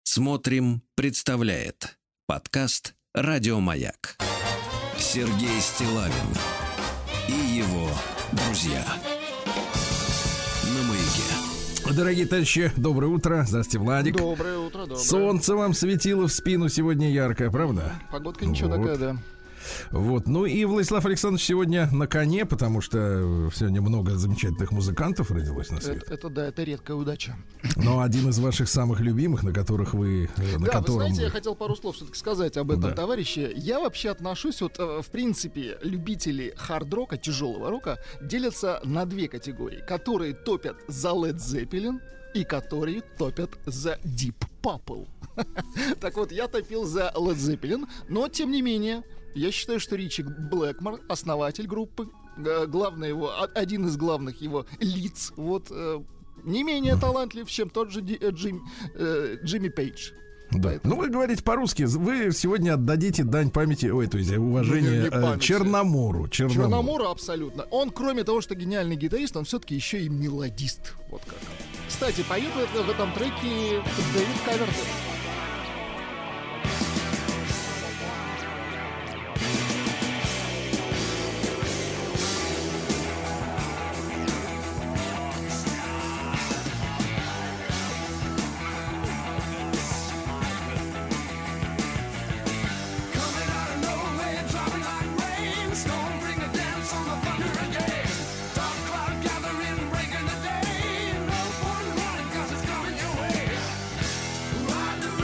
Смотрим, представляет подкаст «Радиомаяк». Сергей Стиллавин и его друзья на Маяке. Дорогие товарищи, доброе утро. Здравствуйте, Владик. Доброе утро, доброе. Солнце вам светило в спину сегодня яркое, правда? Погодка ничего такая, да. Вот, ну и Владислав Александрович сегодня на коне, потому что сегодня много замечательных музыкантов родилось на свет. Это редкая удача. Но один из ваших самых любимых, на которых вы... Вы знаете, я хотел пару слов все-таки сказать об этом, товарищи. Я вообще отношусь, в принципе, любители хард-рока, тяжелого рока, делятся на две категории. Которые топят за Led Zeppelin и которые топят за Deep Purple. Так вот, я топил за Led Zeppelin, но, тем не менее, я считаю, что Ричи Блэкмор, основатель группы, один из главных его лиц, не менее талантлив, чем тот же Джимми Пейдж. Да. Ну, вы говорите по-русски, вы сегодня отдадите дань памяти, уважение Черномору. Черномору абсолютно. Он, кроме того, что гениальный гитарист, он все-таки еще и мелодист. Вот как. Кстати, поет в этом треке Дэвид Каверден. Ride the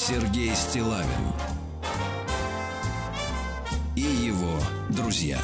Сергей Стиллавин и его друзья.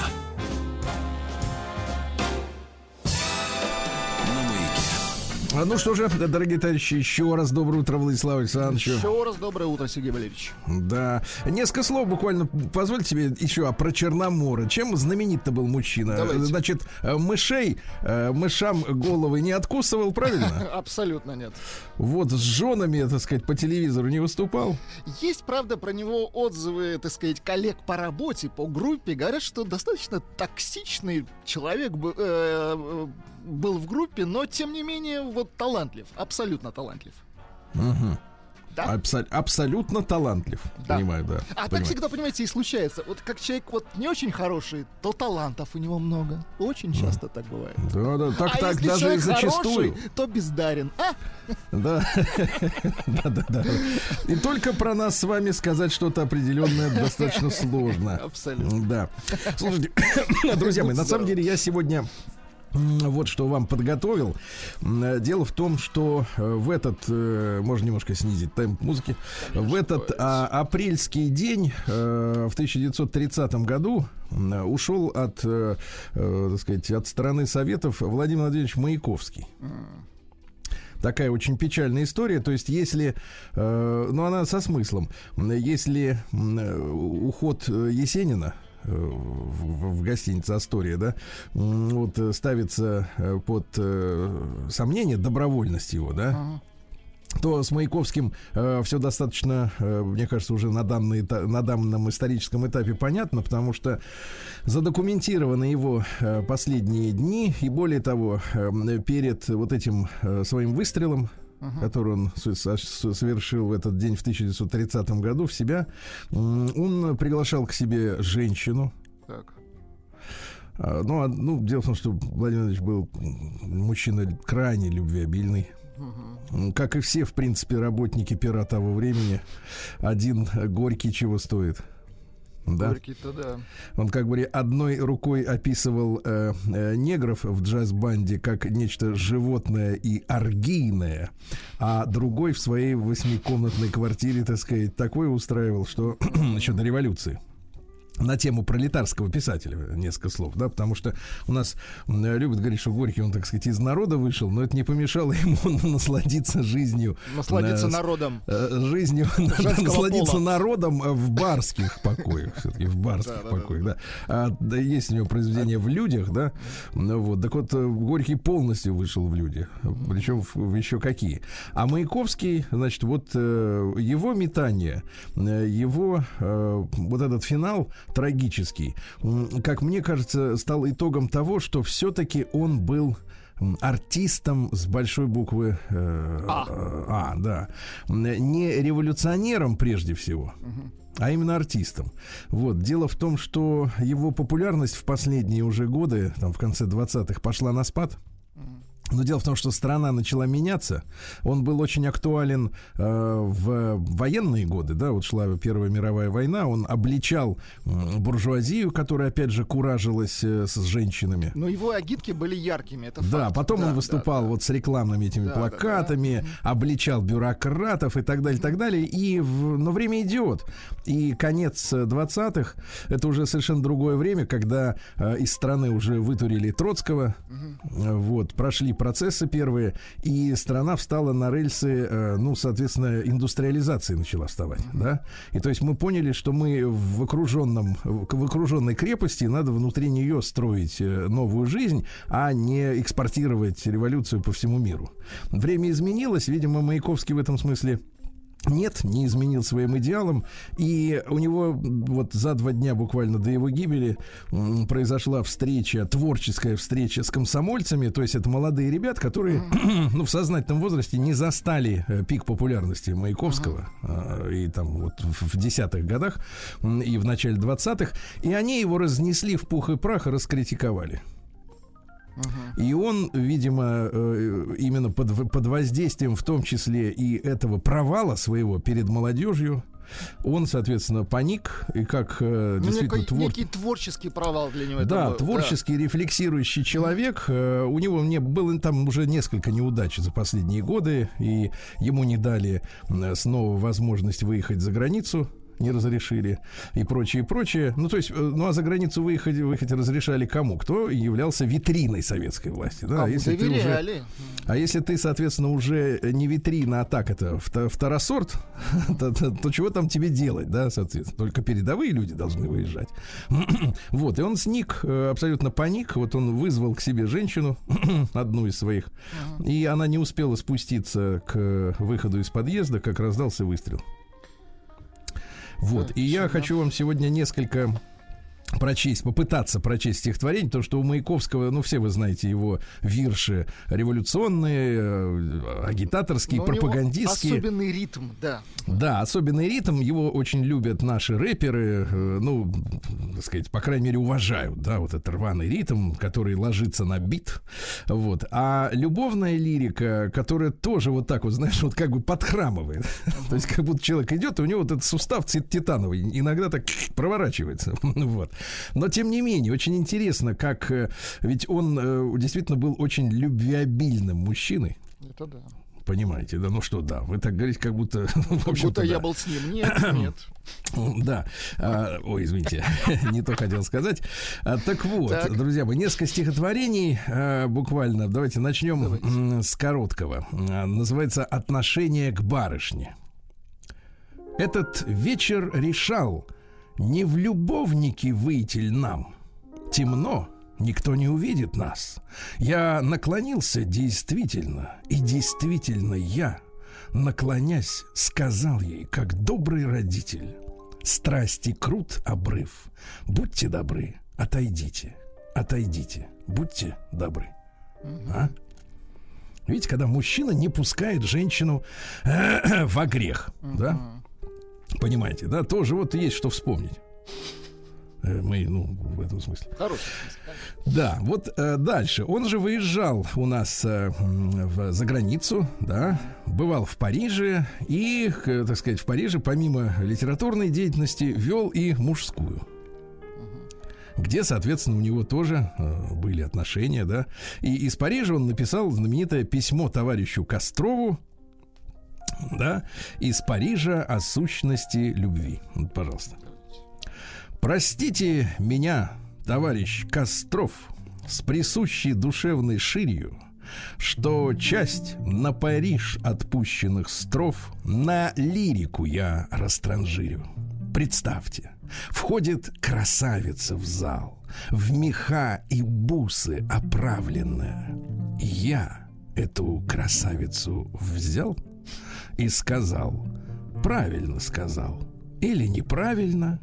Ну что же, дорогие товарищи, еще раз доброе утро, Владислав Александрович. Еще раз доброе утро, Сергей Валерьевич. Да. Несколько слов буквально. Позвольте себе еще про Черномора. Чем знаменит-то был мужчина? Давайте. Значит, мышам головы не откусывал, правильно? Абсолютно нет. Вот с женами, так сказать, по телевизору не выступал. Есть, правда, про него отзывы, так сказать, коллег по работе, по группе. Говорят, что достаточно токсичный человек был в группе, но, тем не менее, вот талантлив. Абсолютно талантлив. Угу. Да? Абсолютно талантлив. Да. Понимаю, да. Так всегда, понимаете, и случается. Вот как человек вот не очень хороший, то талантов у него много. Очень часто так бывает. Да, так если даже человек зачастую. хороший, то бездарен. Да. Да. И только про нас с вами сказать что-то определенное достаточно сложно. Абсолютно. Да. Слушайте, друзья мои, на самом деле я сегодня вот что вам подготовил. Дело в том, что в этот, можно немножко снизить темп музыки, в этот апрельский день в 1930 году ушел от, так сказать, от страны Советов Владимир Владимирович Маяковский. Такая очень печальная история. То есть, если, ну, она со смыслом, если уход Есенина в гостинице «Астория», да, вот ставится под сомнение добровольность его, да, то с Маяковским все достаточно, мне кажется, уже на данном историческом этапе понятно, потому что задокументированы его последние дни, и более того, перед вот этим своим выстрелом, который он совершил в этот день в 1930 году в себя, он приглашал к себе женщину. Так. Ну, дело в том, что Владимир Владимирович был мужчина крайне любвеобильный. Как и все, в принципе, работники пера того времени. Один Горький чего стоит. Да? Горький-то да. Он как бы одной рукой описывал негров в джаз-банде как нечто животное и оргийное, а другой в своей 8-комнатной квартире, так сказать, такое устраивал, что еще до революции. На тему пролетарского писателя несколько слов, да, потому что у нас любят говорить, что Горький, он, так сказать, из народа вышел, но это не помешало ему насладиться жизнью. Насладиться народом. Жизнью, насладиться пола. Народом в барских покоях, все-таки в барских покоях, да. Да. Есть у него произведение «В людях», да, вот, так вот, Горький полностью вышел в люди, причем еще какие. А Маяковский, значит, вот его метание, его вот этот финал трагический, как мне кажется, стал итогом того, что все-таки он был артистом с большой буквы да. Не революционером прежде всего, а именно артистом. Вот. Дело в том, что его популярность в последние уже годы, там, в конце 20-х, пошла на спад. Но дело в том, что страна начала меняться. Он был очень актуален в военные годы, да, вот шла Первая мировая война, он обличал буржуазию, которая, опять же, куражилась с женщинами. Но его агитки были яркими, это факт. Да, потом он выступал вот с рекламными этими плакатами, обличал бюрократов и так далее, и так далее. Но время идет. И конец 20-х, это уже совершенно другое время, когда из страны уже вытурили Троцкого, вот, прошли процессы первые, и страна встала на рельсы, ну, соответственно, индустриализации начала вставать, да, и то есть мы поняли, что мы в окруженной крепости, надо внутри нее строить новую жизнь, а не экспортировать революцию по всему миру. Время изменилось, видимо, Маяковский в этом смысле не изменил своим идеалам, и у него вот за 2 дня буквально до его гибели произошла творческая встреча с комсомольцами, то есть это молодые ребята, которые ну, в сознательном возрасте не застали пик популярности Маяковского и там вот в 10-х годах и в начале 20-х, и они его разнесли в пух и прах и раскритиковали. И он, видимо, именно под воздействием в том числе и этого провала своего перед молодежью, Он, соответственно, паник, и как действительно некий творческий провал для него. Да, это был, творческий, рефлексирующий человек. У него было там уже несколько неудач за последние годы, и ему не дали снова возможность выехать за границу. Не разрешили и прочее, прочее. Ну, то есть, а за границу выехать разрешали кому? Кто являлся витриной советской власти. Да? Если ты уже, если ты, соответственно, уже не витрина, а так это второсорт, то чего там тебе делать, да, соответственно? Только передовые люди должны выезжать. Вот, и он сник, абсолютно паник. Вот он вызвал к себе женщину, одну из своих, и она не успела спуститься к выходу из подъезда, как раздался выстрел. Вот, и я хочу вам сегодня несколько попытаться прочесть стихотворение, потому что у Маяковского, ну, все вы знаете его вирши революционные, агитаторские, пропагандистские. Особенный ритм, да. Да, особенный ритм, его очень любят наши рэперы, ну, так сказать, по крайней мере, уважают, да, вот этот рваный ритм, который ложится на бит, вот. А любовная лирика, которая тоже вот так вот, знаешь, вот как бы подхрамывает, то есть как будто человек идет, и у него вот этот сустав титановый иногда так проворачивается, вот. Но, тем не менее, очень интересно, как... Ведь он действительно был очень любвеобильным мужчиной. Это да. Понимаете, да? Ну что, да, вы так говорите, как будто... Как будто я был с ним. Нет. Да. Ой, извините, не то хотел сказать. Так вот, друзья мои, несколько стихотворений буквально. Давайте начнем с короткого. Называется «Отношение к барышне». Этот вечер решал... Не в любовники выйти ль нам? Темно, никто не увидит нас. Я наклонился действительно, и действительно я, наклонясь, сказал ей, как добрый родитель: страсти крут обрыв, будьте добры, отойдите, будьте добры. А? Видите, когда мужчина не пускает женщину во грех, да? Понимаете, да, тоже вот есть что вспомнить. Мы, в этом смысле. Хороший смысл. Да, вот дальше. Он же выезжал у нас за границу, да, бывал в Париже и, так сказать, в Париже помимо литературной деятельности вел и мужскую, где, соответственно, у него тоже были отношения, да. И из Парижа он написал знаменитое письмо товарищу Кострову, да, из Парижа о сущности любви. Вот, пожалуйста. Простите меня, товарищ Костров, с присущей душевной ширью, что часть на Париж отпущенных строф на лирику я растранжирю. Представьте, входит красавица в зал, в меха и бусы оправленная. Я эту красавицу взял и сказал, правильно сказал, или неправильно,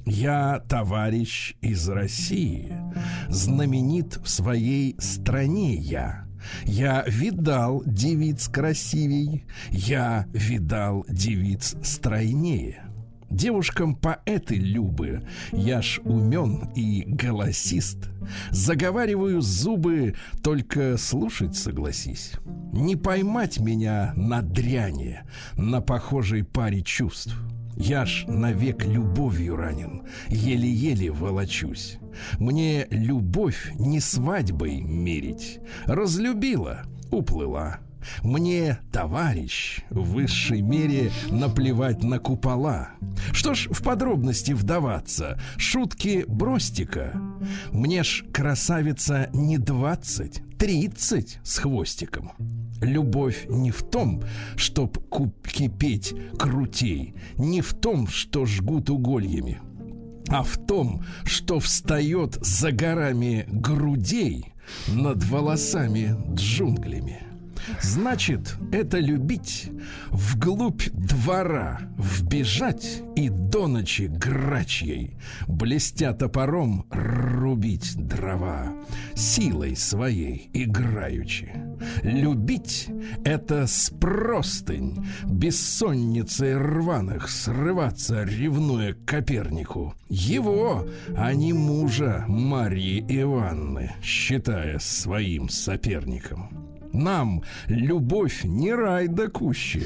я товарищ из России, знаменит в своей стране я. Я видал девиц красивей, я видал девиц стройнее. Девушкам поэты любы, я ж умен и голосист. Заговариваю зубы, только слушать согласись. Не поймать меня на дряни, на похожей паре чувств. Я ж навек любовью ранен, еле-еле волочусь. Мне любовь не свадьбой мерить. Разлюбила, уплыла. Мне, товарищ, в высшей мере наплевать на купола. Что ж в подробности вдаваться? Шутки бросьте-ка. Мне ж, красавица, не 20, 30 с хвостиком. Любовь не в том, чтоб кипеть крутей, не в том, что жгут угольями, а в том, что встает за горами грудей над волосами джунглями. Значит, это любить, вглубь двора вбежать и до ночи грачьей, блестя топором, рубить дрова, силой своей играючи. Любить — это с простынь, бессонницей рваных срываться, ревнуя к Копернику. Его, а не мужа Марьи Ивановны, считая своим соперником. Нам любовь не рай да кущи.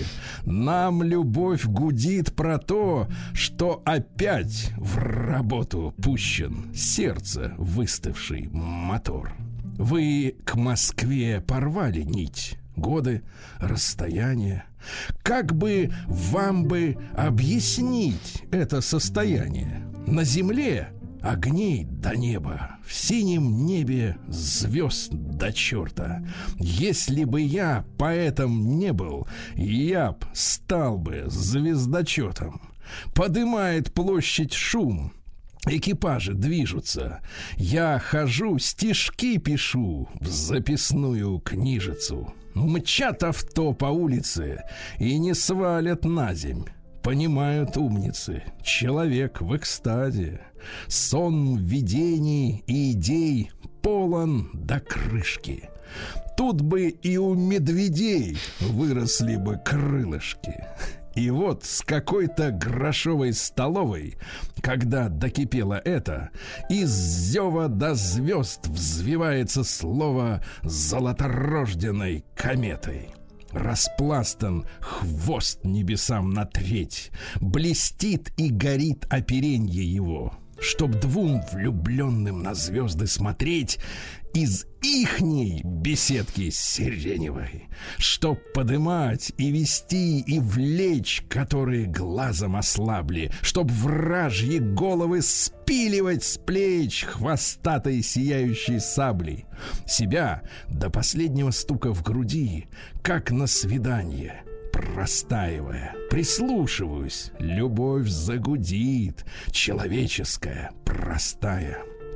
Нам любовь гудит про то, что опять в работу пущен сердце выставший мотор. Вы к Москве порвали нить, годы, расстояние. Как бы вам бы объяснить это состояние? На земле огней до неба, в синем небе звезд до черта. Если бы я поэтом не был, я б стал бы звездочетом. Подымает площадь шум, экипажи движутся. Я хожу, стишки пишу в записную книжицу. Мчат авто по улице и не свалят на земь. Понимают умницы, человек в экстазе. Сон видений и идей полон до крышки. Тут бы и у медведей выросли бы крылышки. И вот с какой-то грошовой столовой, когда докипело это, из зева до звезд взвивается слово золоторожденной кометой. Распластан хвост небесам на треть, блестит и горит оперенье его, чтоб двум влюбленным на звезды смотреть из ихней беседки сиреневой, чтоб подымать и вести и влечь, которые глазом ослабли, чтоб вражьи головы спиливать с плеч хвостатой сияющей саблей, себя до последнего стука в груди, как на свидание простаивая, прислушиваюсь, любовь загудит, человеческая, простая.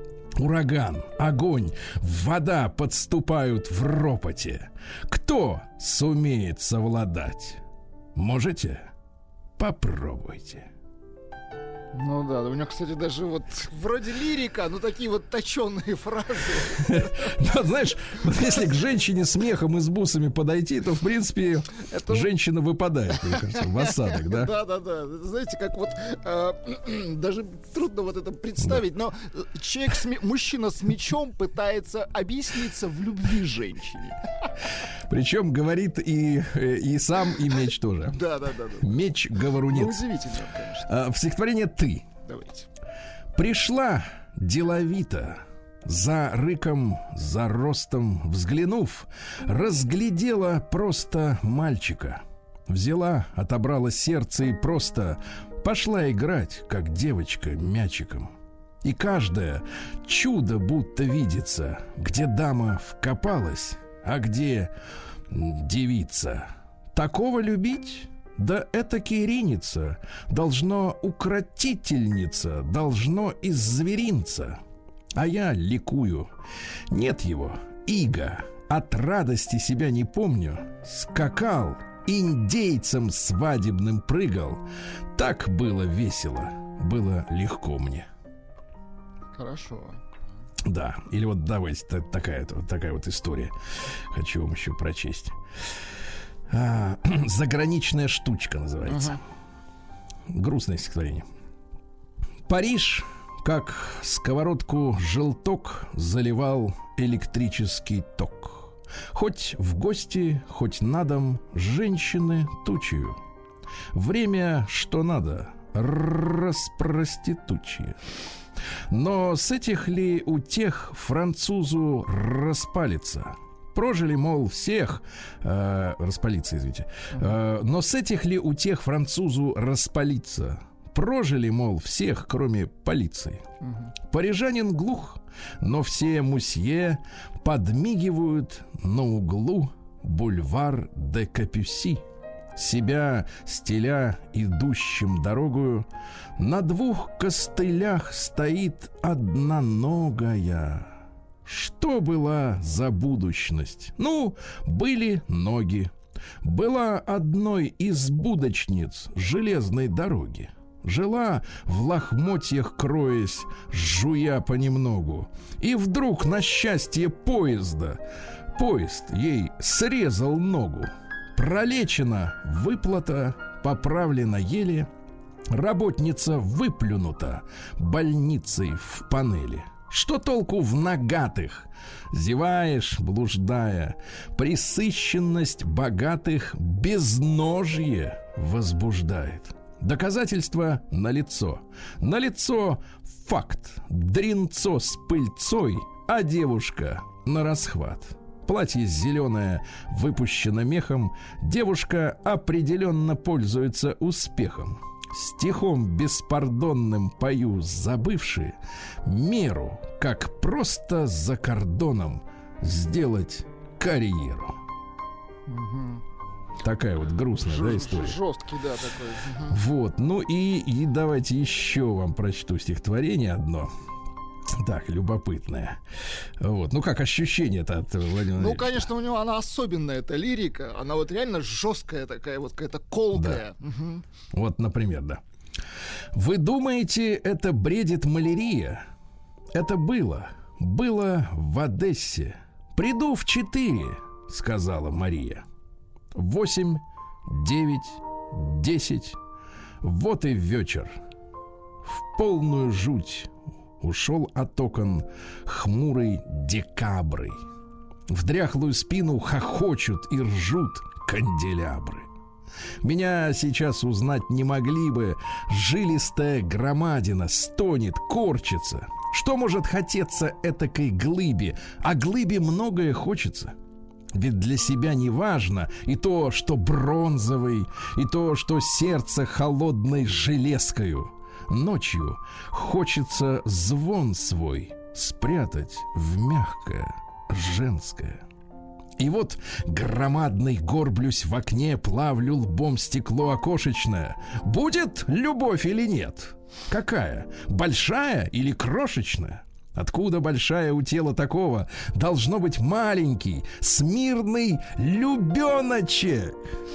Ураган, огонь, вода подступают в ропоте. Кто сумеет совладать? Можете? Попробуйте. Ну да, у него, кстати, даже вот вроде лирика, но такие вот точенные фразы. Знаешь, если к женщине с мехом и с бусами подойти, то, в принципе, женщина выпадает, мне кажется, в осадок, да? Да. Знаете, как вот даже трудно вот это представить, но мужчина с мечом пытается объясниться в любви женщине. Причем говорит и сам, и меч тоже. Да. Меч говорунец. Ну, удивительно, конечно. В стихотворении «Ты». Давайте. Пришла деловито, за рыком, за ростом взглянув, разглядела просто мальчика. Взяла, отобрала сердце и просто пошла играть, как девочка, мячиком. И каждое чудо будто видится, где дама вкопалась, а где девица. Такого любить? Да этаки ринется, должно укротительница, должно из зверинца. А я ликую. Нет его, иго, от радости себя не помню. Скакал, индейцем свадебным прыгал. Так было весело, было легко мне. Хорошо. Да, или вот давайте такая вот история. Хочу вам еще прочесть. Заграничная штучка называется. Грустное стихотворение. Париж, как сковородку желток, заливал электрический ток. Хоть в гости, хоть на дом, женщины тучью. Время, что надо, распроститучье. Но с этих ли утех французу распалится? Прожили, мол, всех распалиться, извините. Но с этих ли утех французу распалиться? Прожили, мол, всех, кроме полиции. Парижанин глух, но все мусье подмигивают на углу бульвар де Капюси. Себя стиля идущим дорогою, на двух костылях стоит одноногая. Что была за будущность? Ну, были ноги. Была одной из будочниц железной дороги. Жила в лохмотьях, кроясь, жуя понемногу. И вдруг, на счастье поезда, поезд ей срезал ногу. Пролечена выплата, поправлена еле. Работница выплюнута больницей в панели. Что толку в нагатых? Зеваешь, блуждая. Пресыщенность богатых безножье возбуждает. Доказательства налицо. Налицо факт. Дринцо с пыльцой, а девушка на расхват. Платье зеленое выпущено мехом. Девушка определенно пользуется успехом. Стихом беспардонным пою, забывши меру, как просто за кордоном сделать карьеру. Такая вот грустная, да, история. Жесткий, да, такой. Вот, ну и давайте еще вам прочту стихотворение одно. Так, любопытное. Вот. Ну, как ощущение-то от Владимира Ну, Ильича? конечно, у него она особенная, эта лирика. Она вот реально жесткая такая, вот какая-то колкая. Да. Вот, например, да. Вы думаете, это бредит малярия? Это было в Одессе. Приду в 4, сказала Мария. 8, 9, 10. Вот и вечер. В полную жуть ушел от окон хмурый декабры. В дряхлую спину хохочут и ржут канделябры. Меня сейчас узнать не могли бы. Жилистая громадина стонет, корчится. Что может хотеться этакой глыбе? А глыбе многое хочется. Ведь для себя не важно и то, что бронзовый, и то, что сердце холодной железкою. Ночью хочется звон свой спрятать в мягкое женское. И вот громадный горблюсь в окне, плавлю лбом стекло окошечное. Будет любовь или нет? Какая? Большая или крошечная? Откуда большая у тела такого? Должно быть маленький, смирный любеночек.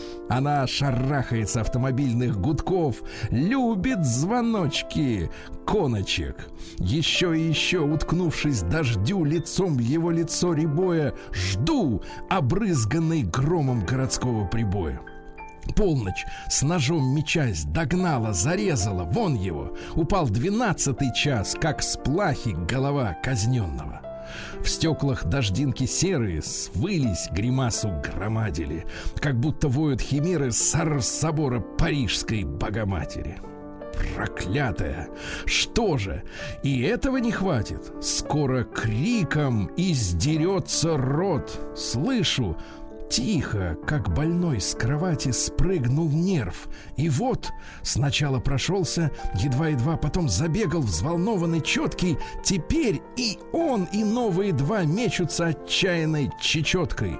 Она шарахается автомобильных гудков, любит звоночки коночек. Еще и еще, уткнувшись дождю, лицом в его лицо рябое, жду, обрызганный громом городского прибоя. Полночь, с ножом мечась, догнала, зарезала, вон его. Упал 12-й час, как с плахи голова казненного. В стеклах дождинки серые свылись, гримасу громадили, как будто воют химеры с собора Парижской Богоматери. Проклятая! Что же? И этого не хватит? Скоро криком издерется рот. Слышу, тихо, как больной с кровати спрыгнул нерв. И вот сначала прошелся, едва-едва, потом забегал взволнованный, четкий. Теперь и он, и новые два мечутся отчаянной чечеткой.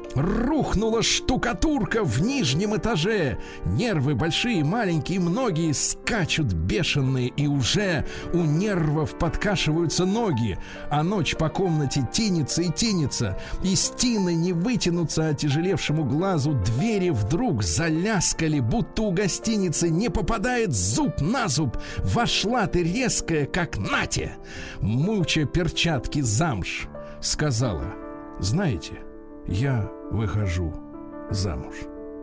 Рухнула штукатурка в нижнем этаже. Нервы большие, маленькие, многие скачут бешеные, и уже у нервов подкашиваются ноги. А ночь по комнате тянется и тянется. И стены не вытянутся отяжелевшему глазу. Двери вдруг заляскали, будто у гостиницы не попадает зуб на зуб. Вошла ты резкая, как нате. Муча перчатки замш, сказала: знаете, я выхожу замуж.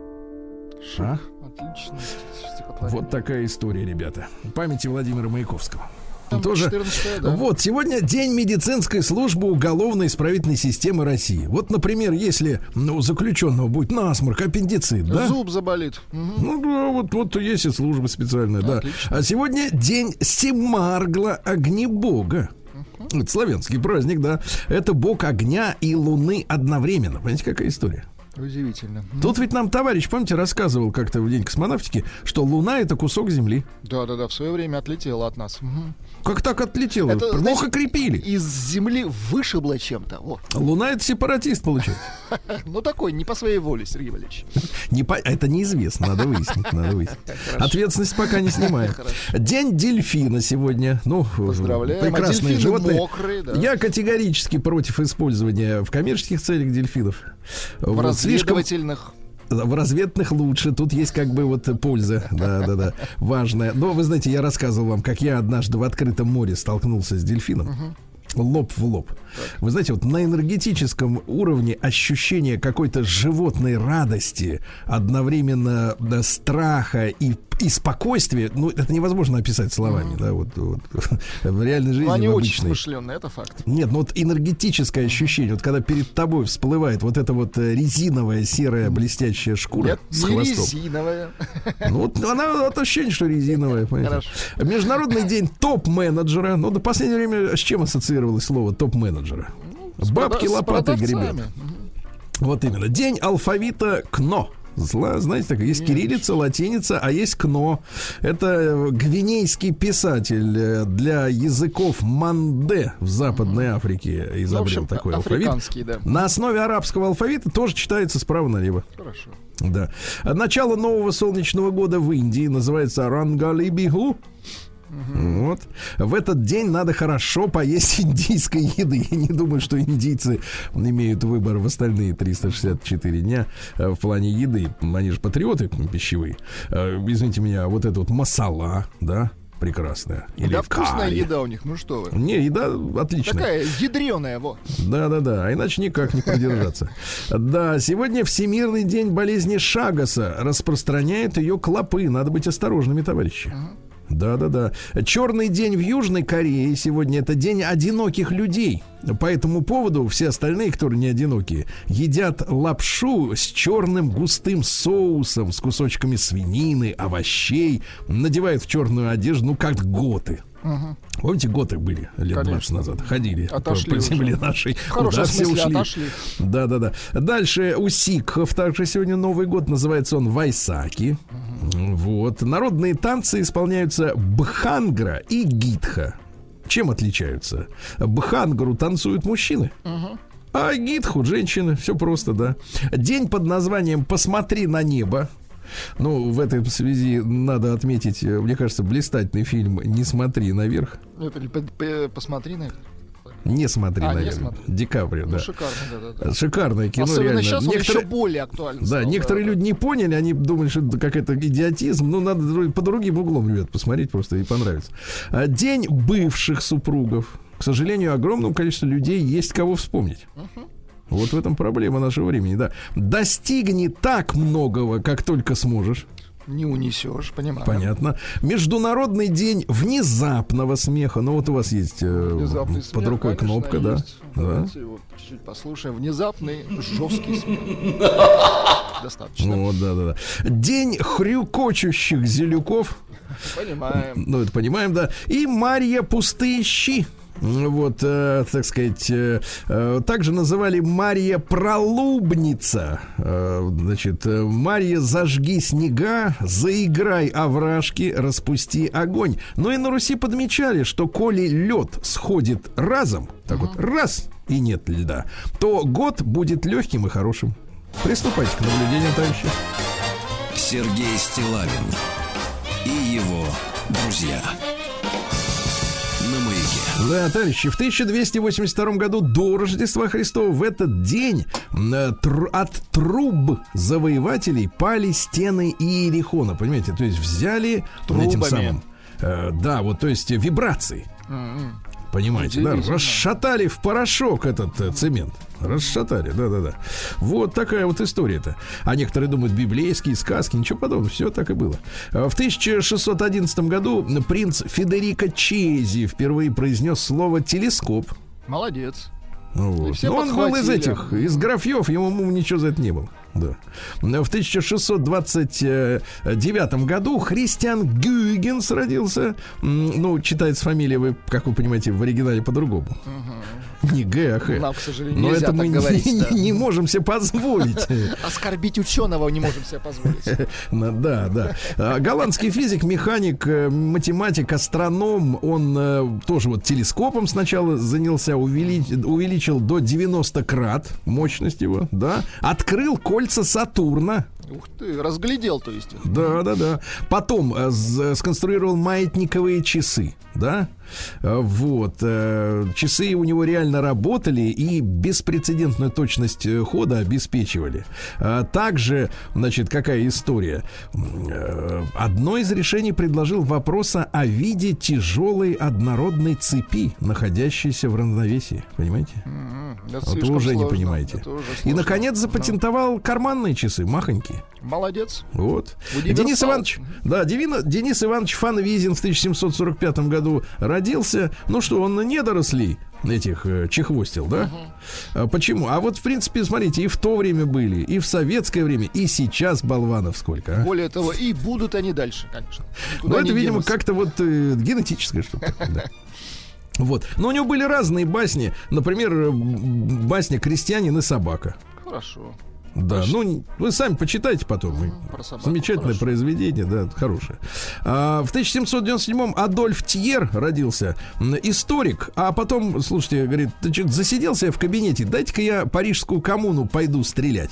А? Отлично. Вот такая история, ребята. В памяти Владимира Маяковского. Там тоже. 14-е, да. Вот, сегодня день медицинской службы уголовно-исправительной системы России. Вот, например, если у заключенного будет насморк, аппендицит, да? Зуб заболит. Ну да, вот есть и служба специальная, да. А сегодня день Семаргла Огнебога. Это славянский праздник, да. Это бог огня и луны одновременно. Понимаете, какая история? Удивительно. Тут ведь нам товарищ, помните, рассказывал как-то в день космонавтики, что Луна — это кусок Земли. Да-да-да, в свое время отлетела от нас. Как так отлетела? Это, плохо крепили. Из Земли вышибло чем-то. О. Луна — это сепаратист, получается. Ну, такой, не по своей воле, Сергей Валерьевич. Это неизвестно, надо выяснить. Ответственность пока не снимаем. День дельфина сегодня. Ну, поздравляем. прекрасные животные. Мокрые, да. Я категорически против использования в коммерческих целях дельфинов. В разведывательных. В разведных лучше. Тут есть как бы вот польза. Да, важная. Но вы знаете, я рассказывал вам, как я однажды в открытом море столкнулся с дельфином. Лоб в лоб. Так. Вы знаете, вот на энергетическом уровне ощущение какой-то животной радости, одновременно страха и и спокойствие, ну, это невозможно описать словами, да, вот в реальной жизни. Они в очень обычной. смышленные, это факт. Нет, ну вот энергетическое ощущение, вот когда перед тобой всплывает вот эта вот резиновая серая блестящая шкура Нет, с не хвостом. резиновая. Ну, вот она вот ощущение, что резиновая. Понимаете? Международный день топ-менеджера. Ну, до последнего времени с чем ассоциировалось слово топ-менеджера? Бабки лопатой гребет. Вот именно. День алфавита КНО. Знаете, так, есть кириллица, латиница, а есть КНО. Это гвинейский писатель для языков Манде в Западной Африке изобрел такой алфавит. Да. На основе арабского алфавита тоже читается справа налево. Хорошо. Да. Начало нового солнечного года в Индии называется Рангали Биху. Вот. В этот день надо хорошо поесть индийской еды. Я не думаю, что индийцы имеют выбор в остальные 364 дня в плане еды. Они же патриоты пищевые. Извините меня, вот это вот масала, да, прекрасная. Или да, вкусная еда у них, ну что вы. Не, еда отличная. Такая ядреная, вот. Да, а иначе никак не продержаться. Да, сегодня Всемирный день болезни Шагаса. Распространяют ее клопы. Надо быть осторожными, товарищи. Да. Черный день в Южной Корее сегодня это день одиноких людей. По этому поводу все остальные, которые не одинокие, едят лапшу с черным густым соусом, с кусочками свинины, овощей, надевают в черную одежду, ну как готы. Помните, готы были лет 20 назад? Ходили по земле нашей. В хорошем смысле отошли. Да. Дальше у сикхов также сегодня Новый год. Называется он Вайсаки. Вот. Народные танцы исполняются бхангра и гитха. Чем отличаются? Бхангру танцуют мужчины, а гитху женщины. Все просто, да. День под названием «Посмотри на небо». Ну, в этой связи надо отметить, мне кажется, блистательный фильм «Не смотри наверх». Посмотри наверх. Не смотри наверх. Ди Каприо, да. Шикарно, да. Шикарное кино, особенно реально. сейчас он еще более актуально. Да, стал, некоторые люди не поняли, они думали, что это какой-то идиотизм. Ну, надо по другим углом, ребят, посмотреть просто и понравится. День бывших супругов. К сожалению, огромному количеству людей есть кого вспомнить. Вот в этом проблема нашего времени, да. Достигни так многого, как только сможешь. Не унесешь, понимаю. Понятно. Международный день внезапного смеха. Ну вот у вас есть под рукой кнопка, да. Давайте вот чуть-чуть послушаем. Внезапный жесткий смех. Достаточно. Вот, да. День хрюкочущих зелюков. Понимаем. Ну это понимаем, да. И Марья пустые щи. Вот, так сказать, также называли Марья Пролубница. Значит, Марья зажги снега, заиграй овражки, распусти огонь. Ну и на Руси подмечали, что коли лед сходит разом, так вот, раз, и нет льда, то год будет легким и хорошим. Приступайте к наблюдениям, товарищи. Сергей Стиллавин и его друзья. Да, товарищи, в 1282 году до Рождества Христова в этот день от труб завоевателей пали стены Иерихона. Понимаете, то есть взяли этим самым. Да, вот, то есть вибрации. Понимаете, да, расшатали в порошок этот цемент. Расшатали, да. Вот такая вот история-то. А некоторые думают, библейские сказки, ничего подобного, все так и было. В 1611 году принц Федерико Чези впервые произнес слово «телескоп». Молодец. Вот. Но он был из графьев, ему ничего за это не было. Да. В 1629 году Христиан Гюйгенс родился. Ну, читается фамилия, вы, как вы понимаете, в оригинале по-другому. Не Г, а Х. Нам, к сожалению, но нельзя это мы говорить, не можем себе позволить. Оскорбить ученого не можем себе позволить. Да. Голландский физик, механик, математик, астроном. Он тоже вот телескопом сначала занялся, увеличил до 90 крат мощность его, да. Открыл кольца Сатурна. Ух ты, разглядел, то есть. Да. Потом сконструировал маятниковые часы, да. Вот. Часы у него реально работали и беспрецедентную точность хода обеспечивали. Также, значит, какая история? Одно из решений предложил вопроса о виде тяжелой однородной цепи, находящейся в равновесии. Понимаете? Это вот вы уже сложно. Не понимаете. И, наконец, запатентовал карманные часы, махонькие. Молодец. Вот. Универсал. Денис Иванович Фанвизин в 1745 году родился. Ну что, он недорослей этих чехвостил, да? Почему? А вот, в принципе, смотрите, и в то время были, и в советское время, и сейчас болванов сколько. А? Более того, и будут они дальше, конечно. Ну, это, видимо, как-то вот генетическое что-то. Вот. Но у него были разные басни. Например, басня «Крестьянин и собака». Хорошо. Да, ну, вы сами почитайте потом. Замечательное произведение, да, хорошее. В 1797-м Адольф Тьер родился, историк, а потом, слушайте, говорит, ты что-то засиделся я в кабинете, дайте-ка я Парижскую коммуну пойду стрелять.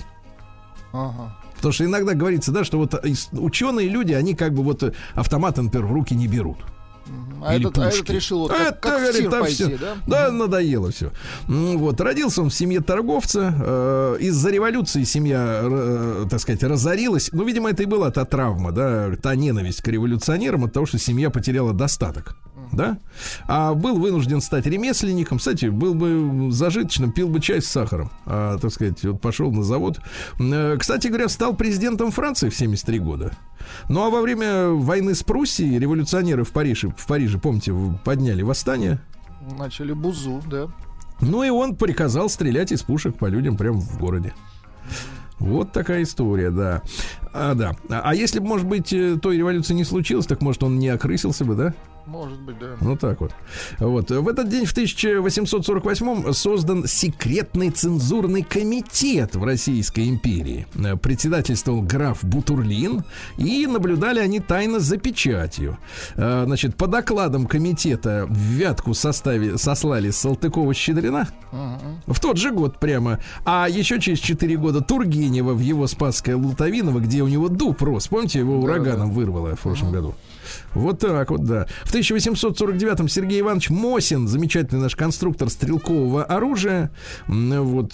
Ага. Потому что иногда говорится, да, что вот ученые люди, они как бы вот автоматы, например, в руки не берут. А этот решил вот как в тир пойти, да? Да, надоело все. Вот, родился он в семье торговца. Из-за революции семья, так сказать, разорилась. Ну, видимо, это и была та травма, да, та ненависть к революционерам от того, что семья потеряла достаток. Да? А был вынужден стать ремесленником. Кстати, был бы зажиточным, пил бы чай с сахаром. Так сказать, вот пошел на завод. Кстати говоря, стал президентом Франции в 73 года. Ну а во время войны с Пруссией революционеры в Париже, помните, подняли восстание. Начали бузу, да. Ну и он приказал стрелять из пушек по людям прямо в городе. Вот такая история, да. Да. А если бы, может быть, той революции не случилось, так, может, он не окрысился бы, да? Может быть, да. Ну так вот. Вот. В этот день, в 1848-м, создан секретный цензурный комитет в Российской империи. Председательствовал граф Бутурлин, и наблюдали они тайно за печатью. Значит, по докладам комитета в Вятку сослали Салтыкова-Щедрина в тот же год прямо. А еще через 4 года Тургенева в его Спасское Лутовиново, где у него дуб рос. Помните, его ураганом вырвало в прошлом году? Вот так вот, да. В 1849-м Сергей Иванович Мосин, замечательный наш конструктор стрелкового оружия, вот,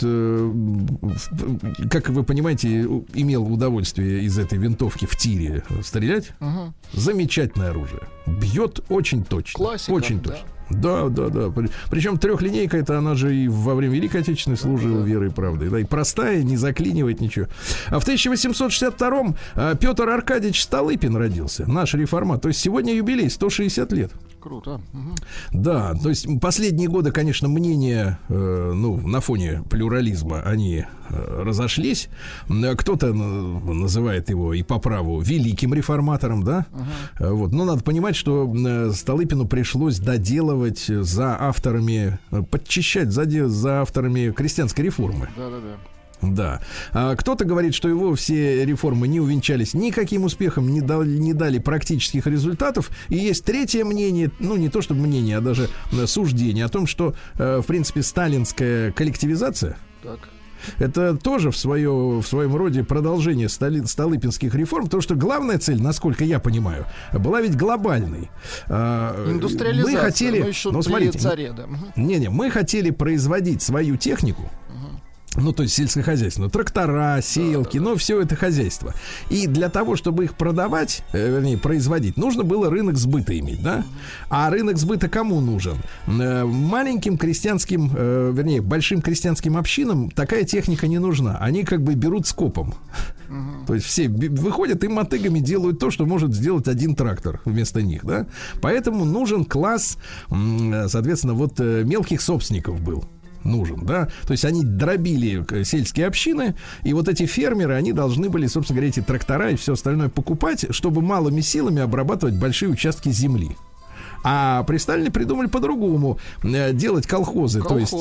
как вы понимаете, имел удовольствие из этой винтовки в тире стрелять. Замечательное оружие. Бьет очень точно. Классика, очень точно. Да. Причем трехлинейка, это она же и во время Великой Отечественной служила верой и правдой. Да, и простая, не заклинивает ничего. А в 1862-м Петр Аркадьевич Столыпин родился, наш реформатор. То есть сегодня юбилей, 160 лет. Круто. Да, то есть последние годы, конечно, мнения, на фоне плюрализма, они разошлись. Кто-то называет его и по праву великим реформатором, да? Вот. Но надо понимать, что Столыпину пришлось доделывать за авторами, подчищать за авторами крестьянской реформы. Да. А кто-то говорит, что его все реформы не увенчались никаким успехом, не дали практических результатов. И есть третье мнение, не то чтобы мнение, а даже суждение о том, что, в принципе, сталинская коллективизация это тоже в своем роде продолжение столыпинских реформ, потому что главная цель, насколько я понимаю, была ведь глобальной. Индустриализация. Мы хотели, смотрите, царе, да. мы хотели производить свою технику. Ну, то есть сельскохозяйственную, трактора, сеялки, все это хозяйство. И для того, чтобы их продавать, производить, нужно было рынок сбыта иметь, да? А рынок сбыта кому нужен? Маленьким крестьянским, большим крестьянским общинам такая техника не нужна. Они как бы берут скопом. То есть все выходят и мотыгами делают то, что может сделать один трактор вместо них, да? Поэтому нужен класс, соответственно, мелких собственников был. Нужен, да, то есть они дробили сельские общины, и вот эти фермеры, они должны были, собственно говоря, эти трактора и все остальное покупать, чтобы малыми силами обрабатывать большие участки земли. А при Сталине придумали по-другому делать колхозы, то есть,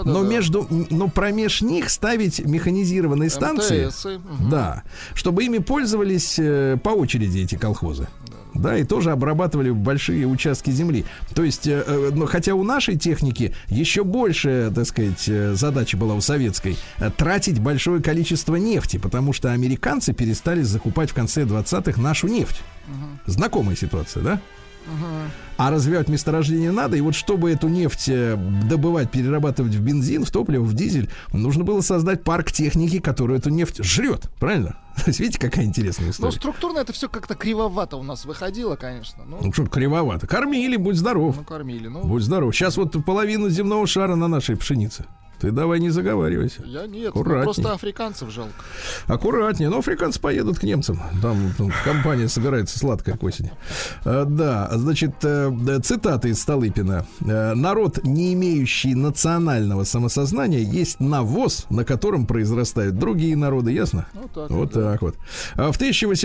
но промеж них ставить механизированные станции, да, чтобы ими пользовались по очереди эти колхозы. Да, и тоже обрабатывали большие участки земли. То есть, хотя у нашей техники еще большая, так сказать, задача была у советской тратить большое количество нефти, потому что американцы перестали закупать в конце 20-х нашу нефть. Знакомая ситуация, да? А развивать месторождение надо. И вот чтобы эту нефть добывать, перерабатывать в бензин, в топливо, в дизель, нужно было создать парк техники, который эту нефть жрет. Правильно? То есть, видите, какая интересная история. Но структурно это все как-то кривовато у нас выходило, конечно. Ну что кривовато? Кормили, будь здоров. Кормили. Будь здоров. Сейчас половина земного шара на нашей пшенице. Ты давай не заговаривайся. Я нет, просто африканцев жалко. Аккуратнее, но африканцы поедут к немцам. Там компания собирается сладкая к осени. Да, значит, цитата из Столыпина. Народ, не имеющий национального самосознания, есть навоз, на котором произрастают другие народы, ясно? Вот так вот. В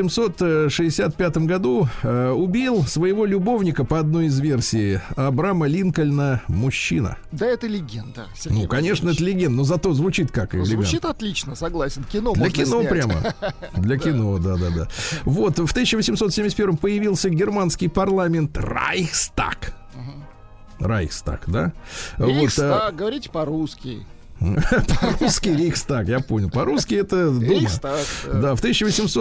1865 году убил своего любовника, по одной из версий, Абрама Линкольна мужчина. Да, это легенда. Ну, конечно, это легенда, но зато звучит как элегантно. Звучит отлично, согласен. Кино для можно кино снять. Прямо. Для кино, да. Вот, в 1871 появился германский парламент Райхстаг. Райхстаг, да? Рейхстаг, говорите по-русски. По-русски Рейхстаг, я понял. По-русски это Дума. Рейхстаг, да, в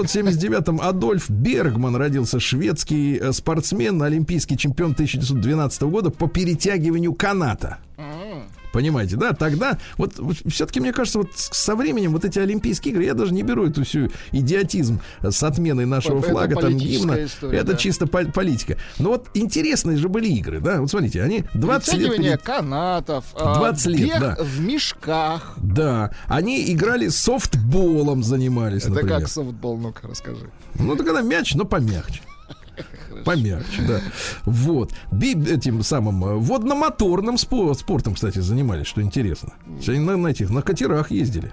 1879-м Адольф Бергман родился, шведский спортсмен, олимпийский чемпион 1912 года по перетягиванию каната. Понимаете, да? Тогда, вот все-таки, мне кажется, вот со временем вот эти Олимпийские игры, я даже не беру эту всю идиотизм с отменой нашего флага, там, гимна. История, это чисто политика. Но вот интересные же были игры, да? Вот смотрите, они 20 лет... Перетягивание канатов, 20 лет, бег да. в мешках. Да, они играли софтболом, занимались, это например. как софтбол, ну-ка расскажи. Ну, это когда мяч, но помягче. Помягче, да. Вот. Этим самым водно-моторным спортом, кстати, занимались, что интересно. Они на катерах ездили.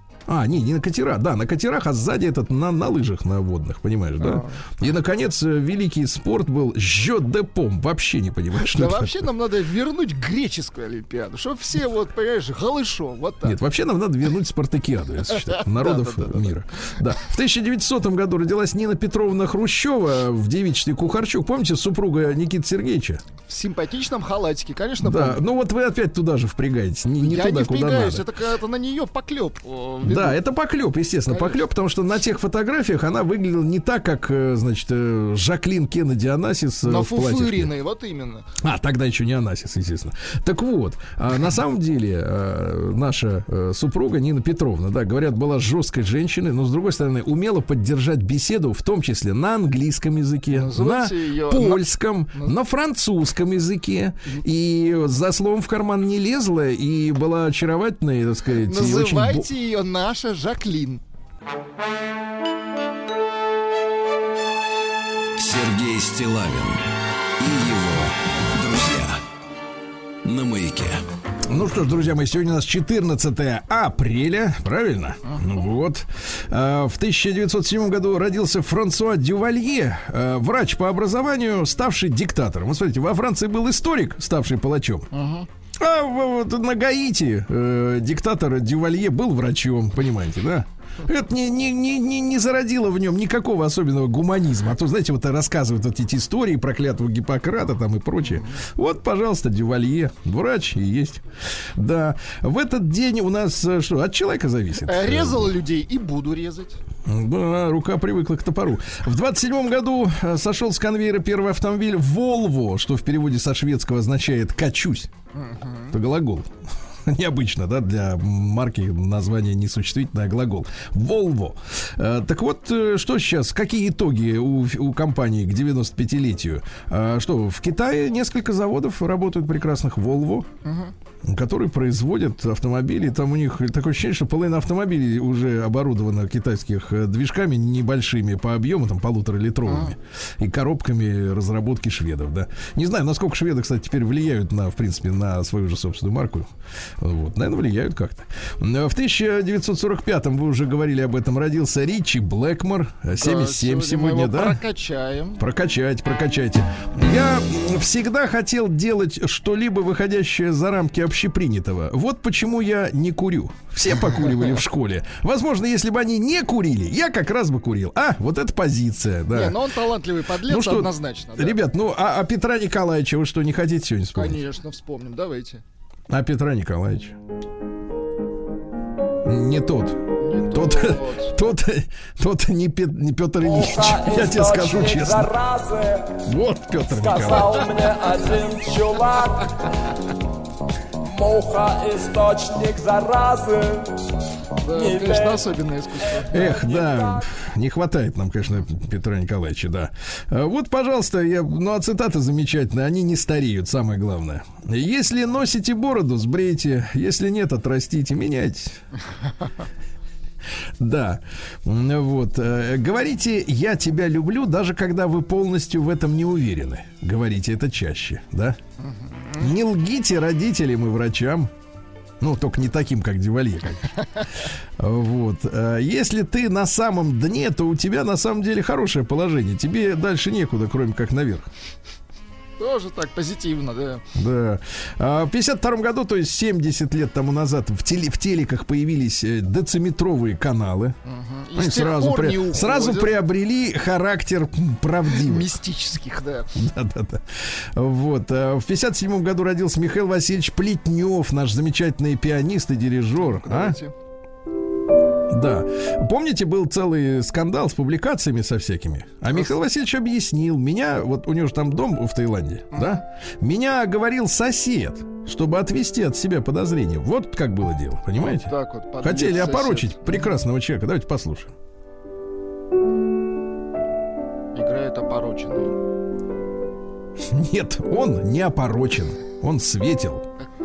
Не на катерах, да, на катерах, а сзади на лыжах на водных, понимаешь, да? И, наконец, великий спорт был жё-де-пом. Вообще не понимаешь, что да это. Вообще нам надо вернуть греческую Олимпиаду, чтобы все, вот, понимаешь, голышом, вот так. Нет, вообще нам надо вернуть спартакиаду, если что, народов мира. Да. В 1900 году родилась Нина Петровна Хрущева в девичестве Кухарчук. Помните, супруга Никиты Сергеевича? В симпатичном халатике, конечно, да, помню. ну вот вы опять туда же впрягаетесь. Я туда, не куда впрягаюсь, надо. это на нее поклеп. Да, это поклеп, естественно, поклеп, потому что на тех фотографиях она выглядела не так, как, значит, Жаклин Кеннеди Онасис в платье. Нафуфыренной, вот именно. Тогда еще не Онасис, естественно. Так вот, на самом деле наша супруга Нина Петровна, да, говорят, была жесткой женщиной, но, с другой стороны, умела поддержать беседу, в том числе на английском языке, на польском, на французском языке. И за словом в карман не лезла, и была очаровательной, так сказать. Называйте ее наша Жаклин. Сергей Стиллавин и его друзья на Маяке. Ну что ж, друзья мои, сегодня у нас 14 апреля, правильно? Вот. В 1907 году родился Франсуа Дювалье, врач по образованию, ставший диктатором. Вот смотрите, во Франции был историк, ставший палачом. А вот на Гаити диктатор Дювалье был врачом, понимаете, да? Это не зародило в нем никакого особенного гуманизма. А то, знаете, вот рассказывают вот эти истории про клятву Гиппократа там и прочее. Вот, пожалуйста, Дювалье, врач и есть. Да. В этот день у нас что, от человека зависит? Резал людей и буду резать. Да, рука привыкла к топору. В 27-м году сошел с конвейера первый автомобиль Volvo, что в переводе со шведского означает «качусь». Это глагол. Необычно, да, для марки название несуществительное, а глагол. Volvo. Так вот, что сейчас, какие итоги у компании к 95-летию? Что, в Китае несколько заводов работают прекрасных Volvo, которые производят автомобили. Там у них такое ощущение, что половина автомобилей уже оборудована китайских движками небольшими по объему, там 1,5-литровыми, и коробками разработки шведов, да. Не знаю, насколько шведы, кстати, теперь влияют в принципе, на свою же собственную марку. Вот, наверное, влияют как-то. В 1945-м, вы уже говорили об этом, родился Ричи Блэкмор, 77 сегодня, да? Прокачаем. Прокачайте. Я всегда хотел делать что-либо, выходящее за рамки общепринятого. Вот почему я не курю. Все покуривали в школе. Возможно, если бы они не курили, я как раз бы курил. Вот эта позиция, да. Не, но он талантливый подлец, ну что, однозначно. Да. Ребят, а Петра Николаевича вы что, не хотите сегодня вспомнить? Конечно, вспомним, давайте. А Петра Николаевича? Не тот. Тот не Петр Ильич. Я тебе скажу честно. Вот Петр Николаевич. Сказал мне один чувак: муха — источник заразы. Да, конечно, особенное искусство. Эх, да. Не хватает нам, конечно, Петра Николаевича, да. Вот, пожалуйста, а цитаты замечательные, они не стареют, самое главное. Если носите бороду, сбрейте, если нет, отрастите, меняйтесь. Да, вот. Говорите, я тебя люблю, даже когда вы полностью в этом не уверены. Говорите это чаще, да? Не лгите родителям и врачам. Ну, только не таким, как Дювалье, конечно. Вот. Если ты на самом дне, то у тебя на самом деле хорошее положение. Тебе дальше некуда, кроме как наверх. Тоже так позитивно, да. Да. В 52 году, то есть 70 лет тому назад, в телеках появились дециметровые каналы. Они сразу приобрели характер правдивых. Мистических, да. Да. Вот. В 57 году родился Михаил Васильевич Плетнев, наш замечательный пианист и дирижер. Да. Помните, был целый скандал с публикациями со всякими? А Михаил Васильевич объяснил. Меня, вот у него же там дом в Таиланде, да? Меня говорил сосед, чтобы отвести от себя подозрения. Вот как было дело, понимаете? Вот так вот, хотели опорочить прекрасного человека. Давайте послушаем. Играет опороченный. Нет, он не опорочен. Он светил.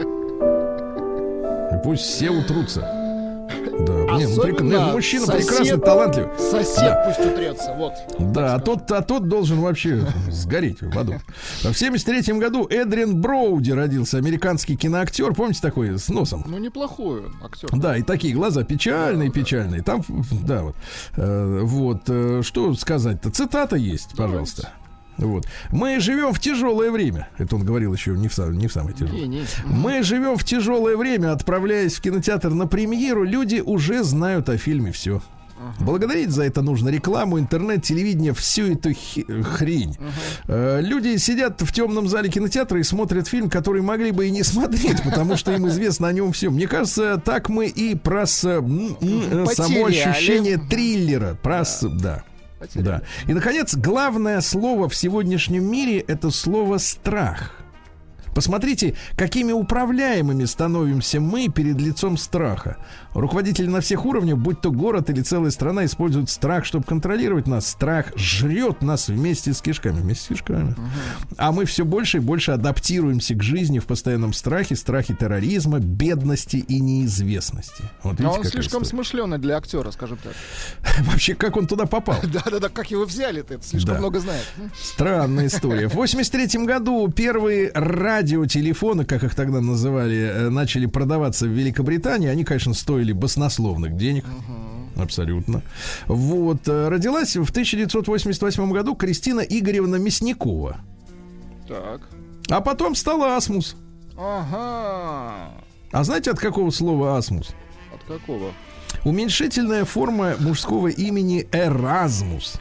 И пусть все утрутся. Да, мужчина прекрасно талантливый. Сосед пусть утрется, вот. Да, а тот должен вообще сгореть в аду. В 73-м году Эдриан Броуди родился, американский киноактер, помните такой, с носом? Ну, неплохой актер. Да, и такие глаза печальные. Там, да, вот. Вот, что сказать-то? Цитата есть, пожалуйста. Вот. Мы живем в тяжелое время. Это он говорил еще не в самое тяжелое. Мы живем в тяжелое время. Отправляясь в кинотеатр на премьеру, люди уже знают о фильме все. Благодарить за это нужно рекламу, интернет, телевидение, всю эту хрень. Люди сидят в темном зале кинотеатра и смотрят фильм, который могли бы и не смотреть, потому что им известно о нем все. Мне кажется, так мы и про само ощущение триллера. Да. И, наконец, главное слово в сегодняшнем мире — это слово «страх». Посмотрите, какими управляемыми становимся мы перед лицом страха. Руководители на всех уровнях, будь то город или целая страна, используют страх, чтобы контролировать нас. Страх жрет нас вместе с кишками. А мы все больше и больше адаптируемся к жизни в постоянном страхе терроризма, бедности и неизвестности. Вот видите, но он слишком смышленый для актера, скажем так. Вообще, как он туда попал? Да, как его взяли-то, это слишком много знает. Странная история. В 83-м году первые радиотелефоны, как их тогда называли, начали продаваться в Великобритании. Они, конечно, стоили баснословных денег. Абсолютно. Вот. Родилась в 1988 году Кристина Игоревна Мясникова. Так. А потом стала Асмус. Ага. А знаете, от какого слова Асмус? От какого? Уменьшительная форма мужского имени Эразмус.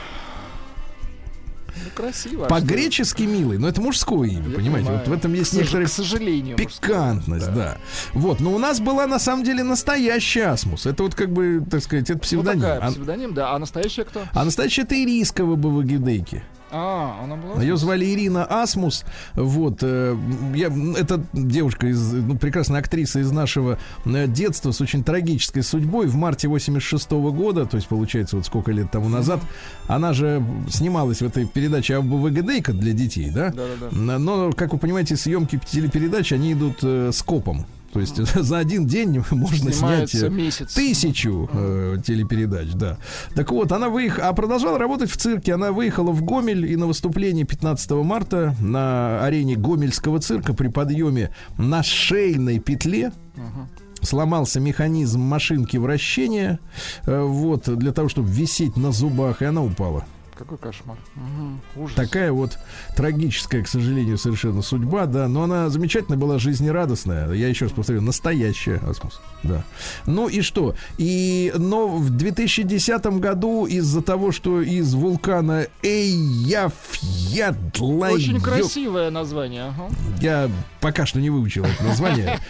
Ну, красиво. По-гречески милый, но это мужское имя, понимаете? Понимаю. Вот в этом есть некоторая, к сожалению, пикантность, да. Вот, но у нас была на самом деле настоящая Асмус. Это вот как бы, так сказать, это псевдоним. Вот такая, псевдоним, да. А настоящая кто? А настоящая это Ирийского Бабагидейки. Она была. Ее звали Ирина Асмус. Вот. Это девушка, прекрасная актриса из нашего детства с очень трагической судьбой. В марте 86-го года, то есть, получается, вот сколько лет тому назад, она же снималась в этой передаче «Бабагидейка» для детей, да? Да. Но, как вы понимаете, съемки телепередач, они идут скопом. То есть за один день можно снять 1000 телепередач, да. Так вот, она продолжала работать в цирке. Она выехала в Гомель и на выступлении 15 марта на арене Гомельского цирка при подъеме на шейной петле сломался механизм машинки вращения, вот, для того, чтобы висеть на зубах, и она упала. Какой кошмар. Ужас. Такая вот трагическая, к сожалению, совершенно судьба, да. Но она замечательная была, жизнерадостная. Я еще раз повторю, настоящая Асмус. Да. Ну и что? Но в 2010 году из-за того, что из вулкана Эйяфьятлай... Очень красивое название. Я пока что не выучил это название.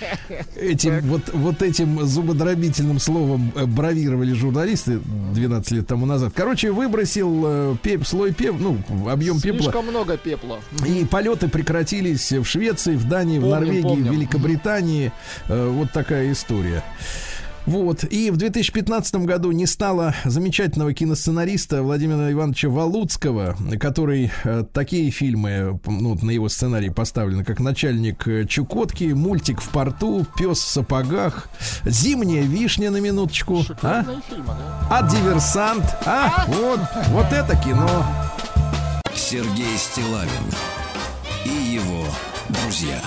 Этим зубодробительным словом бравировали журналисты 12 лет тому назад. Короче, выбросил слой пепла, объем пепла. Слишком много пепла. И полеты прекратились в Швеции, в Дании, в Норвегии, в Великобритании. Вот такая история. Вот. И в 2015 году не стало замечательного киносценариста Владимира Ивановича Валуцкого, который такие фильмы, ну, на его сценарий поставлены, как «Начальник Чукотки», «Мультик в порту», «Пес в сапогах», «Зимняя вишня», на минуточку. Шикарные фильмы, да? А «Диверсант». Вот это кино. Сергей Стиллавин и его друзья.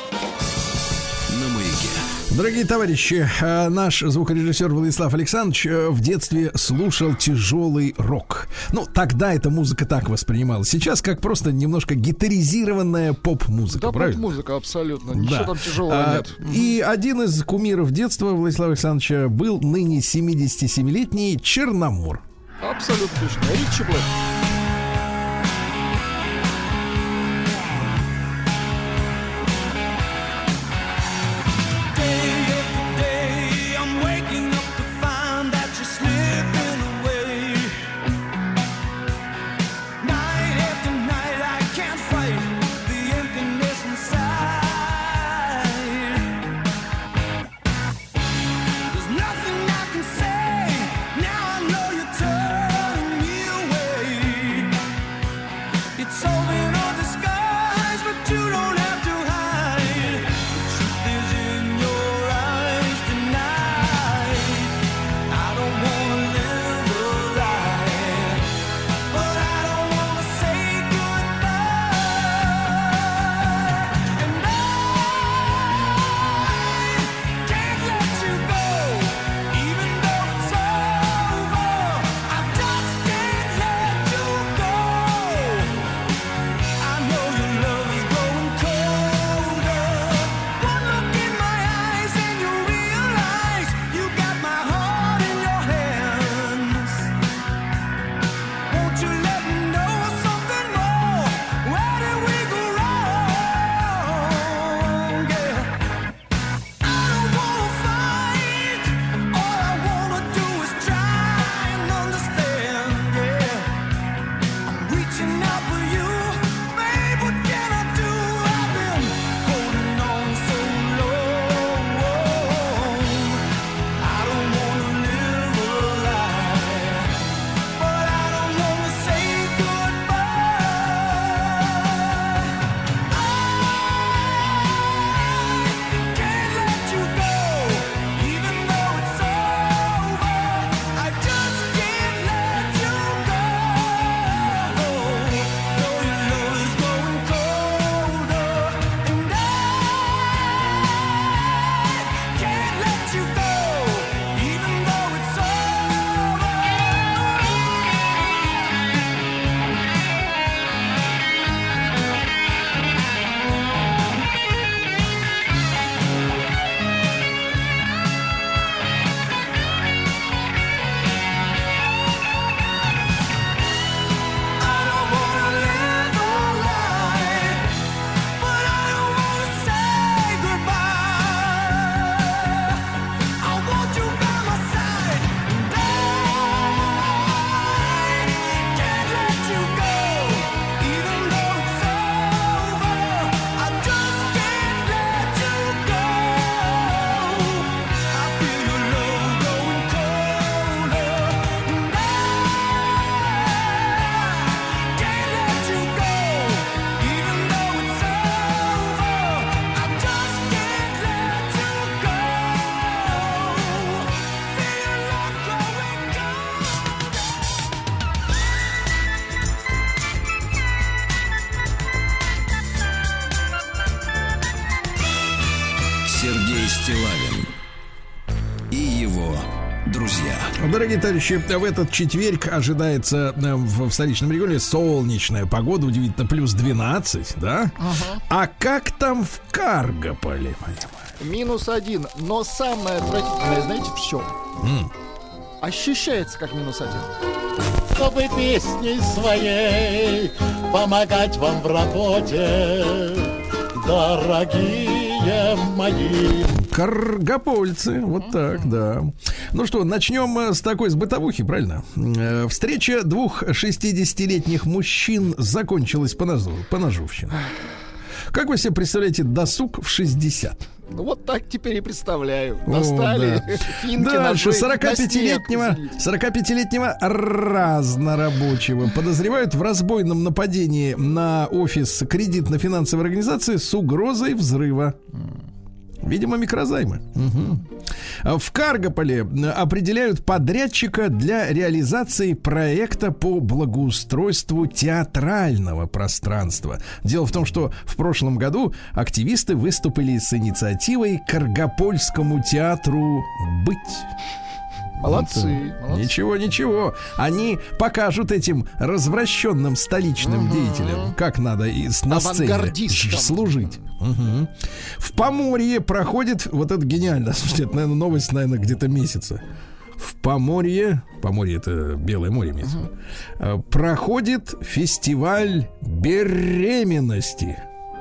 На маяке. Дорогие товарищи, наш звукорежиссер Владислав Александрович в детстве слушал тяжелый рок. Ну, тогда эта музыка так воспринималась. Сейчас как просто немножко гитаризированная поп-музыка, Да, правильно? поп-музыка абсолютно. Ничего там тяжелого нет. И один из кумиров детства Владислава Александровича был ныне 77-летний Черномор. Абсолютно точно. Ричи Блэк. Стиллавин и его друзья. Дорогие товарищи, в этот четверг ожидается в столичном регионе солнечная погода, удивительно, плюс 12, да? Ага. А как там в Каргополе? -1. Но самое отвратительное, знаете, в чем? Ощущается как -1. Чтобы песней своей помогать вам в работе, дорогие мои. Каргопольцы, вот так, да. Ну что, начнем с такой, с бытовухи, правильно? Встреча двух 60-летних мужчин закончилась по ножовщине. Как вы себе представляете досуг в 60? Ну вот так теперь и представляю. Достали финки, дальше ножи, на снег 45-летнего разнорабочего подозревают в разбойном нападении на офис кредитно-финансовой организации с угрозой взрыва. Видимо, микрозаймы. В Каргополе определяют подрядчика для реализации проекта по благоустройству театрального пространства. Дело в том, что в прошлом году активисты выступили с инициативой Каргопольскому театру «Быть». Молодцы. Ничего. Они покажут этим развращенным столичным деятелям, как надо на сцене служить. В Поморье проходит, вот это гениально, слушайте, это, наверное, новость, где-то месяца. В Поморье это Белое море, проходит фестиваль беременности.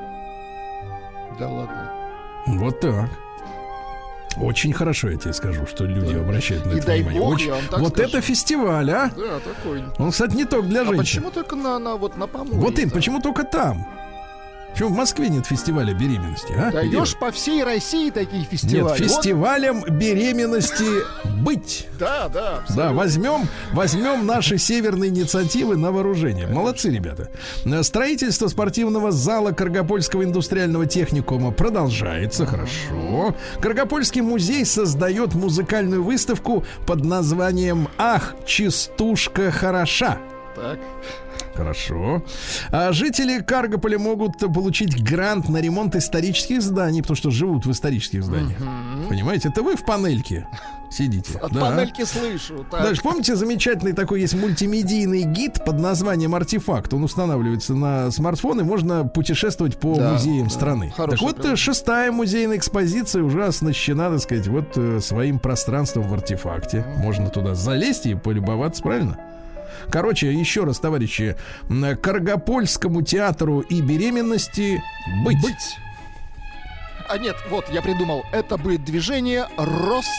Да ладно. Вот так. Очень хорошо, я тебе скажу, что люди обращают на это внимание. Бог, вот скажу. Это фестиваль, а? Да, такой. Он, кстати, не только для женщин. Почему только на Поморье? Вот им, почему только там? Почему в Москве нет фестиваля беременности, а? Даешь по всей России такие фестивали. Нет, фестивалем беременности быть. Да. Да, возьмем наши северные инициативы на вооружение. Молодцы, ребята. Строительство спортивного зала Каргопольского индустриального техникума продолжается. Хорошо. Каргопольский музей создает музыкальную выставку под названием «Ах, частушка хороша». Так. Хорошо. А жители Каргополя могут получить грант на ремонт исторических зданий, потому что живут в исторических зданиях. Понимаете, это вы в панельке сидите. От панельки слышу. Так. Дальше, помните, замечательный такой есть мультимедийный гид под названием «Артефакт». Он устанавливается на смартфон, и можно путешествовать по музеям страны. Так вот, 6-я музейная экспозиция уже оснащена, так сказать, вот своим пространством в «Артефакте». Можно туда залезть и полюбоваться, правильно? Короче, еще раз, товарищи, Каргопольскому театру и беременности быть. А нет, вот, я придумал. Это будет движение «Росбыть».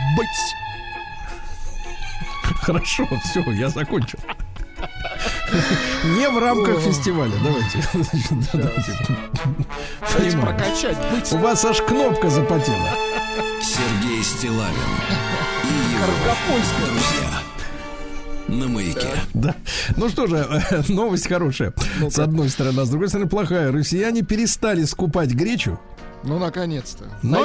Хорошо, все, я закончил. Не в рамках фестиваля. Давайте. Прокачать. У вас аж кнопка запотела. Сергей Стиллавин и его друзья на Маяке. Да. Ну что же, новость хорошая. С одной стороны, а с другой стороны плохая. Россияне перестали скупать гречу. Ну, наконец-то. Но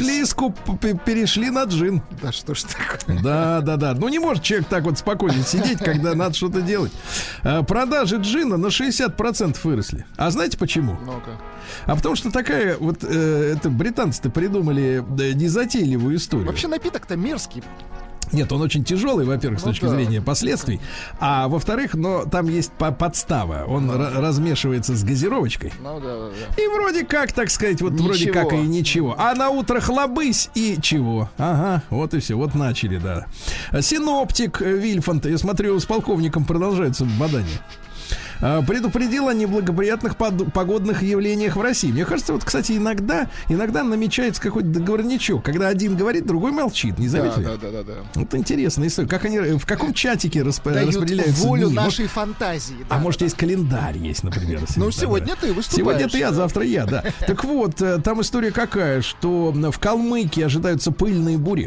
перешли на джин. Да что ж такое? Да. Ну, не может человек так вот спокойно сидеть, когда надо что-то делать. Продажи джина на 60% выросли. А знаете почему? Ну-ка. А потому что такая вот, это британцы-то придумали незатейливую историю. Вообще напиток-то мерзкий. Нет, он очень тяжелый, во-первых, с точки зрения последствий. А во-вторых, но там есть подстава. Он размешивается с газировочкой. И вроде как, так сказать, вот ничего. Вроде как и ничего. А на утро хлобысь и чего? Ага, вот и все. Вот начали, да. Синоптик Вильфанд, я смотрю, с полковником продолжается бадание, предупредил о неблагоприятных погодных явлениях в России. Мне кажется, вот, кстати, иногда намечается какой-то договорничок, когда один говорит, другой молчит. Не заметили? Да. Вот интересная история. Как они, в каком чатике распределяются волю дни? нашей фантазии. А может, есть календарь есть, например. Ну, сегодня ты выступаешь. Сегодня ты, а завтра я, да. Так вот, там история какая, что в Калмыкии ожидаются пыльные бури.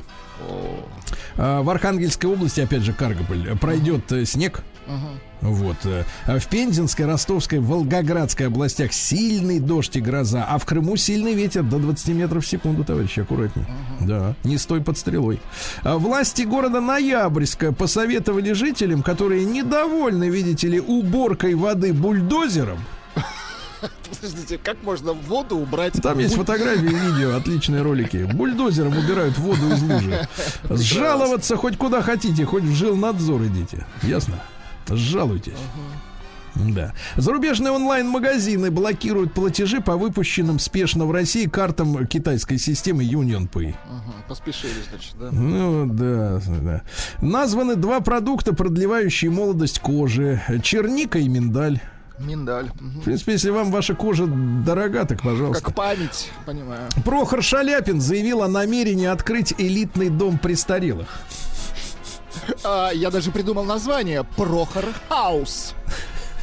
В Архангельской области, опять же, Каргополь, пройдет снег. Вот. В Пензенской, Ростовской, Волгоградской областях сильный дождь и гроза, а в Крыму сильный ветер до 20 метров в секунду, товарищи, аккуратней. Да, не стой под стрелой. Власти города Ноябрьска посоветовали жителям, которые недовольны, видите ли, уборкой воды бульдозером. Подождите, как можно воду убрать? Там есть фотографии и видео, отличные ролики. Бульдозером убирают воду из лужи. Сжаловаться хоть куда хотите, хоть в жилнадзор идите. Ясно? Жалуйтесь. Да. Зарубежные онлайн-магазины блокируют платежи по выпущенным спешно в России картам китайской системы UnionPay. Поспешили, значит, да? Ну, да. Названы 2 продукта, продлевающие молодость кожи. Черника и миндаль. Миндаль. В принципе, если вам ваша кожа дорога, так пожалуйста. Как память, понимаю. Прохор Шаляпин заявил о намерении открыть элитный дом престарелых. Я даже придумал название. Прохор Хаус.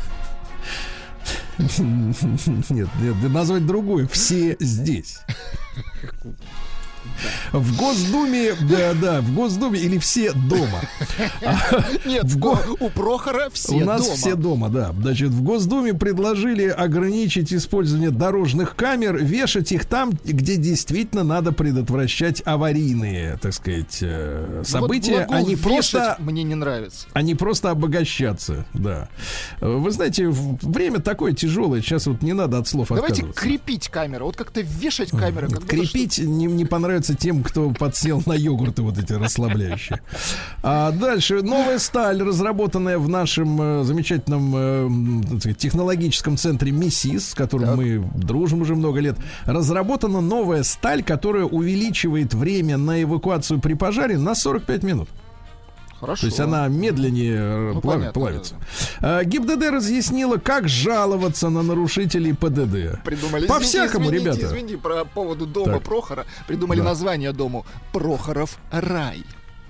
Нет, назвать другое. Все здесь. В Госдуме, в Госдуме или все дома? Нет, у Прохора все дома. У нас все дома, да. Значит, в Госдуме предложили ограничить использование дорожных камер, вешать их там, где действительно надо предотвращать аварийные, так сказать, события. Вот они просто... Мне не нравится. Они просто обогащаться, да. Вы знаете, время такое тяжелое, сейчас вот не надо от слов отказываться. Давайте крепить камеру, вот как-то вешать камеры. Крепить не понравится тем, кто подсел на йогурты вот эти расслабляющие. А дальше новая сталь, разработанная в нашем замечательном технологическом центре МИСИС, с которым мы дружим уже много лет. Разработана новая сталь, которая увеличивает время на эвакуацию при пожаре на 45 минут. Хорошо. То есть она медленнее плавится. ГИБДД разъяснила, как жаловаться на нарушителей ПДД. Придумали. По-всякому, ребята. Извините, по поводу дома Прохора. Придумали название дому Прохоров рай.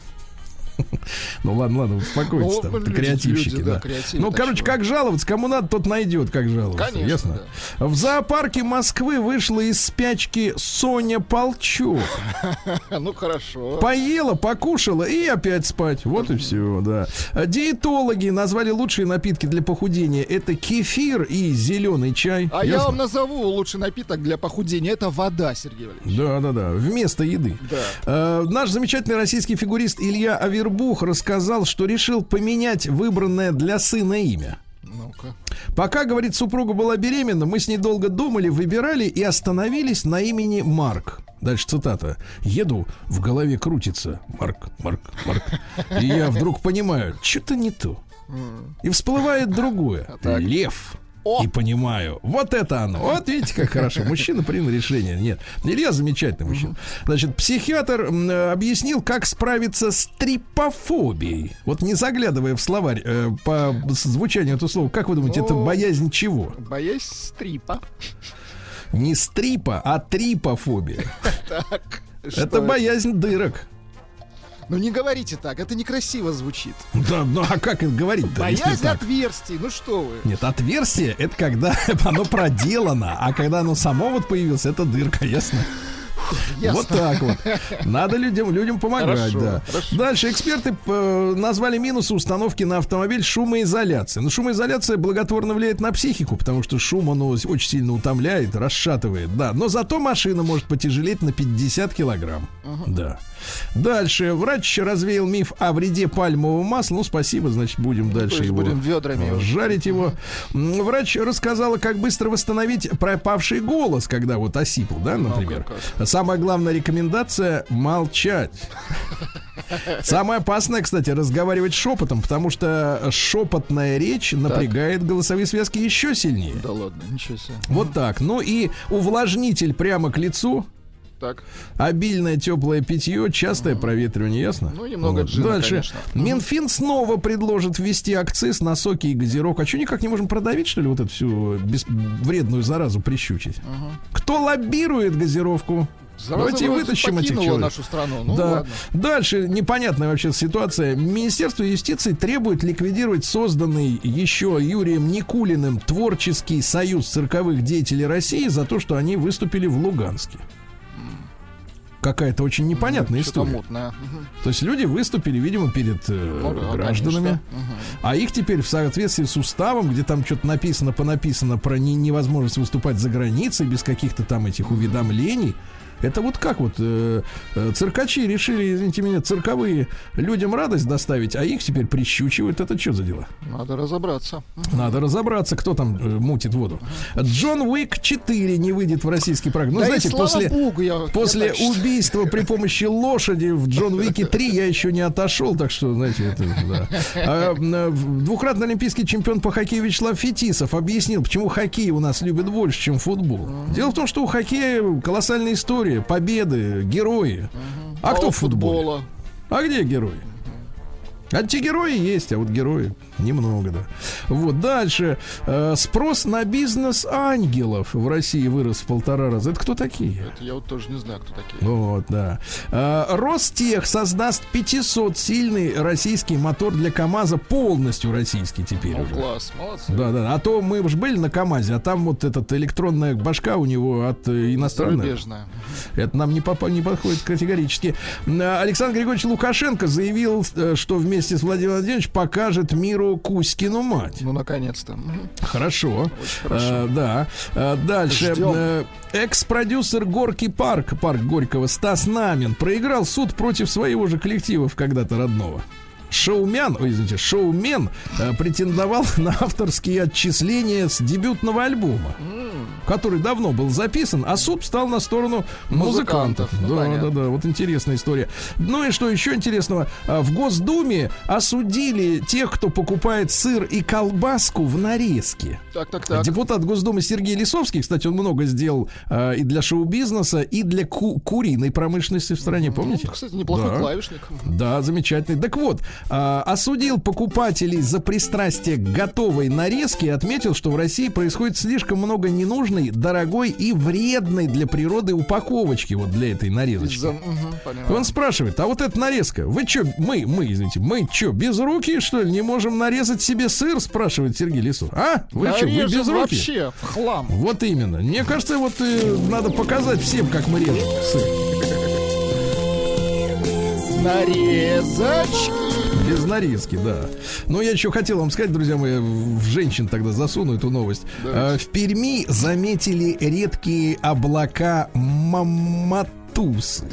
Ну ладно, успокойтесь там, креативщики. Да. Ну, короче, как жаловаться, кому надо, тот найдет, как жаловаться. Конечно, ясно? Да. В зоопарке Москвы вышла из спячки Соня Полчок. Ну, хорошо. Поела, покушала и опять спать. Вот и все, да. Диетологи назвали лучшие напитки для похудения. Это кефир и зеленый чай. А я вам назову лучший напиток для похудения. Это вода, Сергей Валерьевич. Да. Вместо еды. Да. Наш замечательный российский фигурист Илья Авербух рассказал, что решил поменять выбранное для сына имя. Ну-ка. Пока, говорит, супруга была беременна, мы с ней долго думали, выбирали и остановились на имени Марк. Дальше цитата. Еду, в голове крутится. Марк. И я вдруг понимаю, что-то не то. И всплывает другое. Лев. И понимаю, вот это оно. Вот видите, как хорошо. Мужчина принял решение. Нет, Илья замечательный мужчина. Значит, психиатр объяснил, как справиться с трипофобией. Вот не заглядывая в словарь по звучанию этого слова, как вы думаете, это боязнь чего? Боязнь стрипа. Не стрипа, а трипофобия. Так. Это боязнь дырок. Ну не говорите так, это некрасиво звучит. Да, ну а как это говорить-то? Боязнь отверстий, ну что вы. Нет, отверстие — это когда оно проделано, а когда оно само вот появилось, это дырка, ясно? Ясно. Вот так вот. Надо людям помогать, хорошо, да. Хорошо. Дальше эксперты назвали минусы установки на автомобиль шумоизоляции. Но шумоизоляция благотворно влияет на психику, потому что шум, он очень сильно утомляет, расшатывает, да. Но зато машина может потяжелеть на 50 килограмм. Да. Дальше. Врач развеял миф о вреде пальмового масла. Ну, спасибо, значит, будем дальше его будем ведрами жарить его. Врач рассказала, как быстро восстановить пропавший голос, когда вот осипл, да, например. Самая главная рекомендация — молчать. Самое опасное, кстати, разговаривать шепотом, потому что шепотная речь напрягает голосовые связки еще сильнее. Да ладно, ничего себе. Вот так. Ну и увлажнитель прямо к лицу. Так. Обильное теплое питье, частое проветривание, ясно? Ну, немного джина, дальше. Конечно. Минфин снова предложит ввести акциз на соки и газировку. А что, никак не можем продавить, что ли, вот эту всю вредную заразу прищучить? Кто лоббирует газировку? Давайте вытащим этих человек. Нашу страну. Ну, да. Ладно. Дальше непонятная вообще ситуация. Министерство юстиции требует ликвидировать созданный еще Юрием Никулиным Творческий союз цирковых деятелей России за то, что они выступили в Луганске. Какая-то очень непонятная история. Мутная. То есть люди выступили, видимо, перед гражданами, а их теперь в соответствии с уставом, где там что-то написано про невозможность выступать за границей без каких-то там этих уведомлений. Это вот как вот циркачи решили, извините меня, цирковые людям радость доставить, а их теперь прищучивают. Это что за дела? Надо разобраться. Надо разобраться, кто там мутит воду. Джон Уик 4 не выйдет в российский прокат. Ну, да, знаете, после я убийства при помощи лошади в Джон Уике 3 я еще не отошел, так что, знаете, это, да. Двукратный олимпийский чемпион по хоккею Вячеслав Фетисов объяснил, почему хоккей у нас любят больше, чем футбол. Дело в том, что у хоккея колоссальная история, победы, герои. А кто в футболе? А где герои? Антигерои есть, а вот герои Немного, да. Вот, дальше. Спрос на бизнес ангелов в России вырос в 1,5 раза. Это кто такие? Это я вот тоже не знаю, кто такие. Вот, да. Ростех создаст 500-сильный российский мотор для КамАЗа, полностью российский теперь уже. Класс, молодцы. Да. А то мы уж были на КамАЗе, а там вот эта электронная башка у него от иностранной. Зарубежная. Это нам не подходит категорически. Александр Григорьевич Лукашенко заявил, что вместе с Владимиром Владимировичем покажет миру Кузькину мать. Ну, наконец-то. Хорошо. Очень хорошо. Да. Дальше. Экс-продюсер Горький парк Горького Стас Намин проиграл суд против своего же коллектива когда-то родного. Шоумен претендовал на авторские отчисления с дебютного альбома, который давно был записан, а суд встал на сторону музыкантов. Да, вот интересная история. Ну и что еще интересного? В Госдуме осудили тех, кто покупает сыр и колбаску в нарезке. Так. Депутат Госдумы Сергей Лисовский, кстати, он много сделал и для шоу-бизнеса, и для куриной промышленности в стране, помните? Кстати, неплохой клавишник. Да, замечательный. Так вот, осудил покупателей за пристрастие к готовой нарезке и отметил, что в России происходит слишком много ненужной, дорогой и вредной для природы упаковочки вот для этой нарезочки. Он спрашивает, а вот эта нарезка, вы что, мы что, без руки, что ли, не можем нарезать себе сыр, спрашивает Сергей Лисов. А? Вы что, вы без руки? Вообще в хлам. Вот именно. Мне кажется, вот надо показать всем, как мы режем сыр. Нарезочки. Без нарезки, да. Но я еще хотел вам сказать, друзья мои, в женщин тогда засуну эту новость. В Перми заметили редкие облака маматусы.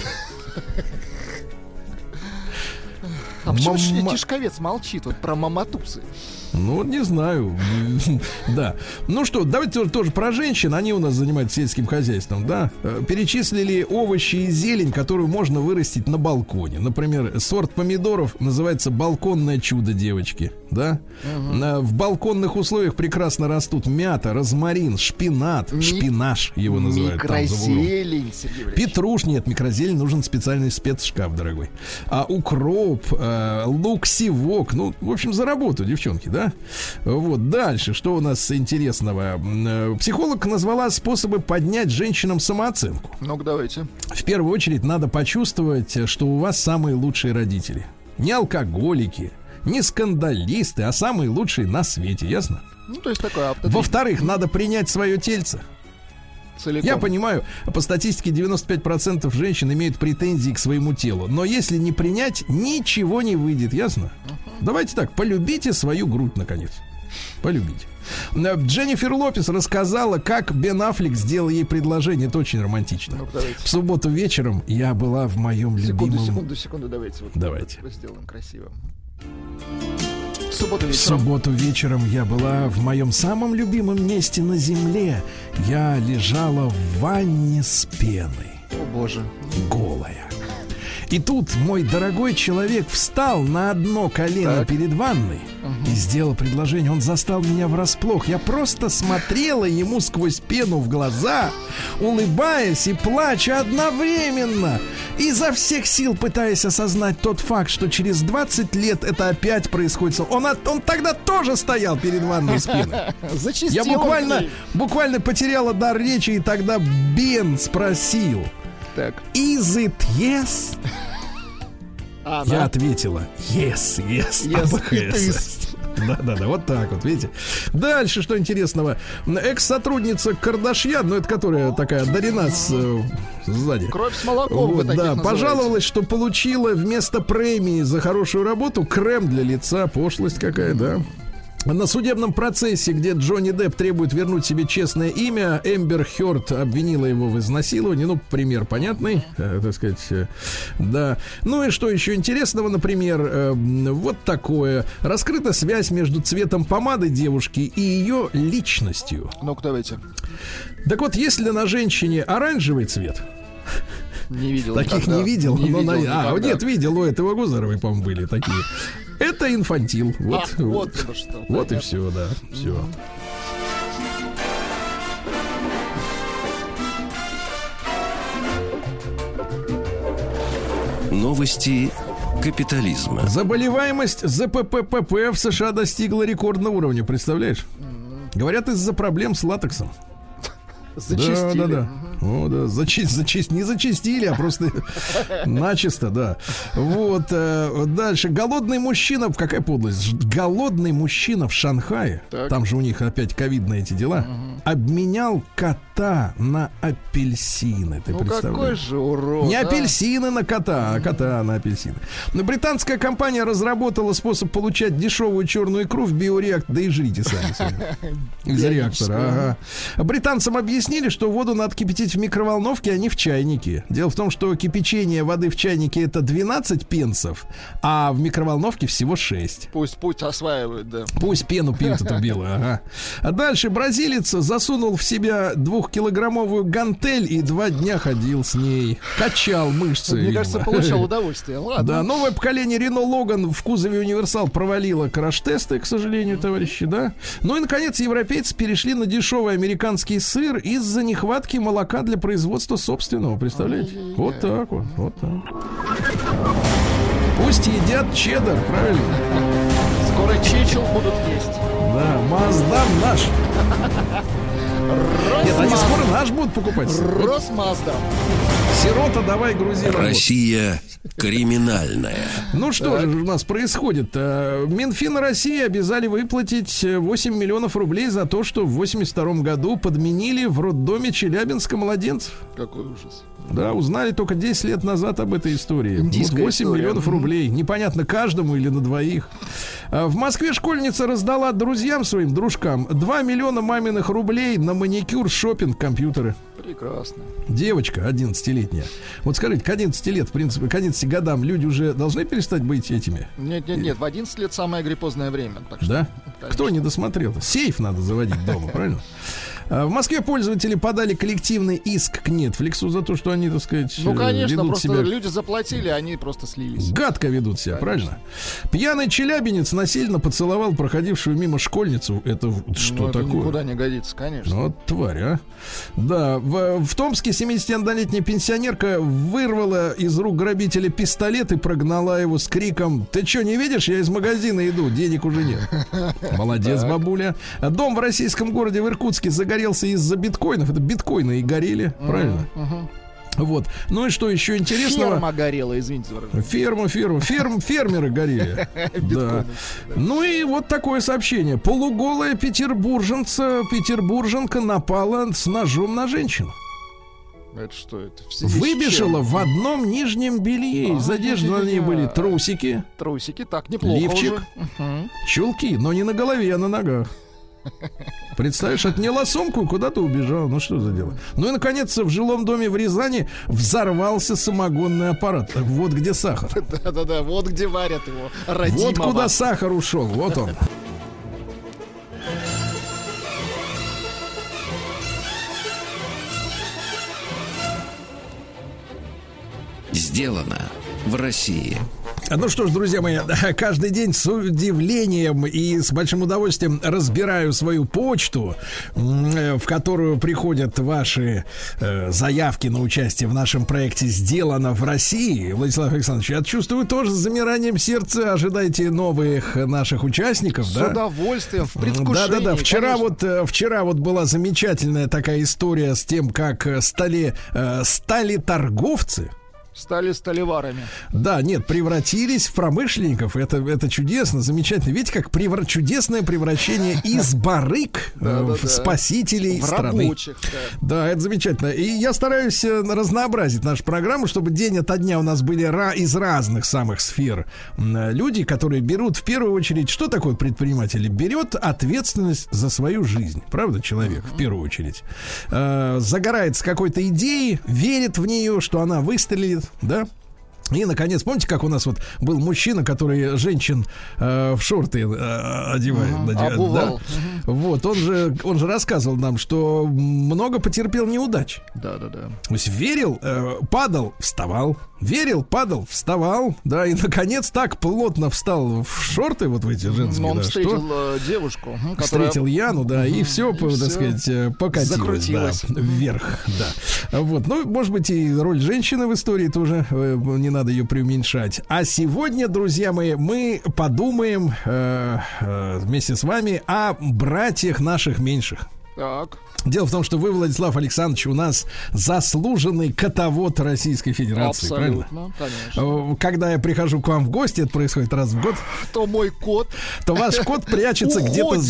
А почему Тишковец молчит вот про маматусы? Ну, не знаю. Да. Ну что, давайте тоже про женщин. Они у нас занимаются сельским хозяйством, да. Перечислили овощи и зелень, которую можно вырастить на балконе. Например, сорт помидоров называется «Балконное чудо девочки». Да? В балконных условиях прекрасно растут мята, розмарин, шпинат, шпинаж его называют. Микрозелень, Сергей Валерьевич. Петруш, нет, микрозелень, нужен специальный спецшкаф, дорогой. Укроп, лук-севок. Ну, в общем, за работу, девчонки, да? Вот, дальше, что у нас интересного? Психолог назвала способы поднять женщинам самооценку. Ну-ка, давайте. В первую очередь надо почувствовать, что у вас самые лучшие родители. Не алкоголики, не скандалисты, а самые лучшие на свете, ясно? Ну, то есть такое автотренинг. Во-вторых, надо принять свое тельце. Целиком. Я понимаю, по статистике 95% женщин имеют претензии к своему телу. Но если не принять, ничего не выйдет, ясно? Давайте так, полюбите свою грудь, наконец. Полюбите. Дженнифер Лопес рассказала, как Бен Аффлек сделал ей предложение. Это очень романтично. Ну, в субботу вечером я была в моем любимом... Секунду, давайте. Вот давайте. Сделаем красиво. В субботу вечером я была в моем самом любимом месте на земле. Я лежала в ванне с пеной. О, боже. Голая. И тут мой дорогой человек встал на одно колено перед ванной и сделал предложение. Он застал меня врасплох. Я просто смотрела ему сквозь пену в глаза, улыбаясь и плача одновременно, изо всех сил пытаясь осознать тот факт, что через 20 лет это опять происходит. Он тогда тоже стоял перед ванной с пеной. Я буквально потеряла дар речи, и тогда Бен спросил: так. Is it yes? Я ответила: yes. Да, вот так вот, видите. Дальше, что интересного. Экс-сотрудница Кардашьян, ну это которая такая одарена сзади. Кровь с молоком, вы таких называете. Пожаловалась, что получила вместо премии за хорошую работу крем для лица. Пошлость какая, да. На судебном процессе, где Джонни Депп требует вернуть себе честное имя, Эмбер Хёрд обвинила его в изнасиловании. Ну, пример понятный, так сказать, да. Ну и что еще интересного, например, вот такое. Раскрыта связь между цветом помады девушки и ее личностью. Ну-ка, давайте. Так вот, если на женщине оранжевый цвет... Не видел. Таких никогда. не видел. Нет, видел, у этого Гузаровой, по-моему, были такие. Это инфантил. Вот и все, да. Все. Новости капитализма. Заболеваемость ЗППП в США достигла рекордного уровня, представляешь? Говорят, из-за проблем с латексом. Зачистили. Да. О, да. Не зачистили, а просто начисто, да. Вот. Дальше. Голодный мужчина. Какая подлость? Голодный мужчина в Шанхае. Так. Там же у них опять ковидные эти дела. Обменял кота на апельсины. Ты представляешь? Какой же урод. Не апельсины на кота, а кота на апельсины. Но британская компания разработала способ получать дешевую черную икру в биореактор. Да и жрите сами. Из реактора. Ага. Британцам объяснили, что воду надо кипятить в микроволновке, а не в чайнике. Дело в том, что кипячение воды в чайнике это 12 пенсов, а в микроволновке всего 6. Пусть осваивают, да. Пусть пену пьют эту белую, ага. А дальше бразилец засунул в себя 2-килограммовую гантель и 2 дня ходил с ней. Качал мышцы. Мне кажется, получал удовольствие. Ладно. Да, новое поколение Renault Logan в кузове универсал провалило краш-тесты, к сожалению, товарищи, да. Ну и, наконец, европейцы перешли на дешевый американский сыр из-за нехватки молока для производства собственного, представляете? Вот так вот, вот так. Пусть едят чеддер, правильно? Скоро чечил будут есть. Да, Маздам наш. Нет, они скоро наш будут покупать. Росмаздам. Сирота, давай грузи. Россия криминальная. Ну что же у нас происходит? Минфин России обязали выплатить 8 миллионов рублей за то, что в 82 году подменили в роддоме Челябинска младенцев. Какой ужас. Да, узнали только 10 лет назад об этой истории. Индийская 8 история. миллионов рублей. Непонятно, каждому или на двоих. В Москве школьница раздала друзьям своим, дружкам, 2 миллиона маминых рублей на маникюр, шопинг, компьютеры. Прекрасно. Девочка 11-летняя. Вот скажите, к 11 лет, в принципе, к 11 годам люди уже должны перестать быть этими? Нет, в 11 лет самое гриппозное время. Так что, да? конечно. Кто не досмотрел-то? Сейф надо заводить дома, правильно? В Москве пользователи подали коллективный иск к Netflix за то, что они, так сказать, ну, конечно, ведут просто себя... люди заплатили, а они просто слились. Гадко ведут себя, конечно. Правильно? Пьяный челябинец насильно поцеловал проходившую мимо школьницу. Это что такое? Никуда не годится, конечно. Вот тварь, а. Да, в Томске 71-летняя пенсионерка вырвала из рук грабителя пистолет и прогнала его с криком: «Ты что, не видишь? Я из магазина иду, денег уже нет». Молодец, бабуля. Дом в российском городе в Иркутске загорелся из-за биткоинов. Это биткоины и горели, правильно? Вот. Ну и что еще интересного? Ферма горела, извините. Фермеры горели. Да. Ну и вот такое сообщение. Полуголая петербурженка напала с ножом на женщину. Это что это? Выбежала в одном нижнем белье. Из одежды на ней были трусики. Трусики, так, неплохо. Лифчик, чулки, но не на голове, а на ногах. Представляешь, отняла сумку и куда-то убежала. Ну что за дело? Ну и, наконец, в жилом доме в Рязани взорвался самогонный аппарат. Вот где сахар. Да-да-да, вот где варят его родимого. Вот куда сахар ушел, вот он. Сделано в России. Ну что ж, друзья мои, каждый день с удивлением и с большим удовольствием разбираю свою почту, в которую приходят ваши заявки на участие в нашем проекте «Сделано в России». Владислав Александрович, я чувствую тоже с замиранием сердца. Ожидайте новых наших участников. С да? удовольствием, в предвкушении. Да. Вчера вот была замечательная такая история с тем, как стали торговцы. Стали сталеварами. Да, нет, превратились в промышленников. Это чудесно, замечательно. Видите, как чудесное превращение из барыг в спасителей страны. Рабочих, да, это замечательно. И я стараюсь разнообразить нашу программу, чтобы день ото дня у нас были из разных самых сфер люди, которые берут в первую очередь, что такое предприниматель? Берет ответственность за свою жизнь. Правда, человек, в первую очередь. Загорается какой-то идеей, верит в нее, что она выстрелит. Да? И, наконец, помните, как у нас вот был мужчина, который женщин в шорты одевает? Обувал. Да? Вот, он же рассказывал нам, что много потерпел неудач. Да. То есть верил, падал, вставал, Верил, падал, вставал, да, и, наконец, так плотно встал в шорты вот в эти женские, он да, встретил что... девушку, Встретил Яну, да, и все, так сказать, покатилось, да, вверх, да. Вот, ну, может быть, и роль женщины в истории тоже, не надо ее преуменьшать. А сегодня, друзья мои, мы подумаем вместе с вами о братьях наших меньших. Так. Дело в том, что вы, Владислав Александрович, у нас заслуженный котовод Российской Федерации. Абсолютно, правильно? Конечно. Когда я прихожу к вам в гости, это происходит раз в год, то мой кот, то ваш кот прячется где-то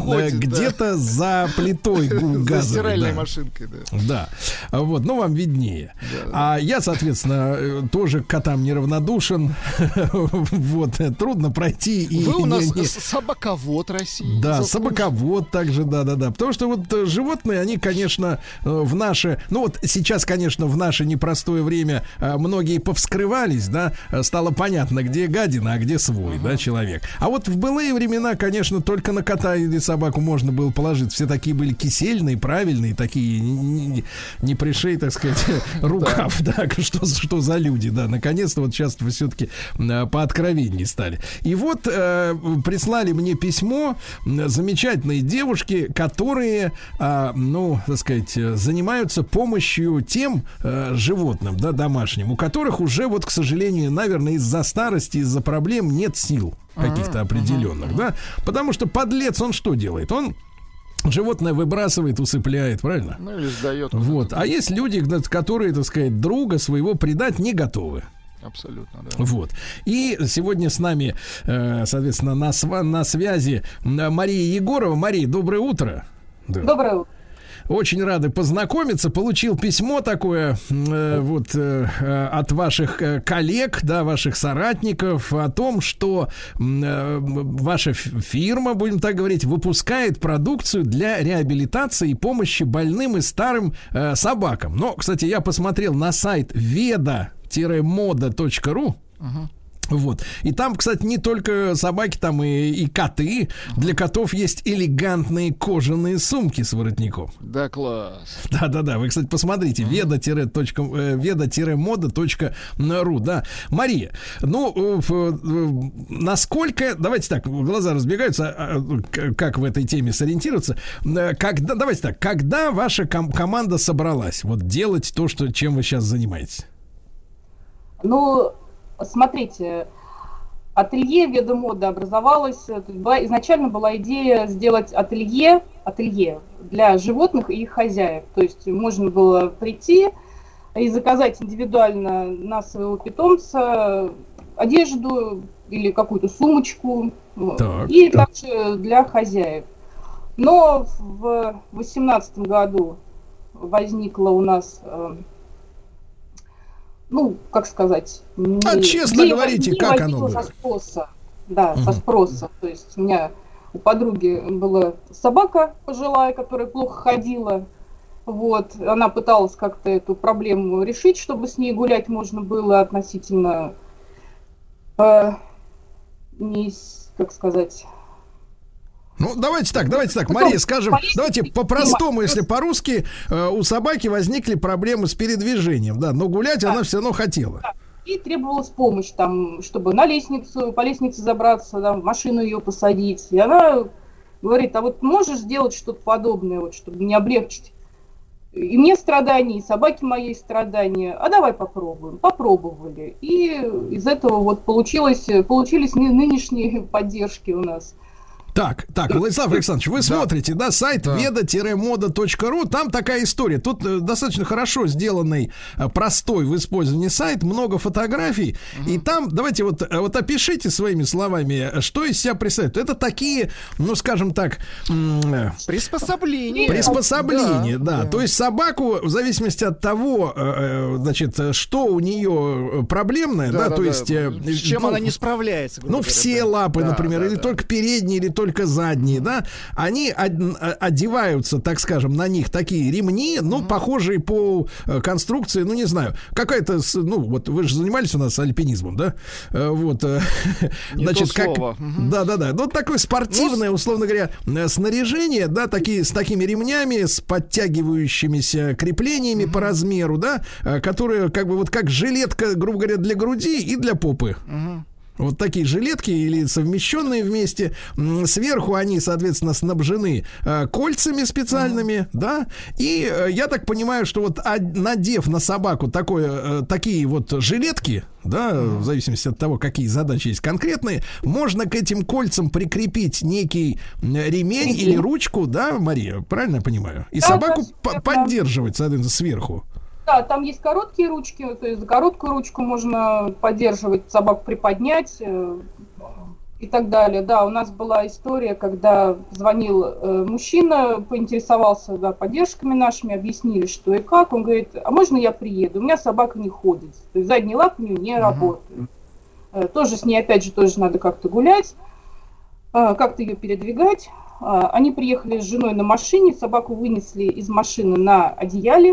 за плитой газовой. За стиральной машинкой, да. Да. Вот, ну вам виднее. Да. А я, соответственно, тоже к котам неравнодушен. Вот, трудно пройти. Вы у нас собаковод России. Да, собаковод также, да-да-да. Потому что вот животные, они, конечно, в наше... Ну вот сейчас, конечно, в наше непростое время многие повскрывались, да, стало понятно, где гадина, а где свой, да, человек. А вот в былые времена, конечно, только на кота или собаку можно было положить. Все такие были кисельные, правильные, такие не пришей, так сказать, рукав, да, что за люди, да. Наконец-то вот сейчас все-таки пооткровеннее стали. И вот прислали мне письмо замечательные девушки, которые... ну, так сказать, занимаются помощью тем животным, да, домашним, у которых уже, вот, к сожалению, наверное, из-за старости, из-за проблем нет сил каких-то определенных, да, потому что подлец, он что делает? Он животное выбрасывает, усыпляет, правильно? Ну, или сдает. Вот, а есть люди, которые, так сказать, друга своего предать не готовы. Абсолютно, да. Вот. И сегодня с нами, соответственно, на связи Мария Егорова. Мария, доброе утро. Да. Доброе утро. Очень рады познакомиться. Получил письмо такое от ваших коллег, да, ваших соратников о том, что ваша фирма, будем так говорить, выпускает продукцию для реабилитации и помощи больным и старым собакам. Но, кстати, я посмотрел на сайт veda-moda.ru. Вот. И там, кстати, не только собаки, там и коты. Для котов есть элегантные кожаные сумки с воротником. Да, класс. Да-да-да. Вы, кстати, посмотрите. veda-moda.ru, да. Мария, ну, насколько... Давайте так, глаза разбегаются. Как в этой теме сориентироваться? Давайте так. Когда ваша команда собралась вот делать то, чем вы сейчас занимаетесь? Ну... Смотрите, ателье Веда Мода образовалось, изначально была идея сделать ателье для животных и их хозяев. То есть можно было прийти и заказать индивидуально на своего питомца одежду или какую-то сумочку, и также для хозяев. Но в 2018 году возникла у нас... ну, как сказать... честно говорите, как оно было? Со спроса. Да, со спроса. То есть у меня у подруги была собака пожилая, которая плохо ходила. Вот. Она пыталась как-то эту проблему решить, чтобы с ней гулять можно было относительно... как сказать... Ну, давайте так, Мария, скажем, давайте по-простому, если по-русски, у собаки возникли проблемы с передвижением, да, но гулять она все равно хотела. Да. И требовалась помощь, там, чтобы по лестнице забраться, да, в машину ее посадить. И она говорит, а вот можешь сделать что-то подобное, вот, чтобы мне облегчить и мне страдания, и собаке моей страдания, а давай попробуем. Попробовали. И из этого вот получились нынешние поддержки у нас. Так, Владислав Александрович, вы смотрите, да, сайт veda-moda.ru, там такая история. Тут достаточно хорошо сделанный, простой в использовании сайт, много фотографий. И там, давайте вот опишите своими словами, что из себя представляет. Это такие, ну, скажем так... Приспособления, да. То есть собаку, в зависимости от того, значит, что у нее проблемное, да, то есть... С чем она не справляется. Ну, все лапы, например, или только передние, или только только задние, да, они одеваются, так скажем, на них такие ремни, ну, похожие по конструкции, ну, не знаю, какая-то, ну, вот вы же занимались у нас альпинизмом, да, вот, значит, как, да, ну, такое спортивное, условно говоря, снаряжение, да, такие, с такими ремнями, с подтягивающимися креплениями по размеру, да, которые, как бы, вот как жилетка, грубо говоря, для груди и для попы. Вот такие жилетки или совмещенные вместе. Сверху они, соответственно, снабжены кольцами специальными, да. И я так понимаю, что вот надев на собаку такие вот жилетки, да, в зависимости от того, какие задачи есть конкретные, можно к этим кольцам прикрепить некий ремень или ручку, да, Мария, правильно я понимаю? И собаку поддерживать, соответственно, сверху. Да, там есть короткие ручки, то есть за короткую ручку можно поддерживать, собаку приподнять и так далее. Да, у нас была история, когда звонил мужчина, поинтересовался, да, поддержками нашими, объяснили, что и как. Он говорит, а можно я приеду? У меня собака не ходит, то есть задние лапы у нее не работают. Тоже с ней, опять же, тоже надо как-то гулять, как-то ее передвигать. Они приехали с женой на машине, собаку вынесли из машины на одеяле.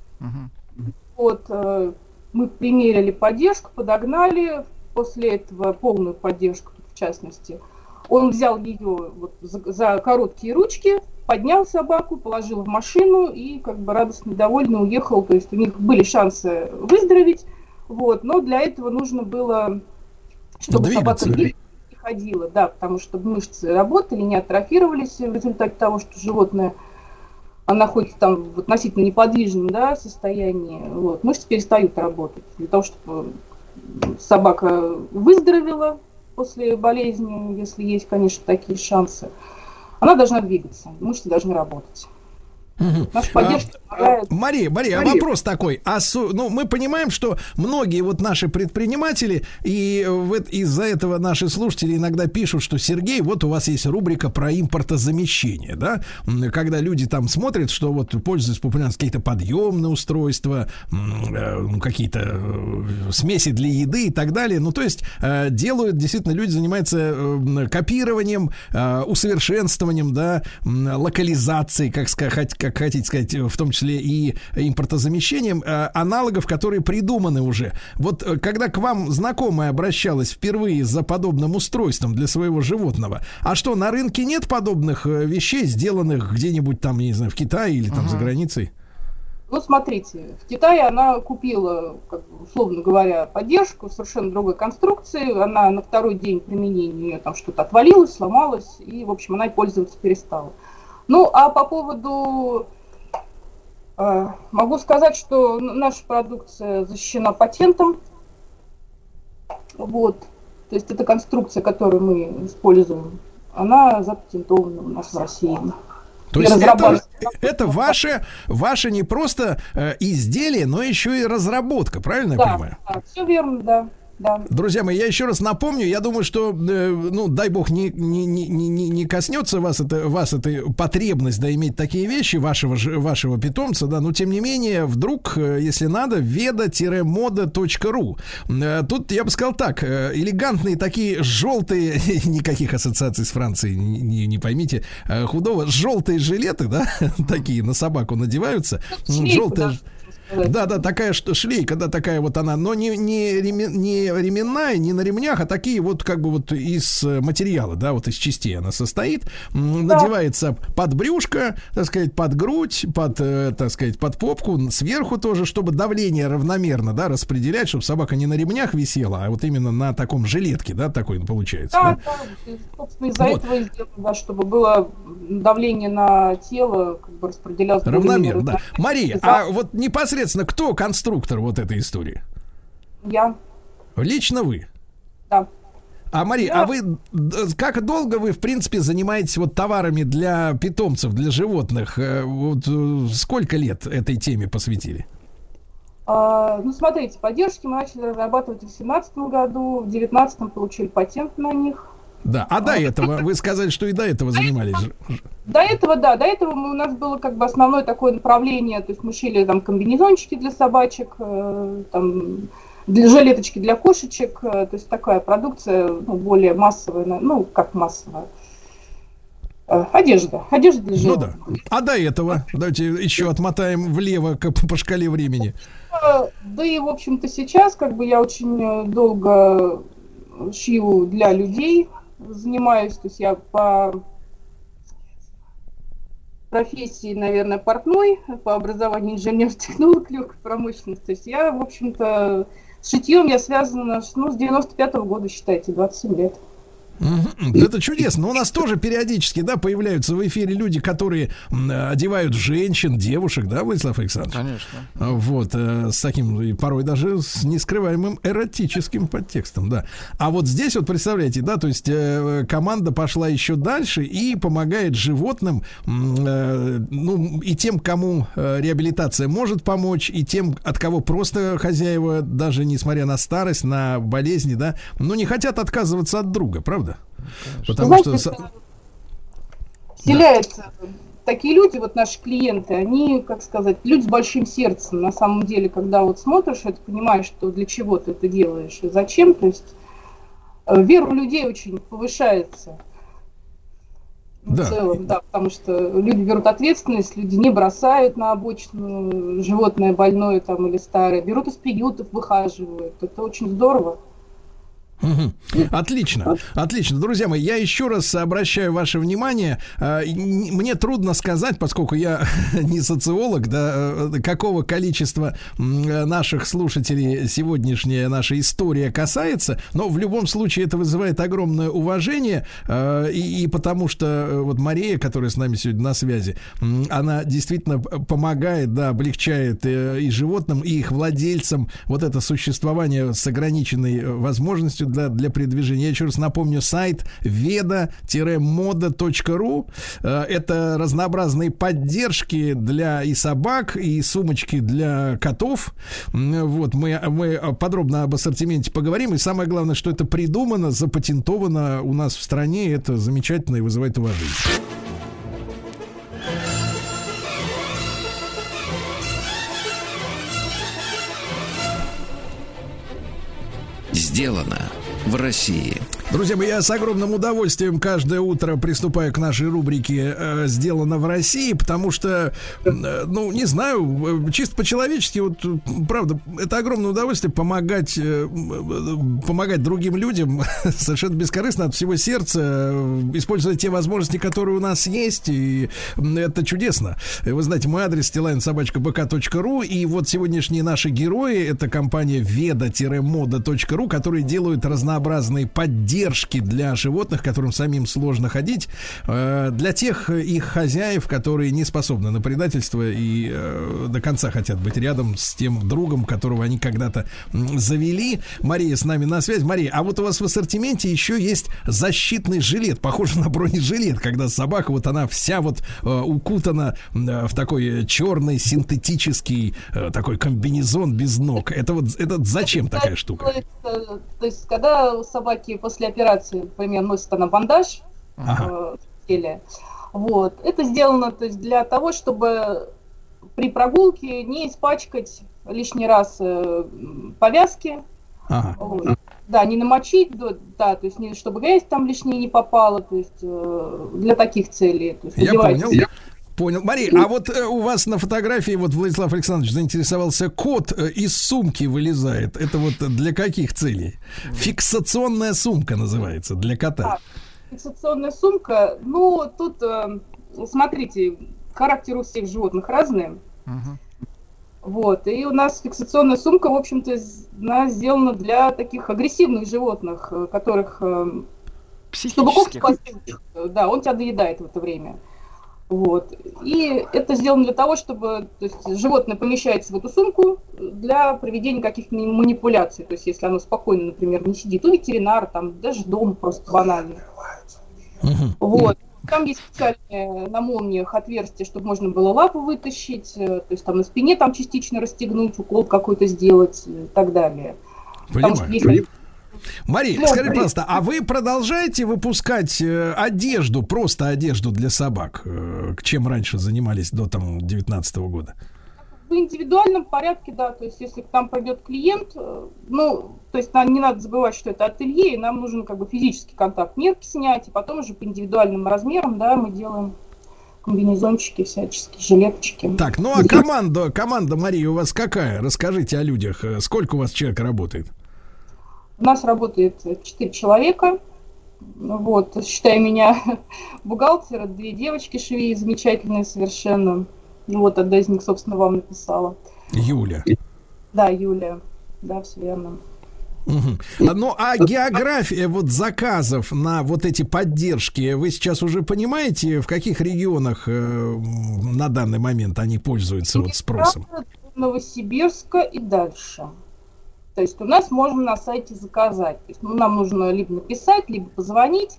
Вот, мы примерили поддержку, подогнали, после этого полную поддержку, в частности. Он взял ее вот за короткие ручки, поднял собаку, положил в машину и как бы радостно, довольно уехал. То есть у них были шансы выздороветь, вот, но для этого нужно было, чтобы собака не ходила, да, потому что мышцы работали, не атрофировались в результате того, что животное находится там в относительно неподвижном, да, состоянии, вот, мышцы перестают работать. Для того, чтобы собака выздоровела после болезни, если есть, конечно, такие шансы, она должна двигаться, мышцы должны работать. Наша поддержка помогает. Мария, а вопрос такой. Ну, мы понимаем, что многие вот наши предприниматели, и из-за этого наши слушатели иногда пишут, что Сергей, вот у вас есть рубрика про импортозамещение, да? Когда люди там смотрят, что вот пользуются популярностью какие-то подъемные устройства, какие-то смеси для еды и так далее. Ну, то есть делают, действительно, люди занимаются копированием, усовершенствованием, да, локализацией, как хотите сказать, в том числе и импортозамещением аналогов, которые придуманы уже. Вот когда к вам знакомая обращалась впервые за подобным устройством для своего животного, а что, на рынке нет подобных вещей, сделанных где-нибудь там, не знаю, в Китае или там за границей? Ну, смотрите, в Китае она купила, как бы, условно говоря, поддержку совершенно другой конструкции. Она на второй день применения, у нее там что-то отвалилось, сломалось, и, в общем, она пользоваться перестала. Ну, а по поводу, могу сказать, что наша продукция защищена патентом. Вот. То есть эта конструкция, которую мы используем, она запатентована у нас в России. То есть это ваше не просто изделие, но еще и разработка, правильно я понимаю? Да, все верно, да. Да. Друзья мои, я еще раз напомню, я думаю, что, ну, дай бог, не коснется вас эта потребность, да, иметь такие вещи, вашего питомца, да, но тем не менее, вдруг, если надо, veda-moda.ru. Тут я бы сказал так, элегантные такие желтые, никаких ассоциаций с Францией, не поймите, худого, желтые жилеты, да, такие на собаку надеваются, желтые. Да, такая шлейка, да, такая вот она, но не ременная, не на ремнях, а такие вот как бы вот из материала, да, вот из частей она состоит, надевается под брюшко, так сказать, под грудь, так сказать, под попку, сверху тоже, чтобы давление равномерно, да, распределять, чтобы собака не на ремнях висела, а вот именно на таком жилетке, да, такой получается. Да, собственно, из-за этого и сделано, да, чтобы было давление на тело, как бы распределялось равномерно, да. Мария, а вот непосредственно кто конструктор вот этой истории? Я. Лично вы? Да. А, Мария, а вы как долго вы, в принципе, занимаетесь вот товарами для питомцев, для животных? Вот сколько лет этой теме посвятили? Ну, смотрите, поддержки мы начали разрабатывать в 2017 году, в 2019 получили патент на них. Да, а до этого, вы сказали, что и до этого занимались. До этого у нас было как бы основное такое направление, то есть мы шили там комбинезончики для собачек, там жилеточки для кошечек, то есть такая продукция, ну, более массовая, ну, как массовая. Одежда для животных. Ну да. А до этого, давайте еще отмотаем влево по шкале времени. Да и, в общем-то, сейчас как бы я очень долго шью для людей, занимаюсь, то есть я по профессии, наверное, портной, по образованию инженер-технолог легкой промышленности. То есть я, в общем-то, с шитьем я связана с 95-го года, считайте, 27 лет. Это чудесно. У нас тоже периодически, да, появляются в эфире люди, которые одевают женщин, девушек, да, Владислав Александрович? Конечно. Вот, с таким, порой даже с нескрываемым эротическим подтекстом, да. А вот здесь вот, представляете, да, то есть команда пошла еще дальше и помогает животным, ну, и тем, кому реабилитация может помочь, и тем, от кого просто хозяева, даже несмотря на старость, на болезни, да, ну, не хотят отказываться от друга, правда? Потому знаете, что вселяются такие люди, вот наши клиенты, они, как сказать, люди с большим сердцем. На самом деле, когда вот смотришь, ты понимаешь, что для чего ты это делаешь и зачем. То есть вера у людей очень повышается. В целом, да, потому что люди берут ответственность, люди не бросают на обочину животное больное там или старое, берут из приютов, выхаживают. Это очень здорово. Отлично, отлично. Друзья мои, я еще раз обращаю ваше внимание. Мне трудно сказать, поскольку я не социолог, да, какого количества наших слушателей сегодняшняя наша история касается, но в любом случае это вызывает огромное уважение, и потому что вот Мария, которая с нами сегодня на связи, она действительно помогает, да, облегчает и животным, и их владельцам вот это существование с ограниченной возможностью для передвижения. Я еще раз напомню, сайт veda-moda.ru. Это разнообразные поддержки для и собак, и сумочки для котов. Вот, мы подробно об ассортименте поговорим. И самое главное, что это придумано, запатентовано у нас в стране. Это замечательно и вызывает уважение. Сделано в России. Друзья мои, я с огромным удовольствием каждое утро приступаю к нашей рубрике «Сделано в России», потому что, ну, не знаю, чисто по-человечески, вот, правда, это огромное удовольствие помогать другим людям совершенно бескорыстно, от всего сердца, используя те возможности, которые у нас есть, и это чудесно. Вы знаете, мой адрес stilain@bk.ru, и вот сегодняшние наши герои — это компания veda-moda.ru, которые делают разнообразные поддержки для животных, которым самим сложно ходить, для тех их хозяев, которые не способны на предательство и до конца хотят быть рядом с тем другом, которого они когда-то завели. Мария с нами на связь. Мария, а вот у вас в ассортименте еще есть защитный жилет, похоже на бронежилет, когда собака, вот она вся вот укутана в такой черный синтетический такой комбинезон без ног. Это зачем такая штука? То есть, когда у собаки после операции, например, носит она бандаж в теле, вот, это сделано, то есть, для того, чтобы при прогулке не испачкать лишний раз повязки, вот, да, не намочить, да, то есть, чтобы грязь там лишняя не попала, то есть, для таких целей. То есть, я понял. Мария, а вот у вас на фотографии, вот Владислав Александрович заинтересовался, кот из сумки вылезает. Это вот для каких целей? Фиксационная сумка называется, для кота. Фиксационная сумка, ну, тут, смотрите, характер у всех животных разный. Вот, и у нас фиксационная сумка, в общем-то, она сделана для таких агрессивных животных, которых, чтобы когти постигнуть, да, он тебя доедает в это время. Вот. И это сделано для того, чтобы, то есть, животное помещается в эту сумку для проведения каких-то манипуляций. То есть, если оно спокойно, например, не сидит у ветеринара, там даже дома просто банально. Вот. Там есть специальные на молниях отверстия, чтобы можно было лапу вытащить, то есть там на спине там частично расстегнуть, укол какой-то сделать и так далее. Понимаю. Мария, скажи, пожалуйста, а вы продолжаете выпускать одежду, просто одежду для собак, чем раньше занимались до 2019 года? Вы индивидуальном порядке, да, то есть если к нам пойдет клиент, то есть нам не надо забывать, что это ателье, и нам нужен как бы физический контакт, мерки снять, и потом уже по индивидуальным размерам, да, мы делаем комбинезончики всяческие, жилеточки. Так, ну а команда, Мария, у вас какая? Расскажите о людях. Сколько у вас человек работает? У нас работает 4 человека. Вот, считая меня бухгалтера, 2 девочки швеи, замечательные совершенно. Вот, одна из них, собственно, вам написала. Юля. Да, Юля. Да, все верно. Угу. Ну, а география вот заказов на вот эти поддержки, вы сейчас уже понимаете, в каких регионах на данный момент они пользуются вот спросом? Новосибирска и дальше. То есть у нас можно на сайте заказать. То есть, нам нужно либо написать, либо позвонить.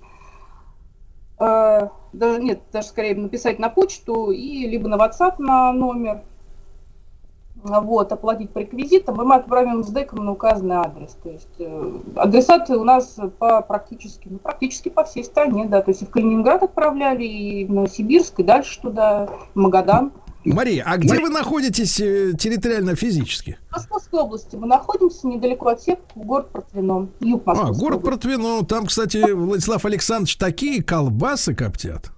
Даже скорее написать на почту и либо на WhatsApp на номер. Вот, оплатить по реквизитам, и мы отправим с ДЭКом на указанный адрес. То есть адресаты у нас практически по всей стране, да. То есть и в Калининград отправляли, и в Новосибирск, и дальше туда, в Магадан. Мария, а где вы находитесь территориально физически? В Московской области. Мы находимся недалеко от сетки, в город Портвино. Город Портвино. Там, кстати, Владислав Александрович, такие колбасы коптят.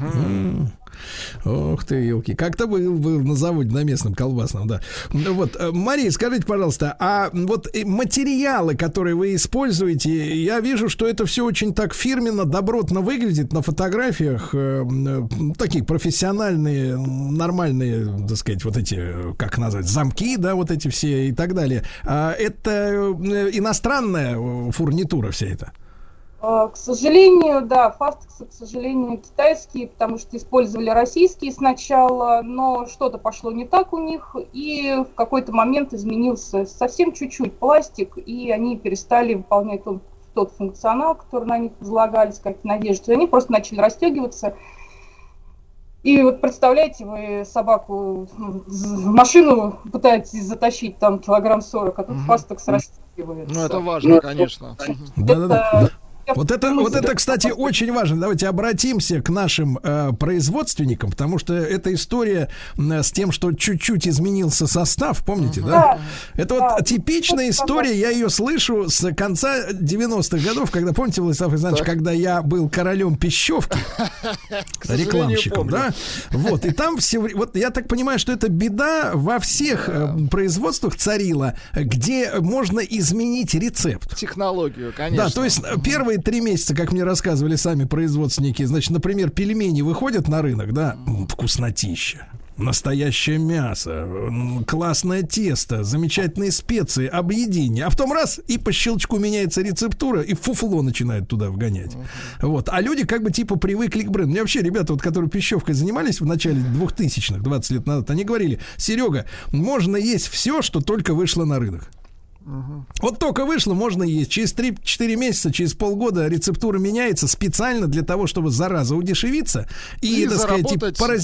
Ох ты, елки. Как-то был на заводе, на местном колбасном, да. Вот, Мария, скажите, пожалуйста, а вот материалы, которые вы используете, я вижу, что это все очень так фирменно, добротно выглядит на фотографиях. Такие профессиональные, нормальные, так сказать, вот эти, как назвать, замки, да, вот эти все и так далее. А это иностранная фурнитура вся эта? К сожалению, да, фастексы, к сожалению, китайские, потому что использовали российские сначала, но что-то пошло не так у них, и в какой-то момент изменился совсем чуть-чуть пластик, и они перестали выполнять тот функционал, который на них возлагались, как надежды, и они просто начали расстегиваться. И вот представляете, вы собаку в машину пытаетесь затащить там килограмм 40, а тут фастекс расстегивается. Ну, это важно, конечно. Да-да-да. Вот это, кстати, очень важно. Давайте обратимся к нашим производственникам, потому что эта история с тем, что чуть-чуть изменился состав, помните, да? Это вот типичная история, я ее слышу с конца 90-х годов, когда, помните, Владислав Александрович, когда я был королем пищевки, рекламщиком, да? Вот, и там все, вот я так понимаю, что это беда во всех производствах царила, где можно изменить рецепт. Технологию, конечно. Да, то есть первые 3 месяца, как мне рассказывали сами производственники, значит, например, пельмени выходят на рынок, да, вкуснотища, настоящее мясо, классное тесто, замечательные специи, объедение, а потом раз, и по щелчку меняется рецептура, и фуфло начинают туда вгонять. Вот, а люди как бы типа привыкли к бренду. Мне вообще ребята, вот, которые пищевкой занимались в начале 2000-х, 20 лет назад, они говорили: Серега, можно есть все, что только вышло на рынок. Вот только вышло, можно есть. Через 3-4 месяца, через полгода рецептура меняется специально для того, чтобы, зараза, удешевиться и так сказать,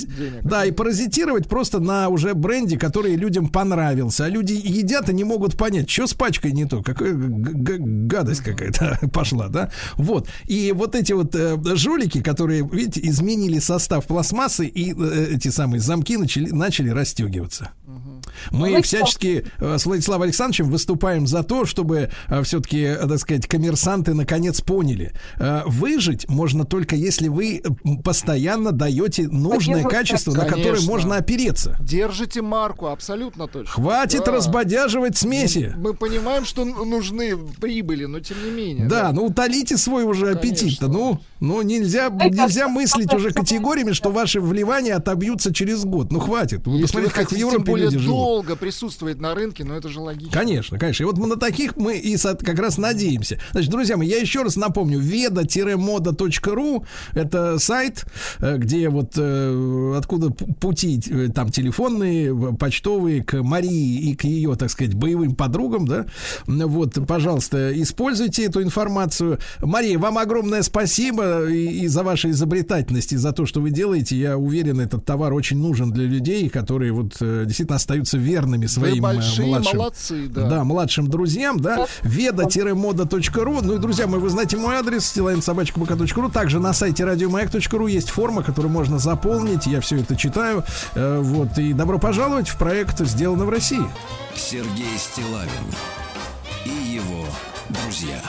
и паразитировать просто на уже бренде, который людям понравился. А люди едят и не могут понять, что с пачкой не то, какая гадость какая-то пошла, да? Вот. И вот эти вот жулики, которые, видите, изменили состав пластмассы, и эти самые замки начали расстегиваться. Мы всячески с Владиславом Александровичем выступаем за то, чтобы все-таки, так сказать, коммерсанты наконец поняли. Выжить можно только если вы постоянно даете нужное качество, на которое можно опереться. Держите марку, абсолютно точно. Хватит разбодяживать смеси. Мы понимаем, что нужны прибыли, но тем не менее. Да, ну утолите свой уже аппетит-то. Ну нельзя мыслить уже категориями, что ваши вливания отобьются через год. Ну хватит. Вы посмотрите, как в Европе люди живут. Долго присутствует на рынке, но это же логично. Конечно, конечно. И вот мы на таких мы и как раз надеемся. Значит, друзья мои, я еще раз напомню: veda-moda.ru — это сайт, где вот откуда пути там телефонные, почтовые к Марии и к ее, так сказать, боевым подругам, да. Вот, пожалуйста, используйте эту информацию. Мария, вам огромное спасибо и за вашу изобретательность, и за то, что вы делаете. Я уверен, этот товар очень нужен для людей, которые вот действительно остаются являются верными своим молодцы, да. Младшим друзьям, да. Veda-moda.ru. Ну и, друзья мои, вы знаете мой адрес, stilain@bk.ru. Также на сайте radiomayak.ru есть форма, которую можно заполнить. Я все это читаю. Вот. И добро пожаловать в проект «Сделано в России». Сергей Стиллавин и его друзья.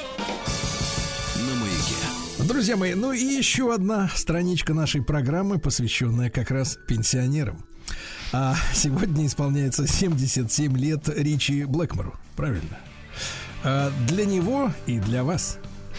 Друзья мои, ну и еще одна страничка нашей программы, посвященная как раз пенсионерам. А сегодня исполняется 77 лет Ричи Блэкмору, правильно? Для него и для вас.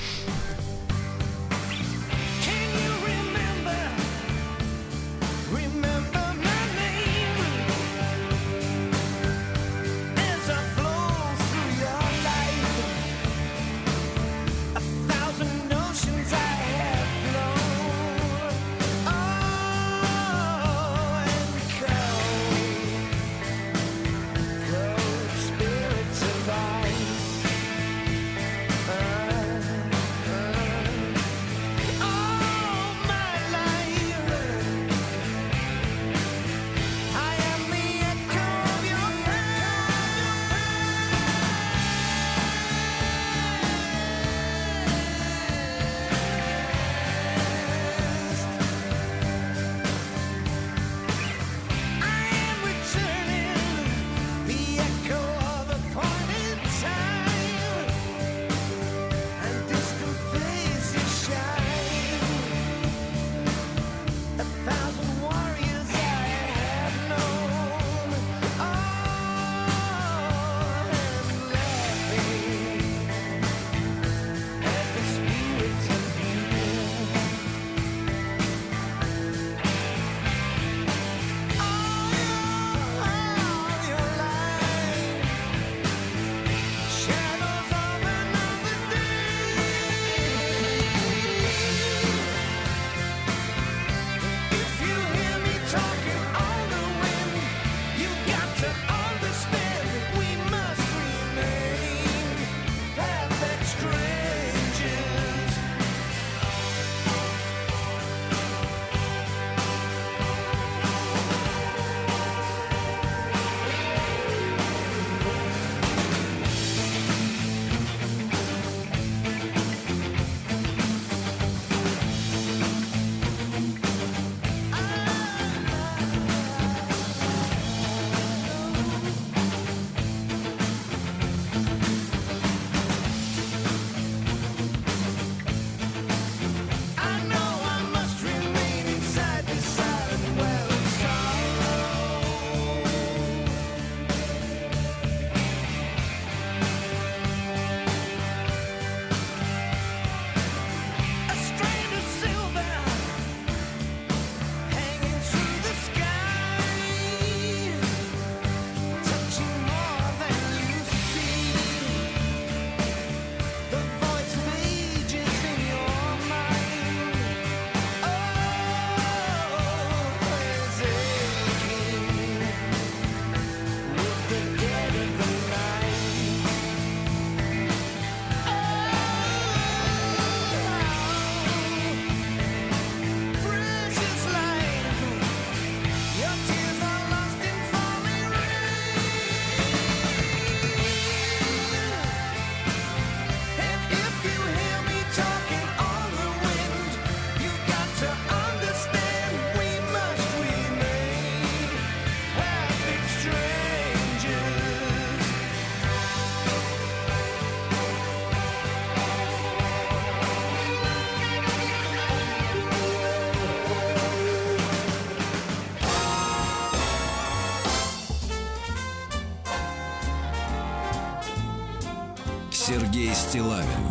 Сергей Стиллавин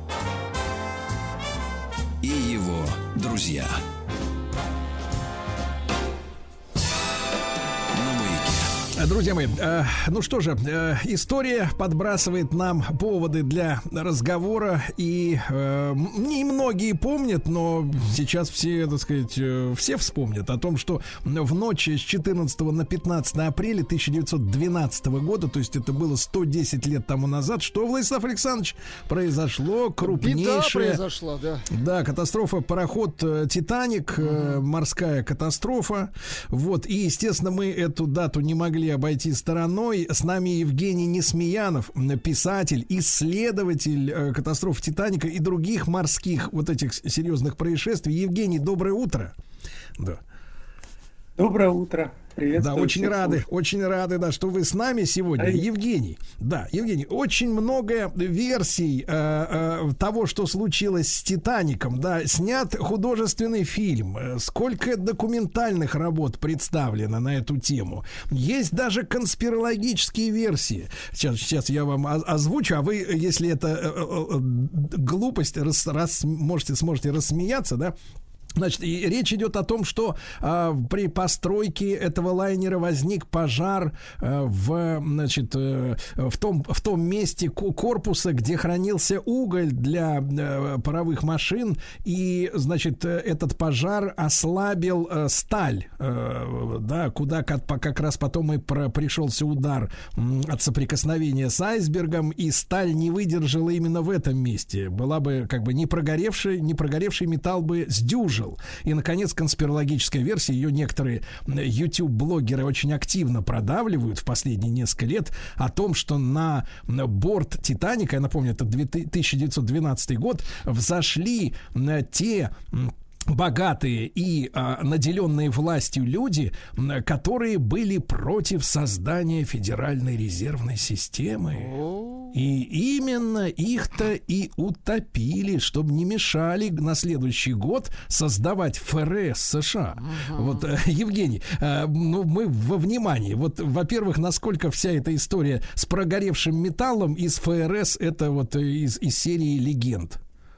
и его друзья. Друзья мои, ну что же, история подбрасывает нам поводы для разговора, и немногие помнят, но сейчас все, так сказать, все вспомнят о том, что в ночь с 14 на 15 апреля 1912 года, то есть это было 110 лет тому назад, что, Владислав Александрович, произошло крупнейшее... Беда произошла, да. Да, катастрофа, пароход «Титаник», морская катастрофа, вот, и, естественно, мы эту дату не могли обойти стороной. С нами Евгений Несмеянов, писатель, исследователь катастрофы «Титаника» и других морских вот этих серьезных происшествий. Евгений, доброе утро. Да. Доброе утро. Приветствую. Да, очень рады, да, что вы с нами сегодня. Евгений, очень много версий того, что случилось с «Титаником», да, снят художественный фильм, сколько документальных работ представлено на эту тему. Есть даже конспирологические версии. Сейчас я вам озвучу, а вы, если это глупость, сможете рассмеяться, да. Значит, и речь идет о том, что при постройке этого лайнера возник пожар в том месте корпуса, где хранился уголь для паровых машин, и, значит, этот пожар ослабил сталь, да, куда как раз потом и пришелся удар от соприкосновения с айсбергом, и сталь не выдержала именно в этом месте. Была бы как бы не прогоревший металл бы сдюжил. И, наконец, конспирологическая версия, ее некоторые YouTube-блогеры очень активно продавливают в последние несколько лет, о том, что на борт «Титаника», я напомню, это 1912 год, взошли те богатые и наделенные властью люди, которые были против создания Федеральной резервной системы. И именно их-то и утопили, чтобы не мешали на следующий год создавать ФРС США. Вот, Евгений, мы во внимании. Вот, во-первых, насколько вся эта история с прогоревшим металлом из ФРС, это вот из серии легенд?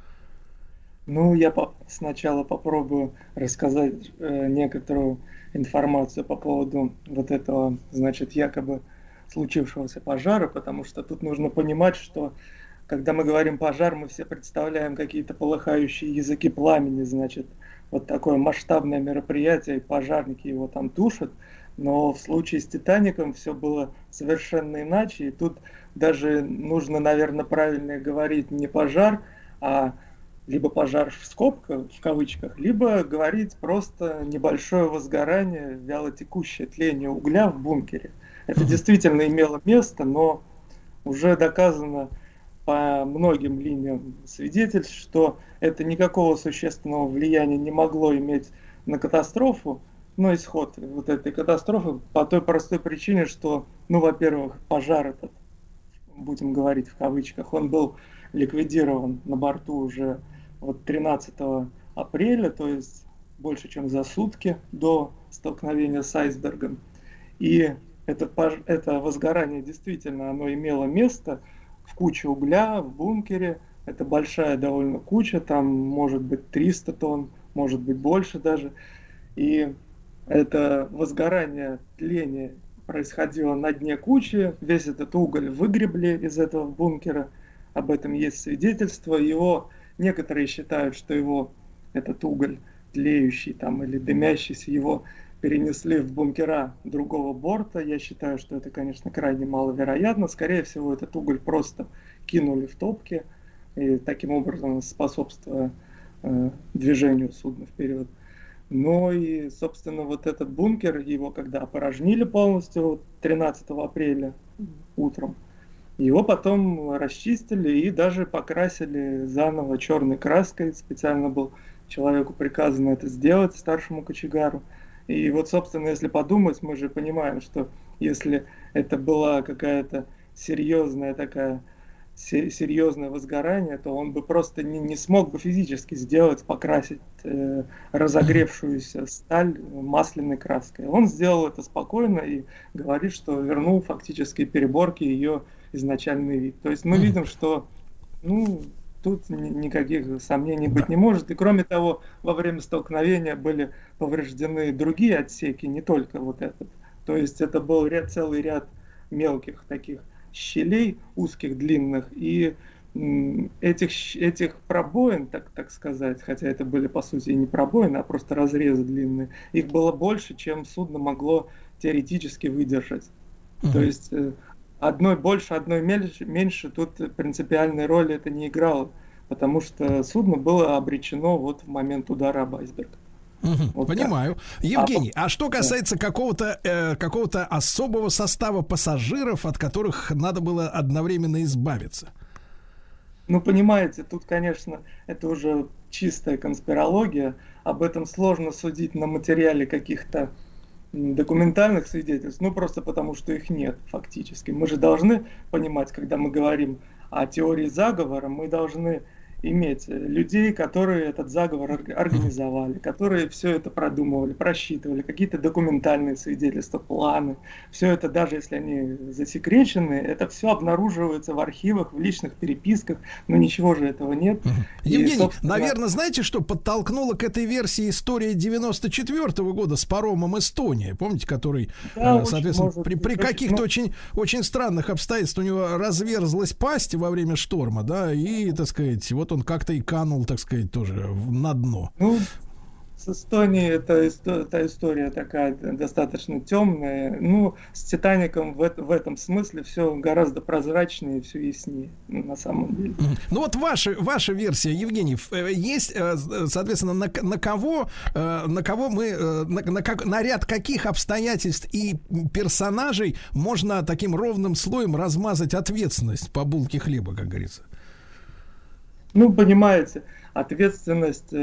Ну, я сначала попробую рассказать некоторую информацию по поводу вот этого, значит, якобы случившегося пожара, потому что тут нужно понимать, что когда мы говорим пожар, мы все представляем какие-то полыхающие языки пламени, значит, вот такое масштабное мероприятие, и пожарники его там тушат, но в случае с «Титаником» все было совершенно иначе, и тут даже нужно, наверное, правильно говорить не пожар, а либо пожар в скобках, в кавычках, либо говорить просто небольшое возгорание, вялотекущее тление угля в бункере. Это действительно имело место, но уже доказано по многим линиям свидетельств, что это никакого существенного влияния не могло иметь на катастрофу, но исход вот этой катастрофы по той простой причине, что, ну, во-первых, пожар этот, будем говорить в кавычках, он был ликвидирован на борту уже вот 13 апреля, то есть больше чем за сутки до столкновения с айсбергом. И это возгорание действительно, оно имело место в куче угля, в бункере. Это большая довольно куча, там может быть 300 тонн, может быть больше даже. И это возгорание, тление происходило на дне кучи, весь этот уголь выгребли из этого бункера, об этом есть свидетельство. Некоторые считают, что этот уголь тлеющий там или дымящийся, его перенесли в бункера другого борта. Я считаю, что это, конечно, крайне маловероятно. Скорее всего, этот уголь просто кинули в топки, и таким образом способствуя движению судна вперед. Но и, собственно, вот этот бункер, его когда опорожнили полностью 13 апреля утром, его потом расчистили и даже покрасили заново черной краской. Специально был человеку приказано это сделать, старшему кочегару. И вот, собственно, если подумать, мы же понимаем, что если это была какая-то серьезное возгорание, то он бы просто не смог бы физически покрасить разогревшуюся сталь масляной краской. Он сделал это спокойно и говорит, что вернул фактически переборки ее изначальный вид. То есть мы видим, что тут никаких сомнений быть не может. И кроме того, во время столкновения были повреждены другие отсеки, не только вот этот. То есть это был целый ряд мелких таких щелей, узких, длинных, и этих пробоин, так сказать, хотя это были по сути не пробоины, а просто разрезы длинные, их было больше, чем судно могло теоретически выдержать. То есть одной больше, одной меньше, тут принципиальной роли это не играло, потому что судно было обречено вот в момент удара об айсберг. Вот понимаю. Так. Евгений, а что касается какого-то особого состава пассажиров, от которых надо было одновременно избавиться? Ну, понимаете, тут, конечно, это уже чистая конспирология. Об этом сложно судить на материале каких-то документальных свидетельств, ну, просто потому что их нет фактически. Мы же должны понимать, когда мы говорим о теории заговора, мы должны иметь людей, которые этот заговор организовали, которые все это продумывали, просчитывали, какие-то документальные свидетельства, планы. Все это, даже если они засекречены, это все обнаруживается в архивах, в личных переписках, но ничего же этого нет. Евгений, собственно... наверное, знаете, что подтолкнуло к этой версии история 94-го года с паромом «Эстония», помните, который, да, соответственно, при каких-то очень странных обстоятельствах у него разверзлась пасть во время шторма, да, и, так сказать, вот он как-то и канул, так сказать, тоже на дно. Ну, с Эстонией эта история такая достаточно темная. Ну, с «Титаником» в этом смысле все гораздо прозрачнее, все яснее, на самом деле. Ну вот ваша версия, Евгений, есть, соответственно, на ряд каких обстоятельств и персонажей можно таким ровным слоем размазать ответственность по булке хлеба, как говорится? Ну, понимаете, ответственность,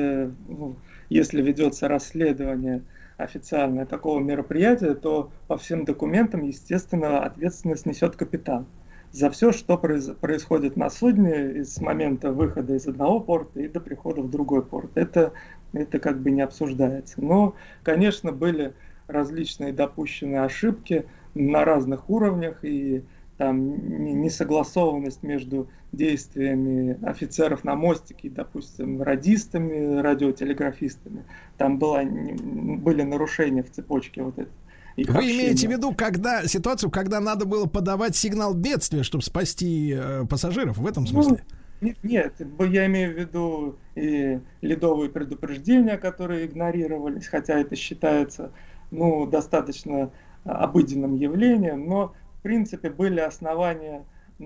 если ведется расследование официальное такого мероприятия, то по всем документам, естественно, ответственность несет капитан за все, что происходит на судне с момента выхода из одного порта и до прихода в другой порт. Это как бы не обсуждается. Но, конечно, были различные допущенные ошибки на разных уровнях, и там несогласованность между действиями офицеров на мостике, допустим, радистами, радиотелеграфистами. Там были нарушения в цепочке вот этой. Вы имеете в виду ситуацию, когда надо было подавать сигнал бедствия, чтобы спасти пассажиров, в этом смысле? Нет, я имею в виду и ледовые предупреждения, которые игнорировались, хотя это считается, достаточно обыденным явлением, но в принципе были основания,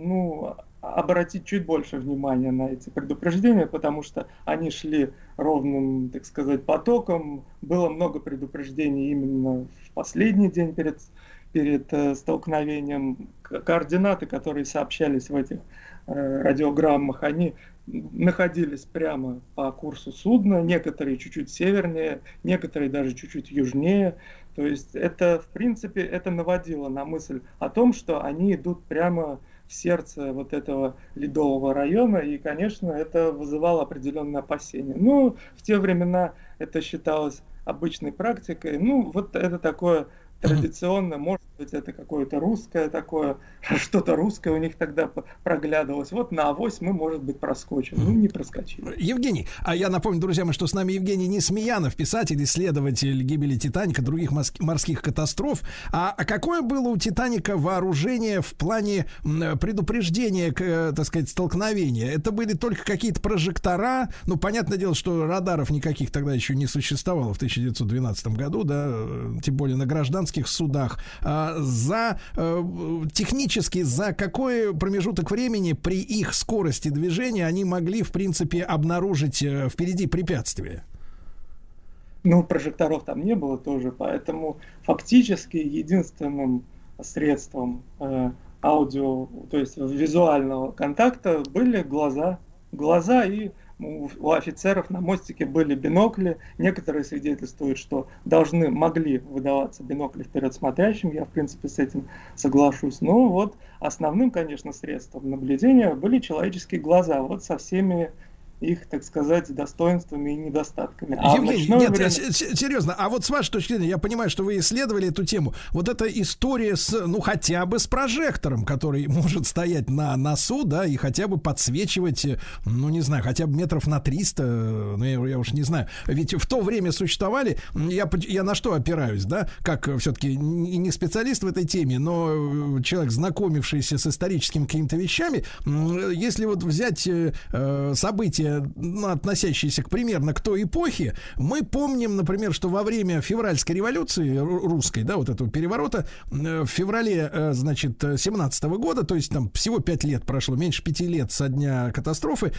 обратить чуть больше внимания на эти предупреждения, потому что они шли ровным, так сказать, потоком. Было много предупреждений именно в последний день перед столкновением. Координаты, которые сообщались в этих радиограммах, они находились прямо по курсу судна, некоторые чуть-чуть севернее, некоторые даже чуть-чуть южнее. То есть это, в принципе, это наводило на мысль о том, что они идут прямо в сердце вот этого ледового района, и, конечно, это вызывало определенные опасения. В те времена это считалось обычной практикой. Вот это такое традиционно, может быть, это какое-то русское такое, что-то русское у них тогда проглядывалось. Вот на авось мы, может быть, проскочим. Не проскочили. Евгений, а я напомню, друзья мои, что с нами Евгений Несмеянов, писатель, исследователь гибели «Титаника», других морских катастроф. А какое было у «Титаника» вооружение в плане предупреждения, так сказать, столкновения? Это были только какие-то прожектора? Понятное дело, что радаров никаких тогда еще не существовало в 1912 году, да, тем более на гражданских судах. Технически за какой промежуток времени при их скорости движения они могли, в принципе, обнаружить впереди препятствия? Прожекторов там не было тоже, поэтому фактически единственным средством аудио, то есть визуального контакта были глаза. И у офицеров на мостике были бинокли. Некоторые свидетельствуют, что могли выдаваться бинокли вперед смотрящим. Я, в принципе, с этим соглашусь. Но вот основным, конечно, средством наблюдения были человеческие глаза. Вот со всеми их, так сказать, достоинствами и недостатками. Евгений, нет, серьезно, а вот с вашей точки зрения, я понимаю, что вы исследовали эту тему, вот эта история хотя бы с прожектором, который может стоять на носу, да, и хотя бы подсвечивать, не знаю, хотя бы метров на 300, я уж не знаю, ведь в то время существовали, я на что опираюсь, да, как все-таки не специалист в этой теме, но человек, знакомившийся с историческими какими-то вещами, если вот взять события сведения, относящиеся примерно к той эпохе. Мы помним, например, что во время февральской революции русской, да, вот этого переворота, в феврале, значит, 17-го года, то есть там всего 5 лет прошло, меньше 5 лет со дня катастрофы,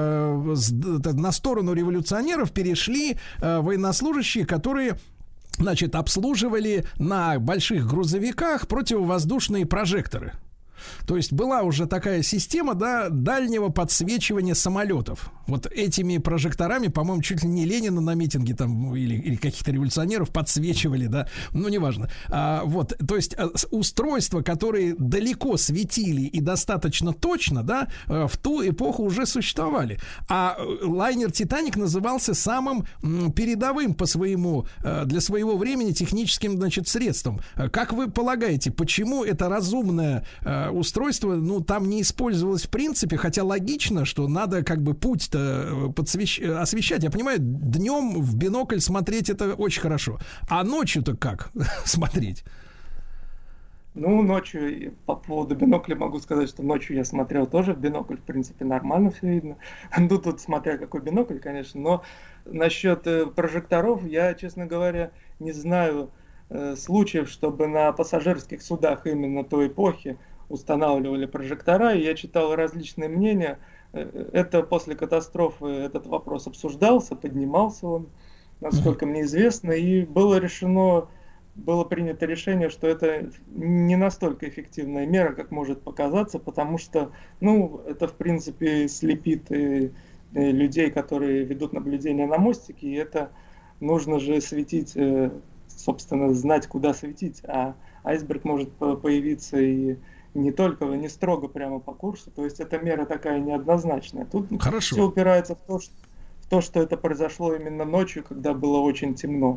на сторону революционеров перешли военнослужащие, которые, значит, обслуживали на больших грузовиках противовоздушные прожекторы. То есть была уже такая система, да, дальнего подсвечивания самолетов. Вот этими прожекторами, по-моему, чуть ли не Ленина на митинге там или каких-то революционеров подсвечивали, да, ну, неважно. Вот, то есть устройства, которые далеко светили и достаточно точно, да, в ту эпоху уже существовали. А лайнер «Титаник» назывался самым передовым по своему, для своего времени техническим, значит, средством. Как вы полагаете, почему это разумное устройство, ну, там не использовалось в принципе, хотя логично, что надо как бы путь-то освещать. Я понимаю, днем в бинокль смотреть это очень хорошо. А ночью-то как смотреть? Ну, ночью, по поводу бинокля могу сказать, что ночью я смотрел тоже в бинокль, в принципе, нормально все видно. Ну, тут смотря какой бинокль, конечно, но насчет прожекторов я, честно говоря, не знаю случаев, чтобы на пассажирских судах именно той эпохи устанавливали прожектора, и я читал различные мнения. Это после катастрофы этот вопрос обсуждался, поднимался он, насколько мне известно, и было принято решение, что это не настолько эффективная мера, как может показаться, потому что, ну, это в принципе слепит людей, которые ведут наблюдение на мостике, и это нужно же светить, собственно, знать, куда светить, а айсберг может появиться и не строго прямо по курсу, то есть эта мера такая неоднозначная. Тут все упирается в то, что это произошло именно ночью, когда было очень темно.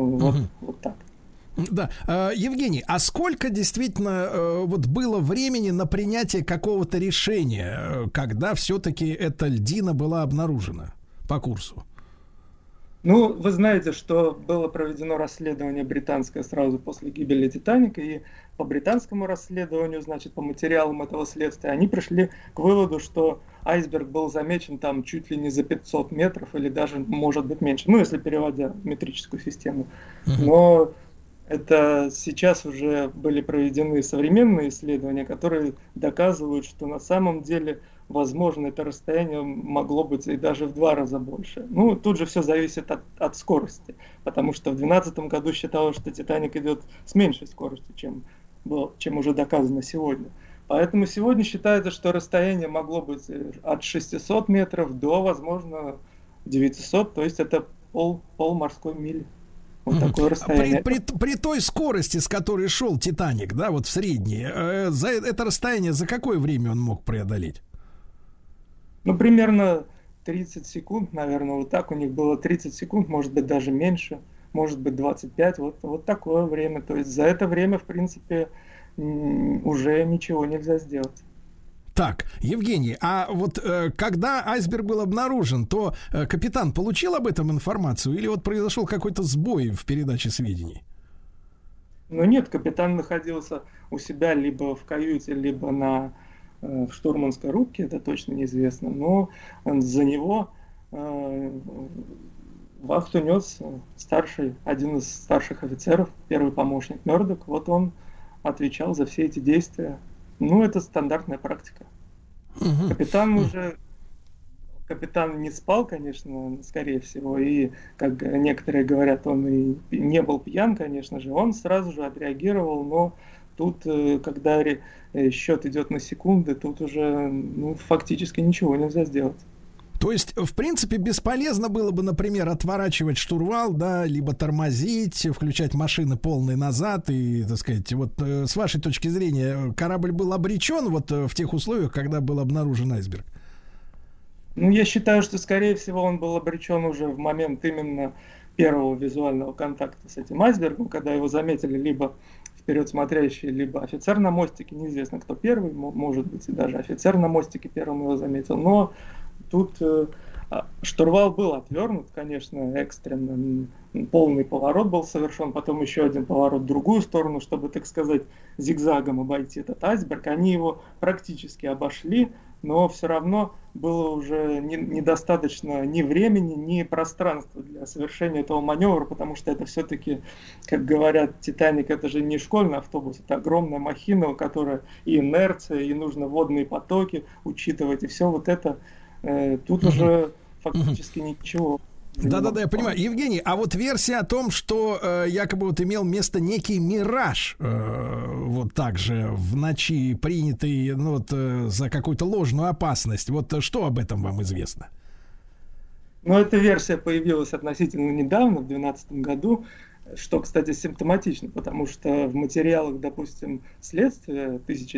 Вот так. Да, Евгений, а сколько действительно вот было времени на принятие какого-то решения, когда все-таки эта льдина была обнаружена по курсу? Ну, вы знаете, что было проведено расследование британское сразу после гибели «Титаника», и по британскому расследованию, значит, по материалам этого следствия, они пришли к выводу, что айсберг был замечен там чуть ли не за 500 метров, или даже, может быть, меньше, ну, если переводя в метрическую систему. Но это сейчас уже были проведены современные исследования, которые доказывают, что на самом деле, возможно, это расстояние могло быть и даже в 2 раза больше. Ну, тут же все зависит от скорости, потому что в 2012 году считалось, что «Титаник» идет с меньшей скоростью, чем уже доказано сегодня. Поэтому сегодня считается, что расстояние могло быть от 600 метров до, возможно, 900, то есть это пол морской мили. Вот такое расстояние. При той скорости, с которой шел «Титаник», да, вот в среднее, за это расстояние за какое время он мог преодолеть? Ну, примерно 30 секунд, наверное, вот так у них было 30 секунд, может быть, даже меньше, может быть, 25, вот такое время. То есть за это время, в принципе, уже ничего нельзя сделать. Так, Евгений, а вот когда айсберг был обнаружен, то капитан получил об этом информацию или вот произошел какой-то сбой в передаче сведений? Ну нет, капитан находился у себя либо в каюте, либо в штурманской рубке, это точно неизвестно, но за него вахту нес один из старших офицеров, первый помощник Мёрдок, вот он отвечал за все эти действия. Ну, это стандартная практика. Капитан не спал, конечно, скорее всего, и, как некоторые говорят, он и не был пьян, конечно же, он сразу же отреагировал, но тут, когда счет идет на секунды, тут уже фактически ничего нельзя сделать. То есть, в принципе, бесполезно было бы, например, отворачивать штурвал, да, либо тормозить, включать машины полные назад и, так сказать, вот с вашей точки зрения, корабль был обречен вот в тех условиях, когда был обнаружен айсберг? Ну, я считаю, что, скорее всего, он был обречен уже в момент именно первого визуального контакта с этим айсбергом, когда его заметили либо вперед смотрящий, либо офицер на мостике, неизвестно, кто первый, может быть, и даже офицер на мостике первым его заметил, но тут штурвал был отвернут, конечно, экстренно. Полный поворот был совершен, потом еще один поворот в другую сторону, чтобы, так сказать, зигзагом обойти этот айсберг. Они его практически обошли, но все равно было уже недостаточно ни времени, ни пространства для совершения этого маневра, потому что это все-таки, как говорят, «Титаник» — это же не школьный автобус, это огромная махина, у которой и инерция, и нужно водные потоки учитывать, и все вот это. Тут уже фактически ничего. Да-да-да, я понимаю. Евгений, а вот версия о том, что якобы вот имел место некий мираж, вот так же в ночи принятый, ну, вот, за какую-то ложную опасность, вот что об этом вам известно? Ну, эта версия появилась относительно недавно, в 2012 году, что, кстати, симптоматично, потому что в материалах, допустим, следствия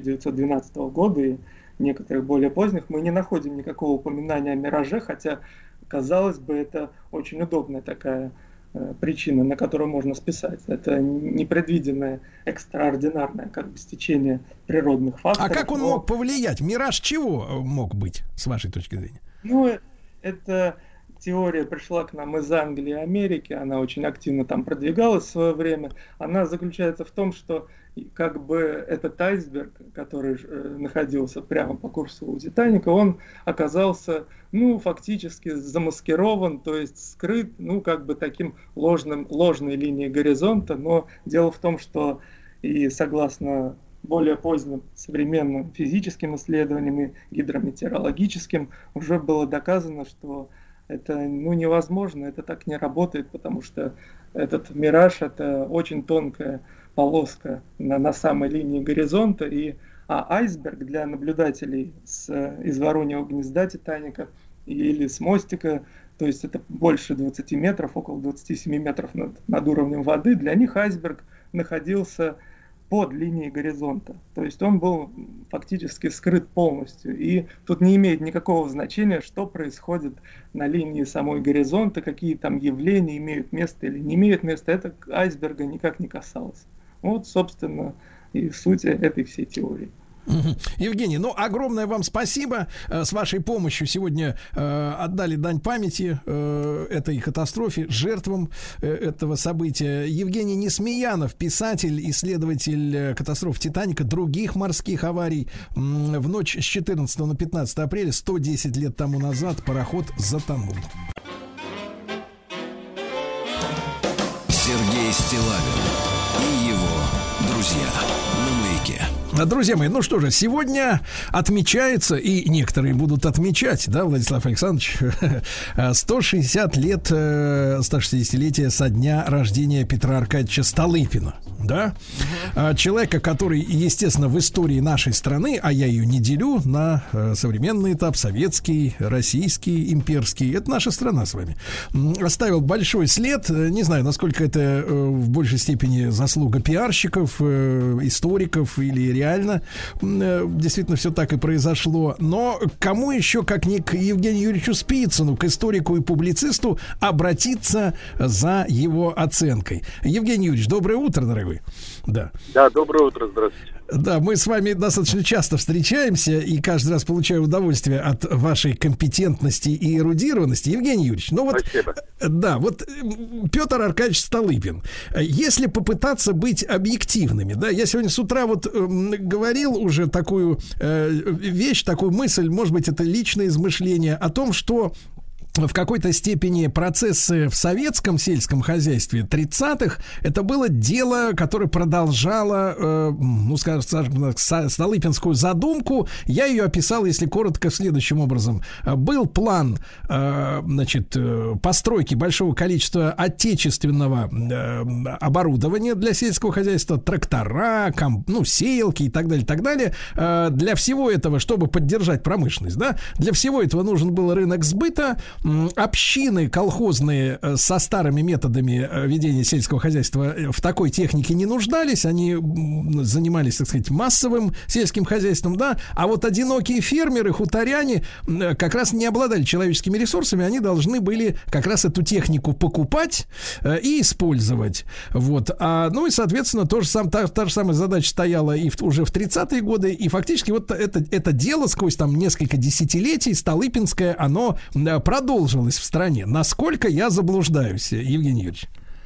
1912 года и некоторых более поздних мы не находим никакого упоминания о мираже, хотя, казалось бы, это очень удобная такая причина, на которую можно списать. Это непредвиденное, экстраординарное как бы стечение природных факторов. А как он мог повлиять? Мираж чего мог быть, с вашей точки зрения? Ну, это теория пришла к нам из Англии и Америки, она очень активно там продвигалась в свое время. Она заключается в том, что как бы этот айсберг, который находился прямо по курсу у «Титаника», он оказался, ну, фактически замаскирован, то есть скрыт, ну, как бы таким ложной линией горизонта. Но дело в том, что и согласно более поздним современным физическим исследованиям и гидрометеорологическим уже было доказано, что это, ну, невозможно, это так не работает, потому что этот мираж — это очень тонкая полоска на самой линии горизонта, а айсберг для наблюдателей из Вороньего гнезда «Титаника» или с мостика, то есть это больше 20 метров, около 27 метров над уровнем воды, для них айсберг находился под линией горизонта. То есть он был фактически скрыт полностью. И тут не имеет никакого значения, что происходит на линии самой горизонта, какие там явления имеют место или не имеют места. Это айсберга никак не касалось. Вот, собственно, и суть этой всей теории. Евгений, ну, огромное вам спасибо. С вашей помощью сегодня отдали дань памяти этой катастрофе, жертвам этого события. Евгений Несмеянов, писатель, исследователь катастроф «Титаника», других морских аварий. В ночь с 14 на 15 апреля, 110 лет тому назад, пароход затонул. Сергей Стиллавин и его друзья на Маяке. Друзья мои, ну что же, сегодня отмечается, и некоторые будут отмечать, да, Владислав Александрович, 160 лет, 160-летие со дня рождения Петра Аркадьевича Столыпина, да? Человека, который, естественно, в истории нашей страны, а я ее не делю на современный этап, советский, российский, имперский, это наша страна с вами, оставил большой след. Не знаю, насколько это в большей степени заслуга пиарщиков, историков или реально действительно все так и произошло. Но кому еще, как не к Евгению Юрьевичу Спицыну, к историку и публицисту, обратиться за его оценкой? Евгений Юрьевич, доброе утро, дорогой. Да, доброе утро, здравствуйте. Да, мы с вами достаточно часто встречаемся и каждый раз получаю удовольствие от вашей компетентности и эрудированности. Евгений Юрьевич, ну вот, спасибо. Да, вот Петр Аркадьевич Столыпин. Если попытаться быть объективными, да, я сегодня с утра вот говорил уже такую вещь, такую мысль, может быть, это личное измышление о том, что в какой-то степени процессы в советском сельском хозяйстве 30-х это было дело, которое продолжало, ну, скажем, столыпинскую задумку. Я ее описал, если коротко, следующим образом. Был план, значит, постройки большого количества отечественного оборудования для сельского хозяйства, трактора, ну, сеялки и так далее, так далее. Для всего этого, чтобы поддержать промышленность, да, для всего этого нужен был рынок сбыта. Общины колхозные со старыми методами ведения сельского хозяйства в такой технике не нуждались, они занимались, так сказать, массовым сельским хозяйством, да, а вот одинокие фермеры, хуторяне как раз не обладали человеческими ресурсами, они должны были как раз эту технику покупать и использовать, вот, ну и, соответственно, та же самая задача стояла и уже в 30-е годы, и фактически вот это дело сквозь там несколько десятилетий столыпинское, оно продолжилось в стране. Насколько я заблуждаюсь, Евгений Юрьевич?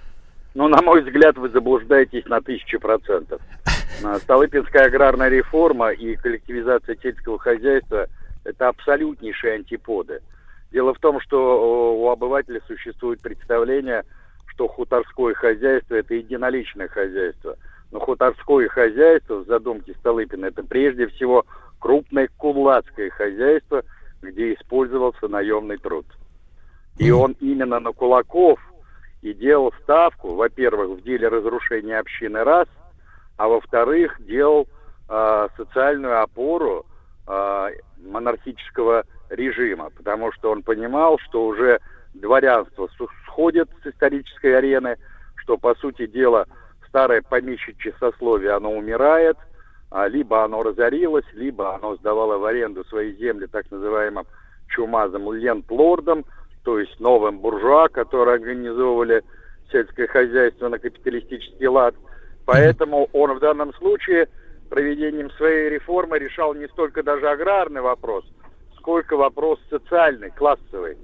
Ну, на мой взгляд, вы заблуждаетесь на 1000%. Столыпинская аграрная реформа и коллективизация сельского хозяйства это абсолютнейшие антиподы. Дело в том, что у обывателя существует представление, что хуторское хозяйство – это единоличное хозяйство. Но хуторское хозяйство в задумке Столыпина – это прежде всего крупное кулацкое хозяйство, где использовался наемный труд. И он именно на кулаков и делал ставку, во-первых, в деле разрушения общины раз, а во-вторых, делал социальную опору монархического режима, потому что он понимал, что уже дворянство сходит с исторической арены, что, по сути дела, старое помещичье сословие, оно умирает, либо оно разорилось, либо оно сдавало в аренду свои земли так называемым чумазым лендлордам, то есть новым буржуа, которые организовывали сельское хозяйство на капиталистический лад. Поэтому он в данном случае проведением своей реформы решал не столько даже аграрный вопрос, сколько вопрос социальный, классовый.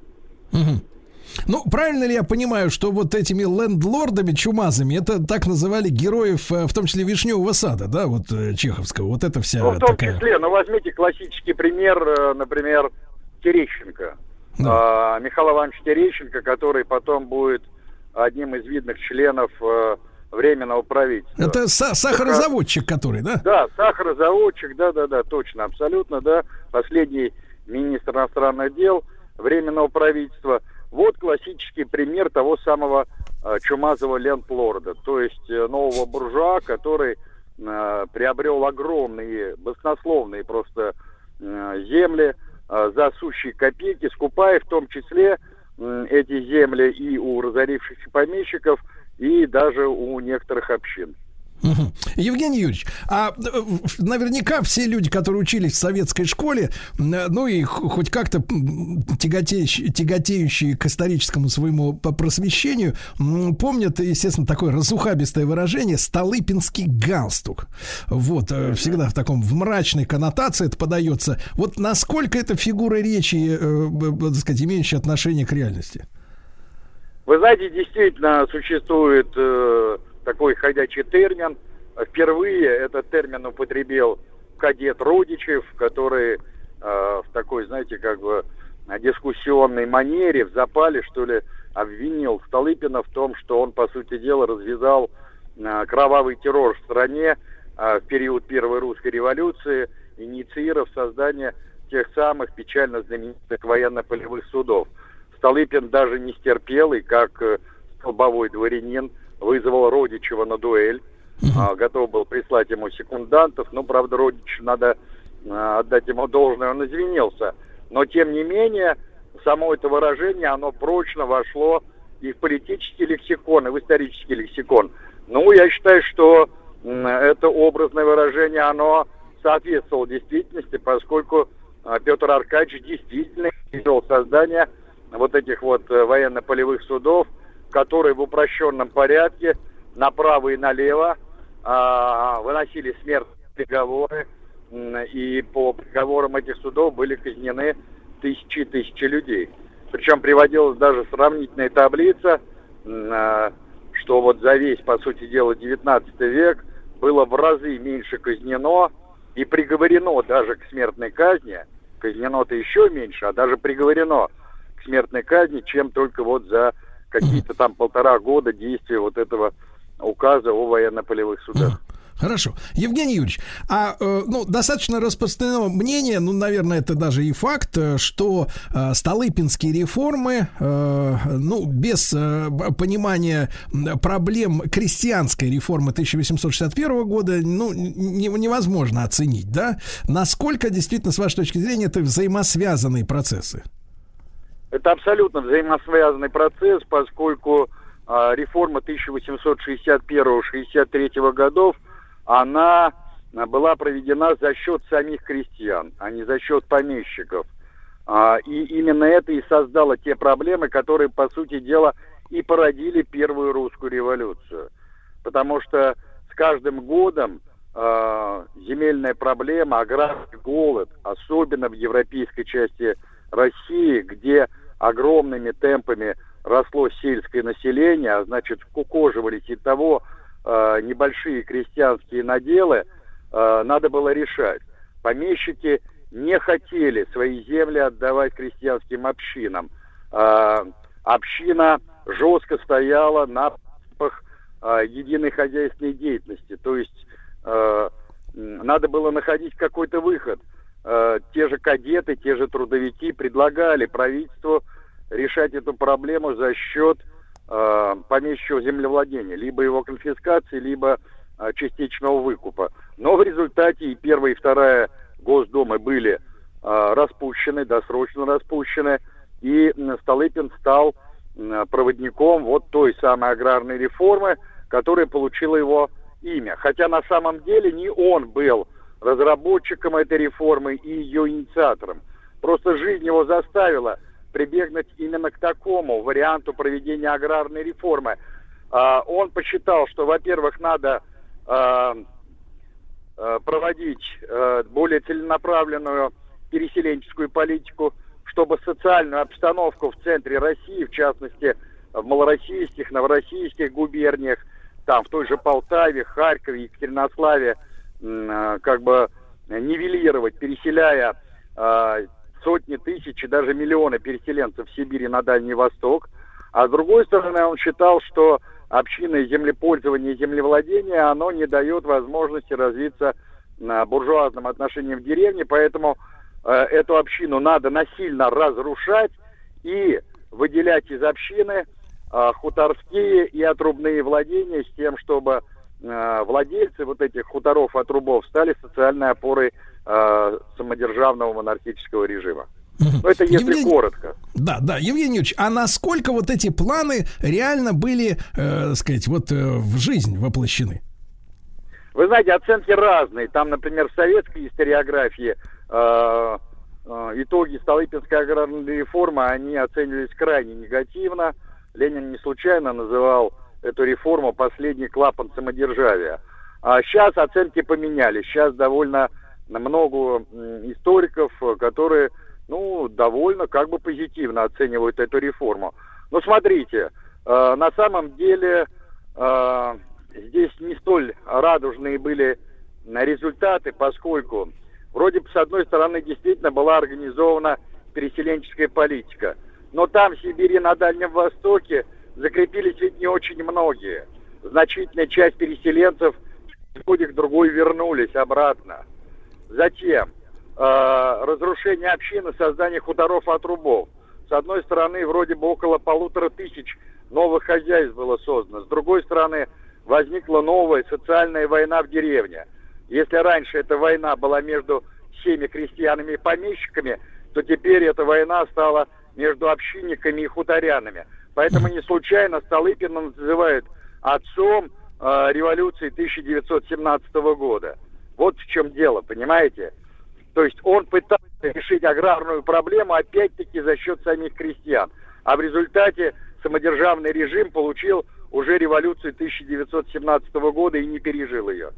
Ну, правильно ли я понимаю, что вот этими лендлордами, чумазами, это так называли героев, в том числе Вишневого сада, да, вот чеховского, вот это вся в том такая... числе, возьмите классический пример, например, Терещенко. Да. Михаил Иванович Терещенко, который потом будет одним из видных членов Временного правительства. Это сахарозаводчик, который, да? Да, сахарозаводчик, да, точно, абсолютно, да. Последний министр иностранных дел Временного правительства. Вот классический пример того самого чумазого лендлорда, то есть нового буржуа, который приобрел огромные, баснословные просто земли за сущие копейки, скупая в том числе эти земли и у разорившихся помещиков, и даже у некоторых общин. Евгений Юрьевич, а наверняка все люди, которые учились в советской школе, ну и хоть как-то тяготеющие к историческому своему просвещению, помнят, естественно, такое разухабистое выражение «столыпинский галстук». Вот, всегда в таком, в мрачной коннотации это подается. Вот насколько эта фигура речи, так сказать, имеющая отношение к реальности? Вы знаете, действительно существует такой ходячий термин. Впервые этот термин употребил кадет Родичев, который в такой, знаете, как бы дискуссионной манере, в запале, что ли, обвинил Столыпина в том, что он, по сути дела, развязал кровавый террор в стране в период Первой русской революции, инициировав создание тех самых печально знаменитых военно-полевых судов. Столыпин даже не стерпел, и как столбовой дворянин вызвал Родичева на дуэль, готов был прислать ему секундантов, но, правда, Родич, надо отдать ему должное, он извинился. Но, тем не менее, само это выражение, оно прочно вошло и в политический лексикон, и в исторический лексикон. Ну, я считаю, что это образное выражение, оно соответствовало действительности, поскольку Петр Аркадьевич действительно инициировал создание вот этих вот военно-полевых судов, которые в упрощенном порядке направо и налево выносили смертные приговоры, и по приговорам этих судов были казнены тысячи и тысячи людей. Причем приводилась даже сравнительная таблица, что вот за весь, по сути дела, 19 век было в разы меньше казнено и приговорено даже к смертной казни. Казнено-то еще меньше, а даже приговорено к смертной казни, чем только вот за какие-то там 1,5 года действия вот этого указа о военно-полевых судах. Хорошо. Евгений Юрьевич, достаточно распространено мнение, наверное, это даже и факт, что столыпинские реформы, без понимания проблем крестьянской реформы 1861 года, невозможно оценить, да? Насколько действительно, с вашей точки зрения, это взаимосвязанные процессы? Это абсолютно взаимосвязанный процесс, поскольку реформа 1861-63 годов, она была проведена за счет самих крестьян, а не за счет помещиков. И именно это и создало те проблемы, которые, по сути дела, и породили Первую русскую революцию. Потому что с каждым годом земельная проблема, аграрный голод, особенно в европейской части России, где огромными темпами росло сельское население, а значит, скукоживались и того небольшие крестьянские наделы, надо было решать. Помещики не хотели свои земли отдавать крестьянским общинам. Община жестко стояла на принципах единой хозяйственной деятельности. То есть надо было находить какой-то выход. Те же кадеты, те же трудовики предлагали правительству решать эту проблему за счет помещичьего землевладения, либо его конфискации, либо частичного выкупа. Но в результате и первая, и вторая Госдумы были распущены, досрочно распущены, и Столыпин стал проводником вот той самой аграрной реформы, которая получила его имя. Хотя на самом деле не он был разработчиком этой реформы и ее инициатором. Просто жизнь его заставила прибегнуть именно к такому варианту проведения аграрной реформы. Он посчитал, что, во-первых, надо проводить более целенаправленную переселенческую политику, чтобы социальную обстановку в центре России, в частности, в малороссийских, новороссийских губерниях, там, в той же Полтаве, Харькове, Екатеринославе, как бы нивелировать, переселяя сотни тысяч и даже миллионы переселенцев в Сибирь и на Дальний Восток. А с другой стороны, он считал, что общинное землепользование и землевладение, оно не дает возможности развиться буржуазным отношениям в деревне, поэтому эту общину надо насильно разрушать и выделять из общины хуторские и отрубные владения с тем, чтобы владельцы вот этих хуторов и отрубов стали социальной опорой самодержавного монархического режима. Но это если коротко. Да, Евгений Юрьевич, а насколько вот эти планы реально были, сказать, вот в жизнь воплощены? Вы знаете, оценки разные. Там, например, в советской историографии итоги Столыпинской аграрной реформы, они оценивались крайне негативно. Ленин не случайно называл эту реформу последний клапан самодержавия. А сейчас оценки поменялись. Сейчас довольно много историков, которые, довольно как бы позитивно оценивают эту реформу. Но смотрите, на самом деле здесь не столь радужные были результаты, поскольку вроде бы с одной стороны действительно была организована переселенческая политика. Но там, в Сибири, на Дальнем Востоке, закрепились ведь не очень многие. Значительная часть переселенцев из года к другой вернулись обратно. Затем разрушение общины, создание хуторов и отрубов. С одной стороны, вроде бы около 1500 новых хозяйств было создано. С другой стороны, возникла новая социальная война в деревне. Если раньше эта война была между всеми крестьянами и помещиками, то теперь эта война стала между общинниками и хуторянами. Поэтому не случайно Столыпина называют отцом революции 1917 года. Вот в чем дело, понимаете? То есть он пытался решить аграрную проблему опять-таки за счет самих крестьян. А в результате самодержавный режим получил уже революцию 1917 года и не пережил ее.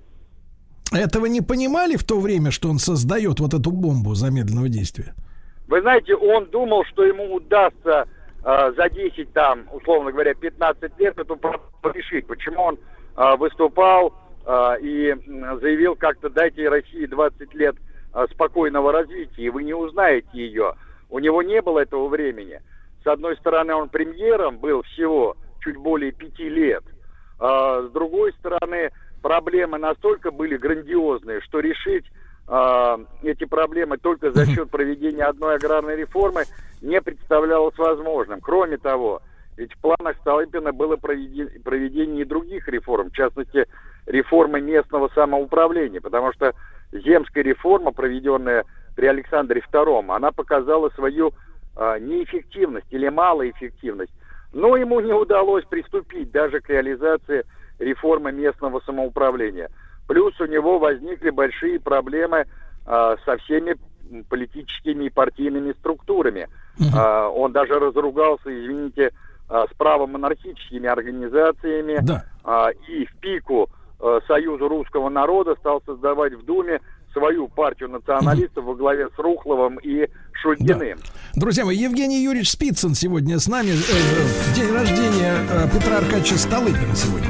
Этого не понимали в то время, что он создает вот эту бомбу замедленного действия? Вы знаете, он думал, что ему удастся за 10, условно говоря, 15 лет эту проблему решить. Почему он выступал и заявил как-то: дайте России 20 лет спокойного развития, и вы не узнаете ее. У него не было этого времени. С одной стороны, он премьером был всего чуть более 5 лет. С другой стороны, проблемы настолько были грандиозные, что решить эти проблемы только за счет проведения одной аграрной реформы не представлялось возможным. Кроме того, ведь в планах Столыпина было проведение и других реформ, в частности, реформы местного самоуправления, потому что земская реформа, проведенная при Александре II, она показала свою неэффективность или малоэффективность. Но ему не удалось приступить даже к реализации реформы местного самоуправления. Плюс у него возникли большие проблемы со всеми политическими и партийными структурами. Он даже разругался, извините, с правомонархическими организациями. И в пику Союзу русского народа стал создавать в Думе свою партию националистов во главе с Рухловым и Шульгиным. Да. Друзья мои, Евгений Юрьевич Спицын сегодня с нами. День рождения Петра Аркадьевича Столыпина сегодня.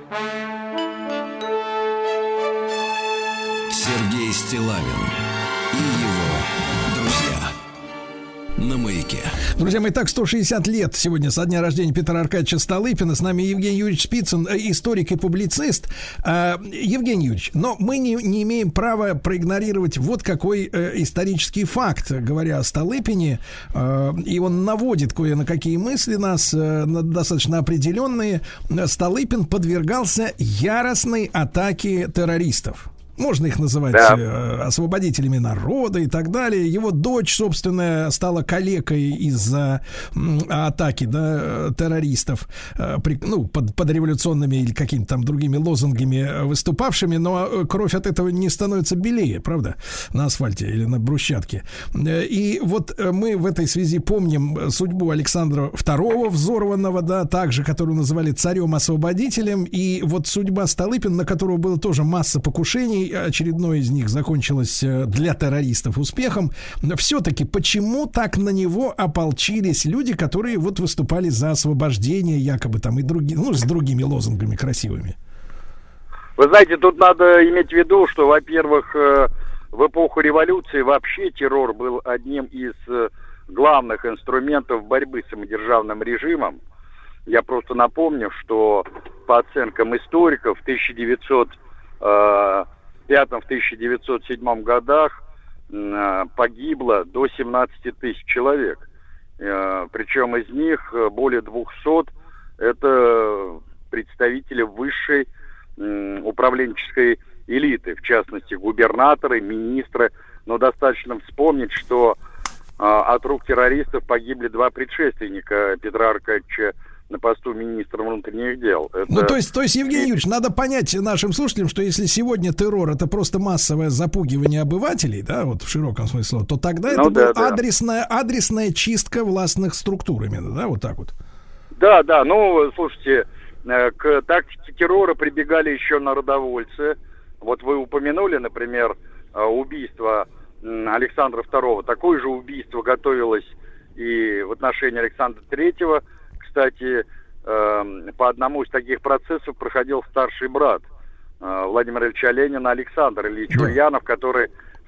Сергей Стиллавин и его друзья. На маяке. Друзья мои, так 160 лет сегодня со дня рождения Петра Аркадьевича Столыпина. С нами Евгений Юрьевич Спицын, историк и публицист. Евгений Юрьевич, но мы не имеем права проигнорировать вот какой исторический факт, говоря о Столыпине. И он наводит кое на какие мысли нас, достаточно определенные. Столыпин подвергался яростной атаке террористов. Можно их называть освободителями народа и так далее. Его дочь, собственно, стала калекой из-за атаки террористов, под революционными или какими-то там другими лозунгами выступавшими, но кровь от этого не становится белее, правда, на асфальте или на брусчатке. И вот мы в этой связи помним судьбу Александра II взорванного, также, которого называли царем-освободителем, и вот судьба Столыпина, на которого было тоже масса покушений. Очередное из них закончилось для террористов успехом. Все-таки почему так на него ополчились люди, которые вот выступали за освобождение, якобы там и другие, с другими лозунгами красивыми? Вы знаете, тут надо иметь в виду, что, во-первых, в эпоху революции вообще террор был одним из главных инструментов борьбы с самодержавным режимом. Я просто напомню, что по оценкам историков в 1905-1907 годах погибло до 17 тысяч человек. Причем из них более 200 это представители высшей управленческой элиты, в частности губернаторы, министры. Но достаточно вспомнить, что от рук террористов погибли два предшественника Петра Аркадьевича на посту министра внутренних дел. То есть, Евгений Юрьевич, надо понять нашим слушателям, что если сегодня террор — это просто массовое запугивание обывателей, в широком смысле слова, то тогда это была адресная чистка властных структур именно, вот так вот. Да, слушайте, к тактике террора прибегали еще народовольцы. Вот вы упомянули, например, убийство Александра II. Такое же убийство готовилось и в отношении Александра III. Кстати, по одному из таких процессов проходил старший брат Владимира Ильича Ленина Александр Ильич Ульянов, который в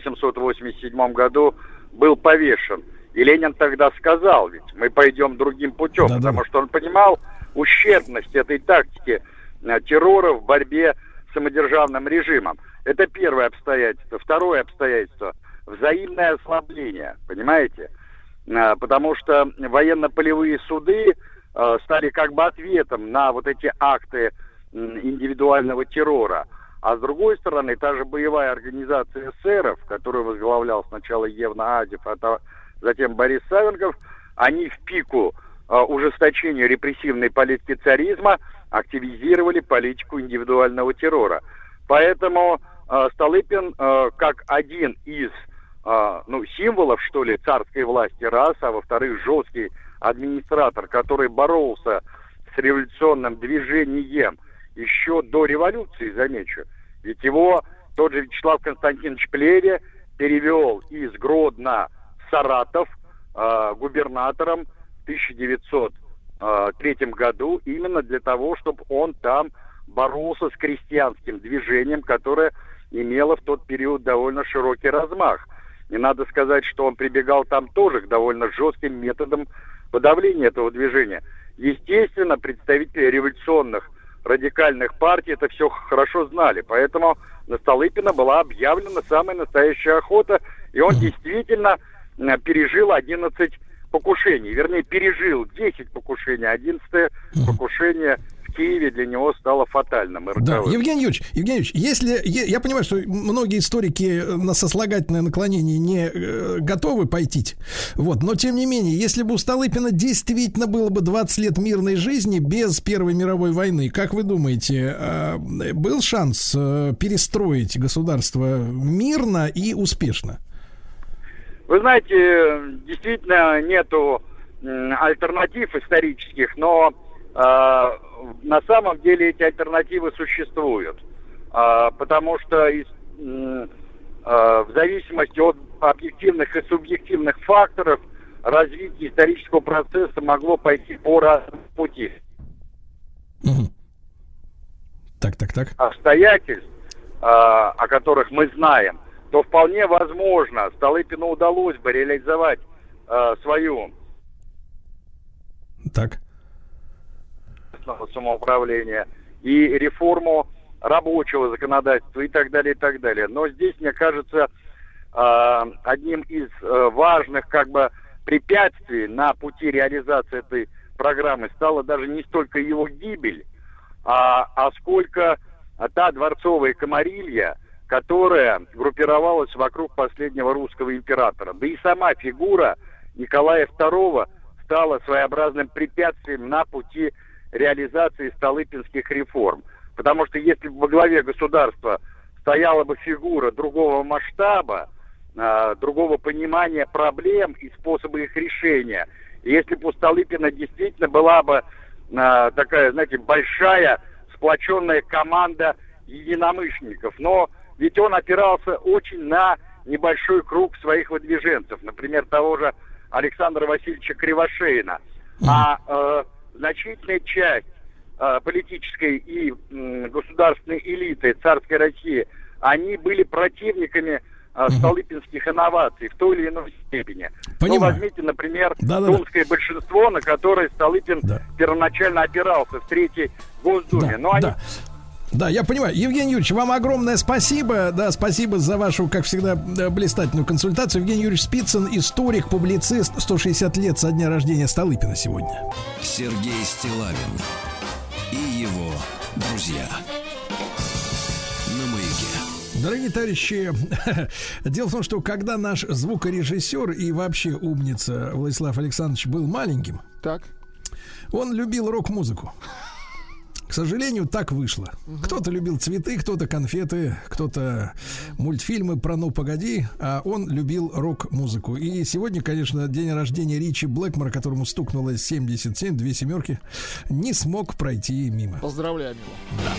1887 году был повешен. И Ленин тогда сказал, ведь мы пойдем другим путем, потому что он понимал ущербность этой тактики террора в борьбе с самодержавным режимом. Это первое обстоятельство. Второе обстоятельство – взаимное ослабление, понимаете? Потому что военно-полевые суды стали как бы ответом на вот эти акты индивидуального террора. А с другой стороны, та же боевая организация эсеров, которую возглавлял сначала Евна Адев, а затем Борис Савенков, они в пику ужесточения репрессивной политики царизма активизировали политику индивидуального террора. Поэтому Столыпин как один из символов, что ли, царской власти, раз, а во-вторых, жесткий администратор, который боролся с революционным движением еще до революции, замечу. Ведь его тот же Вячеслав Константинович Плеве перевел из Гродно в Саратов губернатором в 1903 году именно для того, чтобы он там боролся с крестьянским движением, которое имело в тот период довольно широкий размах. И надо сказать, что он прибегал там тоже к довольно жестким методам подавления этого движения. Естественно, представители революционных радикальных партий это все хорошо знали. Поэтому на Столыпина была объявлена самая настоящая охота. И он действительно пережил 11 покушений. Вернее, пережил 10 покушений. 11-е покушение в Киеве для него стало фатальным. Да, Евгений Юрьевич, если я понимаю, что многие историки на сослагательное наклонение не готовы пойти, но тем не менее, если бы у Столыпина действительно было бы 20 лет мирной жизни без Первой мировой войны, как вы думаете, был шанс перестроить государство мирно и успешно? Вы знаете, действительно нету альтернатив исторических, но на самом деле эти альтернативы существуют, потому что в зависимости от объективных и субъективных факторов развитие исторического процесса могло пойти по разным пути. Так. Обстоятельств, о которых мы знаем, то вполне возможно, Столыпину удалось бы реализовать свою самоуправления и реформу рабочего законодательства и так далее, и так далее. Но здесь, мне кажется, одним из важных препятствий на пути реализации этой программы стала даже не столько его гибель, а сколько та дворцовая камарилья, которая группировалась вокруг последнего русского императора. Да и сама фигура Николая II стала своеобразным препятствием на пути реализации столыпинских реформ. Потому что если бы во главе государства стояла бы фигура другого масштаба, другого понимания проблем и способа их решения, если бы у Столыпина действительно была бы такая, знаете, большая сплоченная команда единомышленников, но ведь он опирался очень на небольшой круг своих выдвиженцев, например, того же Александра Васильевича Кривошеина. Значительная часть политической и государственной элиты царской России, они были противниками столыпинских инноваций в той или иной степени. Ну, возьмите, например, думское большинство, на которое Столыпин первоначально опирался в Третьей Госдуме. Да, я понимаю. Евгений Юрьевич, вам огромное спасибо. Да, спасибо за вашу, как всегда, блистательную консультацию. Евгений Юрьевич Спицын, историк, публицист. 160 лет со дня рождения Столыпина сегодня. Сергей Стиллавин и его друзья. На Маяке. Дорогие товарищи, дело в том, что когда наш звукорежиссер и вообще умница Владислав Александрович был маленьким, он любил рок-музыку. К сожалению, так вышло. Кто-то любил цветы, кто-то конфеты, кто-то мультфильмы про «Ну, погоди», а он любил рок-музыку. И сегодня, конечно, день рождения Ричи Блэкмора, которому стукнуло 77, 2 семерки, не смог пройти мимо. Поздравляем его. Да.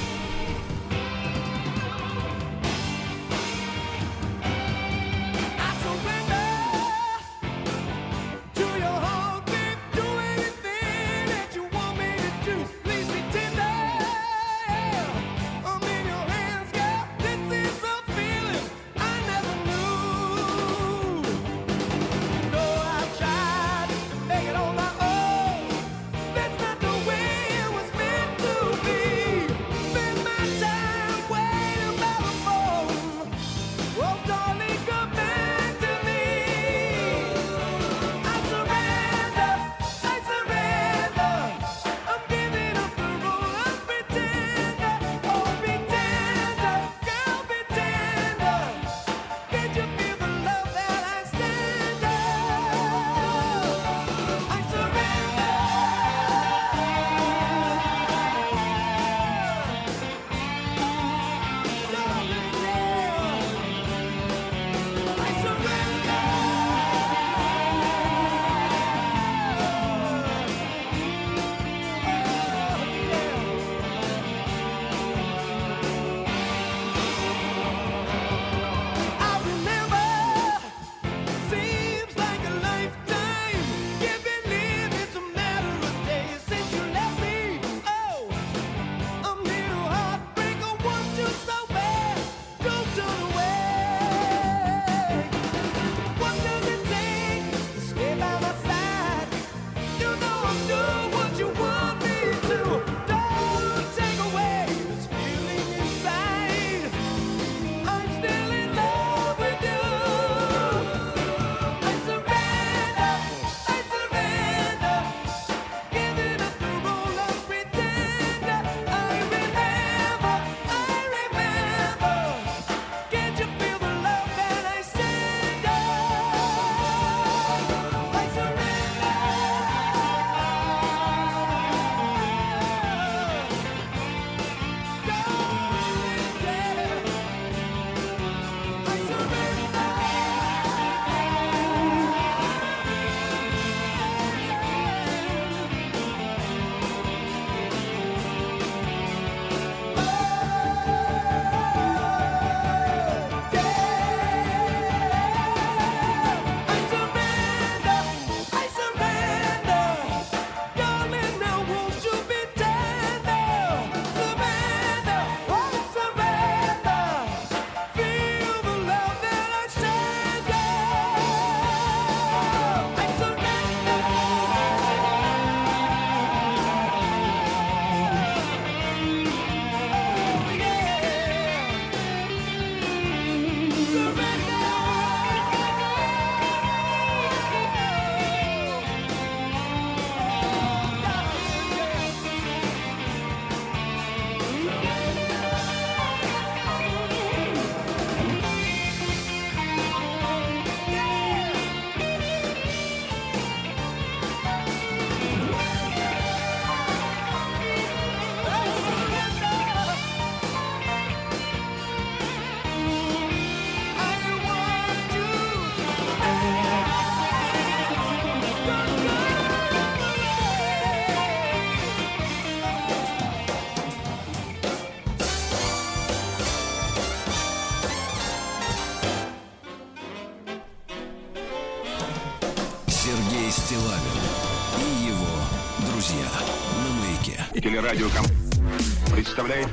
телерадиокомпания представляет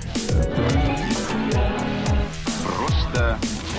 просто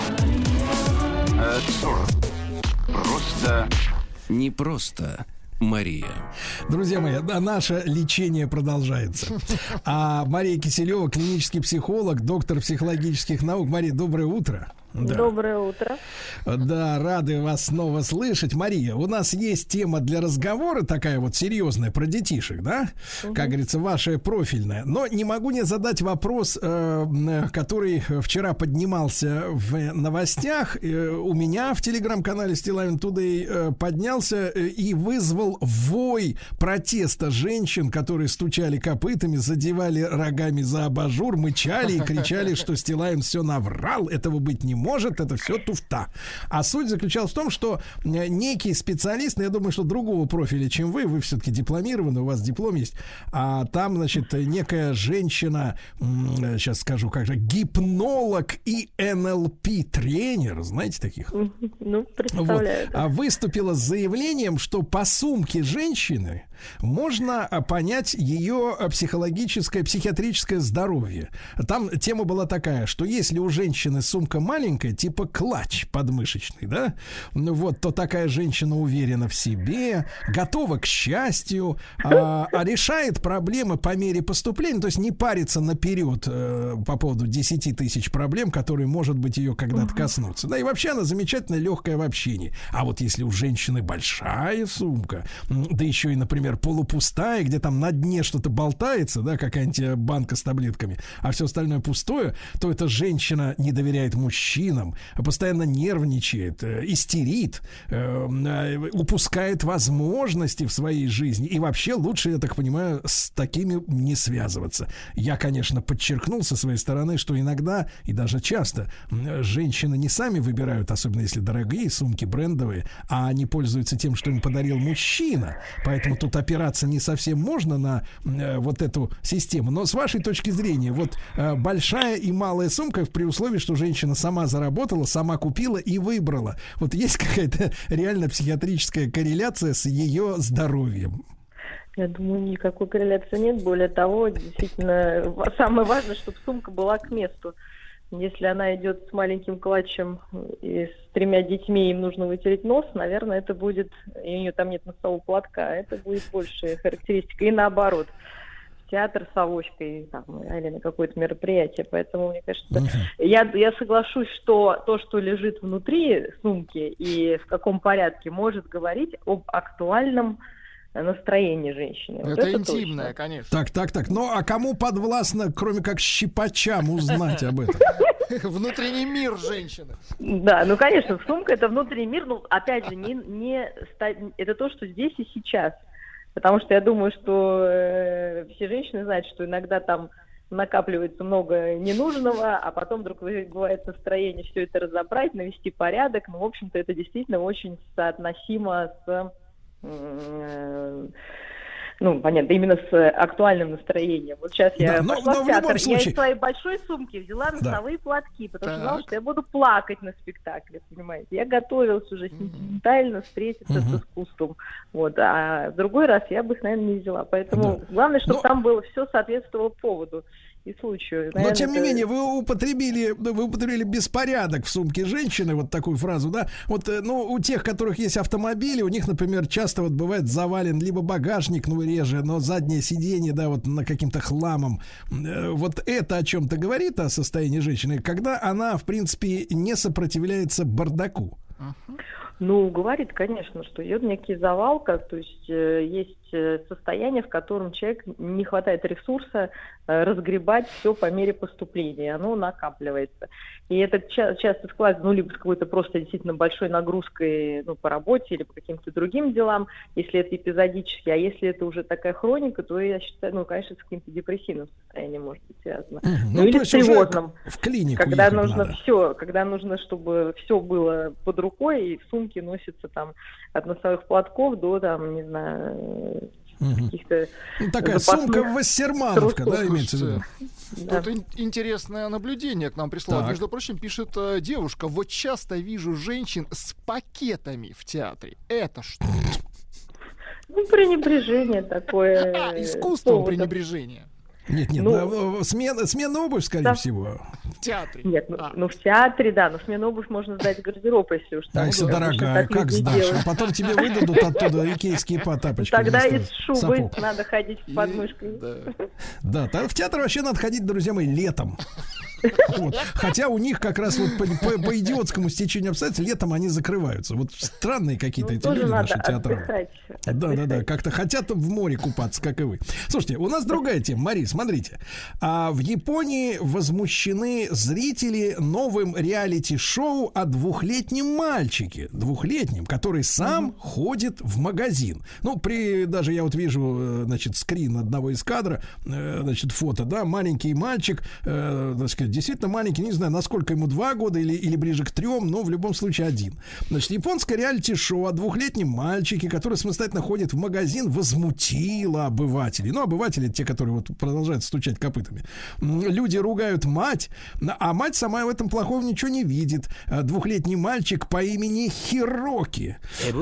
не просто Мария. Друзья мои, наше лечение продолжается. А Мария Киселева, клинический психолог, доктор психологических наук. Мария, доброе утро. Да. Доброе утро. Да, рады вас снова слышать. Мария, у нас есть тема для разговора такая вот серьезная про детишек, да? Как говорится, ваша профильная. Но не могу не задать вопрос, который вчера поднимался в новостях. У меня в телеграм-канале Стилавин Today поднялся и вызвал вой протеста женщин, которые стучали копытами, задевали рогами за абажур, мычали и кричали, что Стилавин все наврал, этого быть не может, это все туфта. А суть заключалась в том, что некий специалист, я думаю, что другого профиля, чем вы все-таки дипломированы, у вас диплом есть, а там, значит, некая женщина, сейчас скажу, как же, гипнолог и НЛП-тренер, знаете таких? Ну, представляю. Вот, выступила с заявлением, что по сумке женщины можно понять ее психологическое, психиатрическое здоровье. Там тема была такая, что если у женщины сумка маленькая, типа клатч подмышечный, да, вот, то такая женщина уверена в себе, готова к счастью, решает проблемы по мере поступления, то есть не парится наперед по поводу 10 тысяч проблем, которые, может быть, ее когда-то коснутся. Да, и вообще она замечательно легкая в общении. А вот если у женщины большая сумка, да еще и, например, полупустая, где там на дне что-то болтается, да, какая-нибудь банка с таблетками, а все остальное пустое, то эта женщина не доверяет мужчинам, постоянно нервничает, истерит, упускает возможности в своей жизни. И вообще лучше, я так понимаю, с такими не связываться. Я, конечно, подчеркнул со своей стороны, что иногда и даже часто женщины не сами выбирают, особенно если дорогие сумки брендовые, а они пользуются тем, что им подарил мужчина. Поэтому тут опираться не совсем можно на вот эту систему. Но с вашей точки зрения, вот большая и малая сумка при условии, что женщина сама заработала, сама купила и выбрала. Вот есть какая-то реально психиатрическая корреляция с ее здоровьем? Я думаю, никакой корреляции нет. Более того, действительно, самое важное, чтобы сумка была к месту. Если она идет с маленьким клатчем и с 3 детьми, им нужно вытереть нос, наверное, это будет, и у нее там нет носового платка, это будет большая характеристика. И наоборот, в театр с авоськой там, или на какое-то мероприятие. Поэтому, мне кажется, я соглашусь, что то, что лежит внутри сумки и в каком порядке, может говорить об актуальном настроение женщины. Это вот интимное, точно. Конечно. Так. Ну, а кому подвластно, кроме как щипачам, узнать об этом? Внутренний мир женщины. Да, ну, конечно, сумка — это внутренний мир, но, опять же, это то, что здесь и сейчас. Потому что я думаю, что все женщины знают, что иногда там накапливается много ненужного, а потом вдруг бывает настроение все это разобрать, навести порядок. Ну, в общем-то, это действительно очень соотносимо с... Ну, понятно, именно с актуальным настроением. Вот сейчас я пошла в театр, я из своей большой сумки взяла носовые платки, потому что знала, что я буду плакать на спектакле, понимаете. Я готовилась уже сентиментально встретиться с искусством. Вот. А в другой раз я бы их, наверное, не взяла. Поэтому главное, чтобы там было все соответствовало поводу и случаю. Наверное, но, тем не менее, вы употребили беспорядок в сумке женщины, вот такую фразу, да? Вот, ну, у тех, у которых есть автомобили, у них, например, часто вот бывает завален либо багажник, ну, реже, но заднее сиденье, да, вот на каким-то хламом. Вот это о чем-то говорит о состоянии женщины, когда она, в принципе, не сопротивляется бардаку. Ну, говорит, конечно, что идет некий завалка, то есть есть состояние, в котором человек не хватает ресурса разгребать все по мере поступления, оно накапливается. И это часто складывается, ну, либо с какой-то просто действительно большой нагрузкой, ну, по работе или по каким-то другим делам, если это эпизодически, а если это уже такая хроника, то я считаю, ну, конечно, с каким-то депрессивным состоянием может быть связано. Ну, или с тревожным. В клинику когда нужно все, когда нужно, чтобы все было под рукой, и в сумке носится там от носовых платков до, там, не знаю, каких-то... Ну, такая сумка Вассермановка, да, имеется в виду? Да. Тут интересное наблюдение к нам прислала. Так. Между прочим, пишет девушка: вот часто вижу женщин с пакетами в театре. Это что? Ну, пренебрежение такое. Искусство пренебрежения. Нет, смена обувь, скорее всего. В театре. Нет, в театре, да, но смену обувь можно сдать в гардероб, если уж там. Если дорогая, как сдашь? А потом тебе выдадут оттуда икейские тапочки. Тогда из шубы надо ходить в подмышкой. Да, в театр вообще надо ходить, друзья мои, летом. Вот. Хотя у них как раз вот по идиотскому стечению обстоятельств летом они закрываются. Вот странные какие-то эти люди наши театралы. Да, как-то хотят в море купаться, как и вы. Слушайте, у нас другая тема. Мария, смотрите. В Японии возмущены зрители новым реалити-шоу о двухлетнем мальчике. Двухлетнем, который сам ходит в магазин. Ну, даже я вот вижу, значит, скрин одного из кадра, значит, фото, да, маленький мальчик, так сказать, действительно маленький, не знаю, насколько ему 2 года или ближе к 3, но в любом случае 1. Значит, японское реалити-шоу о двухлетнем мальчике, который самостоятельно ходит в магазин, возмутило обывателей. Ну, обыватели, те, которые вот продолжают стучать копытами. Люди ругают мать, а мать сама в этом плохого ничего не видит. Двухлетний мальчик по имени Хироки.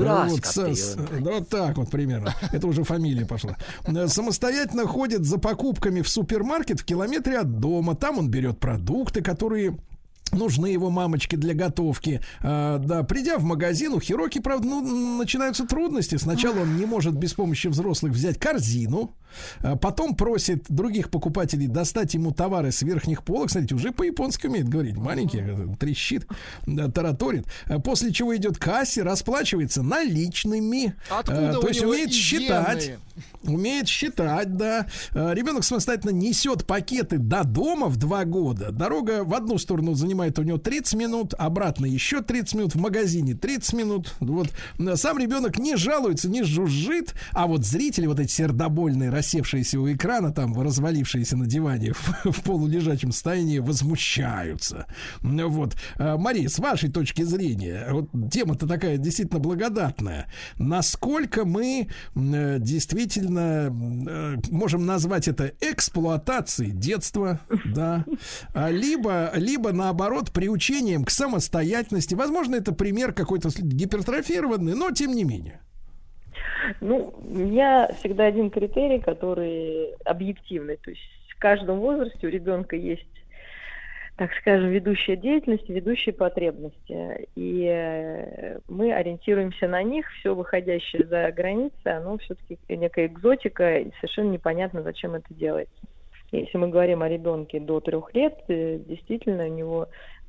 Вот так вот примерно. Это уже фамилия пошла. Самостоятельно ходит за покупками в супермаркет в километре от дома. Там он берет продукты, которые нужны его мамочке для готовки. Да, придя в магазин, у Хироки, правда, начинаются трудности. Сначала он не может без помощи взрослых взять корзину. Потом просит других покупателей достать ему товары с верхних полок. Смотрите, уже по-японски умеет говорить. Маленький, трещит, тараторит. После чего идет к кассе, расплачивается наличными. То есть умеет считать. Умеет считать, да. Ребенок самостоятельно несет пакеты до дома в 2 года. Дорога в одну сторону занимает у него 30 минут, обратно еще 30 минут, в магазине 30 минут. Вот. Сам ребенок не жалуется, не жужжит, а вот зрители, вот эти сердобольные, рассевшиеся у экрана, там, развалившиеся на диване в полулежачем состоянии, возмущаются. Вот. Мария, с вашей точки зрения, вот тема-то такая действительно благодатная. Насколько мы действительно можем назвать это эксплуатацией детства, да, либо наоборот приучением к самостоятельности. Возможно, это пример какой-то гипертрофированный, но тем не менее. Ну, у меня всегда один критерий, который объективный. То есть в каждом возрасте у ребенка есть, так скажем, ведущая деятельность, ведущие потребности. И мы ориентируемся на них. Все выходящее за границы, оно все-таки некая экзотика, и совершенно непонятно, зачем это делается. Если мы говорим о ребенке до 3 лет, действительно у него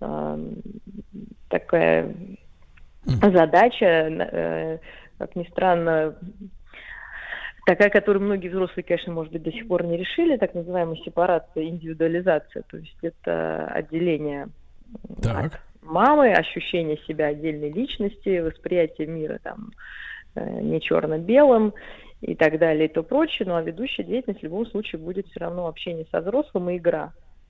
такая задача, как ни странно, такая, которую многие взрослые, конечно, может быть, до сих пор не решили, так называемая сепарация, индивидуализация. То есть это отделение от мамы, ощущение себя отдельной личности, восприятие мира там не черно-белым и так далее и то прочее. Ну а ведущая деятельность в любом случае будет все равно общение со взрослым и игра.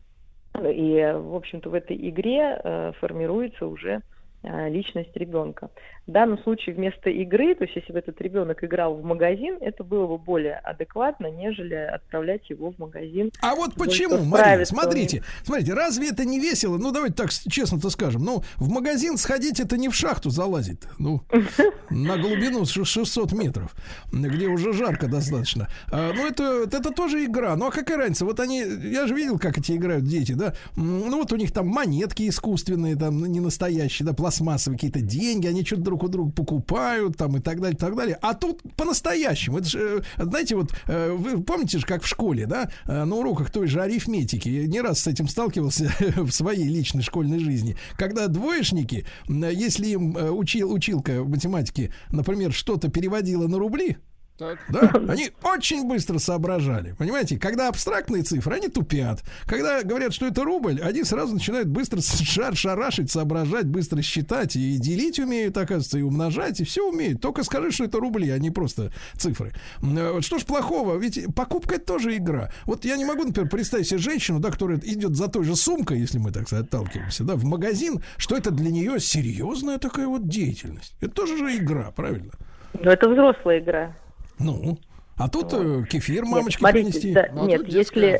И, в общем-то, в этой игре формируется уже личность ребенка. В данном случае вместо игры, то есть если бы этот ребенок играл в магазин, это было бы более адекватно, нежели отправлять его в магазин. А вот почему, Мария, смотрите, разве это не весело? Ну, давайте так честно-то скажем. Ну, в магазин сходить — это не в шахту залазить. Ну, на глубину 600 метров, где уже жарко достаточно. Ну, это тоже игра. Ну, а какая разница? Вот я же видел, как эти играют дети, да? Ну, вот у них там монетки искусственные, там, не настоящие, да, пластмассовые какие-то деньги, они что-то друг у друга покупают, там, и так далее, и так далее. А тут по-настоящему. Это же, знаете, вот вы помните же, как в школе, да, на уроках той же арифметики, я не раз с этим сталкивался в своей личной школьной жизни, когда двоечники, если им училка математики, например, что-то переводила на рубли, да, они очень быстро соображали. Понимаете, когда абстрактные цифры, они тупят. Когда говорят, что это рубль, они сразу начинают быстро шарашить, соображать, быстро считать. И делить умеют, оказывается, и умножать, и все умеют. Только скажи, что это рубли, а не просто цифры. Что ж плохого? Ведь покупка — это тоже игра. Вот я не могу, например, представить себе женщину, да, которая идет за той же сумкой, если мы так сказать отталкиваемся, да, в магазин, что это для нее серьезная такая вот деятельность. Это тоже же игра, правильно? Но это взрослая игра. Ну, а тут кефир мамочке принести. Да, нет, если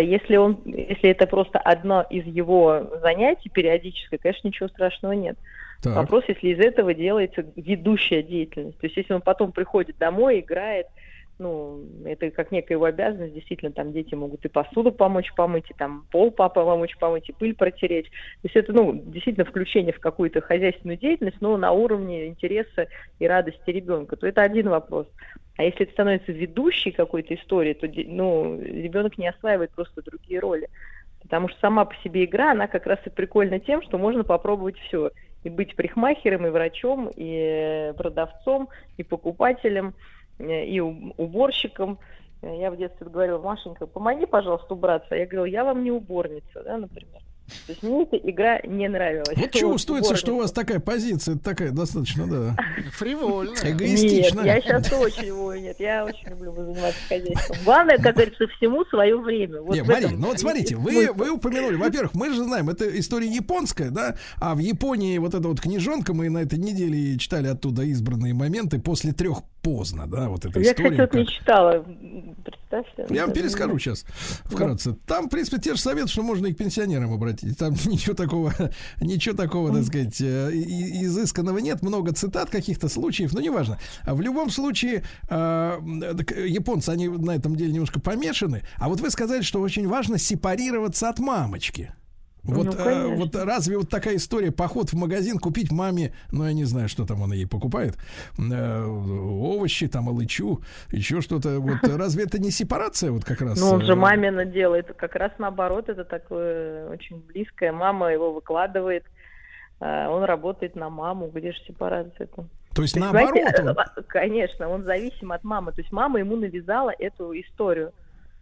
это просто одно из его занятий периодическое, конечно, ничего страшного нет. Так. Вопрос, если из этого делается ведущая деятельность. То есть если он потом приходит домой, играет, ну, это как некая его обязанность, действительно, там дети могут и посуду помочь помыть, и там пол папа помочь помыть, и пыль протереть. То есть это, ну, действительно включение в какую-то хозяйственную деятельность, но на уровне интереса и радости ребенка. То это один вопрос. А если это становится ведущей какой-то истории, то, ну, ребенок не осваивает просто другие роли. Потому что сама по себе игра, она как раз и прикольна тем, что можно попробовать все. И быть парикмахером, и врачом, и продавцом, и покупателем, и уборщиком. Я в детстве говорила: Машенька, помоги, пожалуйста, убраться. Я говорила: я вам не уборница, да, например. То есть мне эта игра не нравилась. Вот чувствуется, что у вас такая позиция, такая достаточно, да. Фривольная. Эгоистичная. Нет, я сейчас очень, нет, я очень люблю заниматься хозяйством. Главное, как говорится, всему свое время. Вот не, Мария, ну вот смотрите, вы упомянули, во-первых, мы же знаем, это история японская, да, а в Японии вот эта вот книжонка, мы на этой неделе читали оттуда избранные моменты, после 3 поздно, да, вот эта история. Я, кстати, вот не читала, представьте. Я вам перескажу сейчас вкратце. Там, в принципе, те же советы, что можно и к пенсионерам обратиться. Там ничего такого, так сказать, изысканного нет. Много цитат, каких-то случаев, но неважно. В любом случае, японцы, они на этом деле немножко помешаны. А вот вы сказали, что очень важно сепарироваться от мамочки. Вот, вот разве вот такая история, поход в магазин, купить маме, ну, я не знаю, что там она ей покупает, овощи, там, алычу, еще что-то, вот, разве это не сепарация вот как раз? Ну, он же мамина делает, как раз наоборот, это такое очень близкое, мама его выкладывает, он работает на маму, где же сепарация-то? То есть наоборот? Конечно, он зависим от мамы, то есть мама ему навязала эту историю.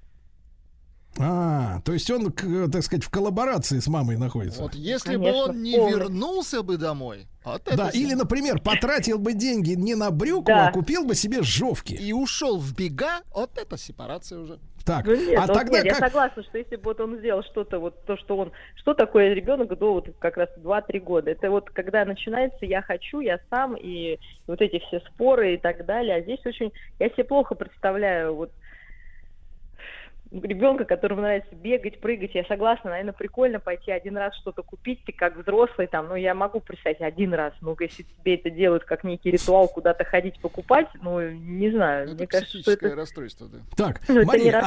То есть он, так сказать, в коллаборации с мамой находится. Вот если бы он не вернулся бы домой. Вот да, или, например, потратил бы деньги не на брюкву, а купил бы себе жовки. И ушел в бега, вот это сепарация уже. Так, ну, нет, тогда я согласна, что если бы вот он сделал что-то, вот то, что он... Что такое ребенок до вот как раз 2-3 года? Это вот когда начинается «я хочу», «я сам», и вот эти все споры и так далее. А здесь очень... Я себе плохо представляю вот ребенка, которому нравится бегать, прыгать. Я согласна, наверное, прикольно пойти один раз что-то купить, ты как взрослый там, ну, я могу представить один раз, ну, если тебе это делают как некий ритуал, куда-то ходить покупать, ну, не знаю. Это мне кажется, что это расстройство, да. Так, ну, Мария,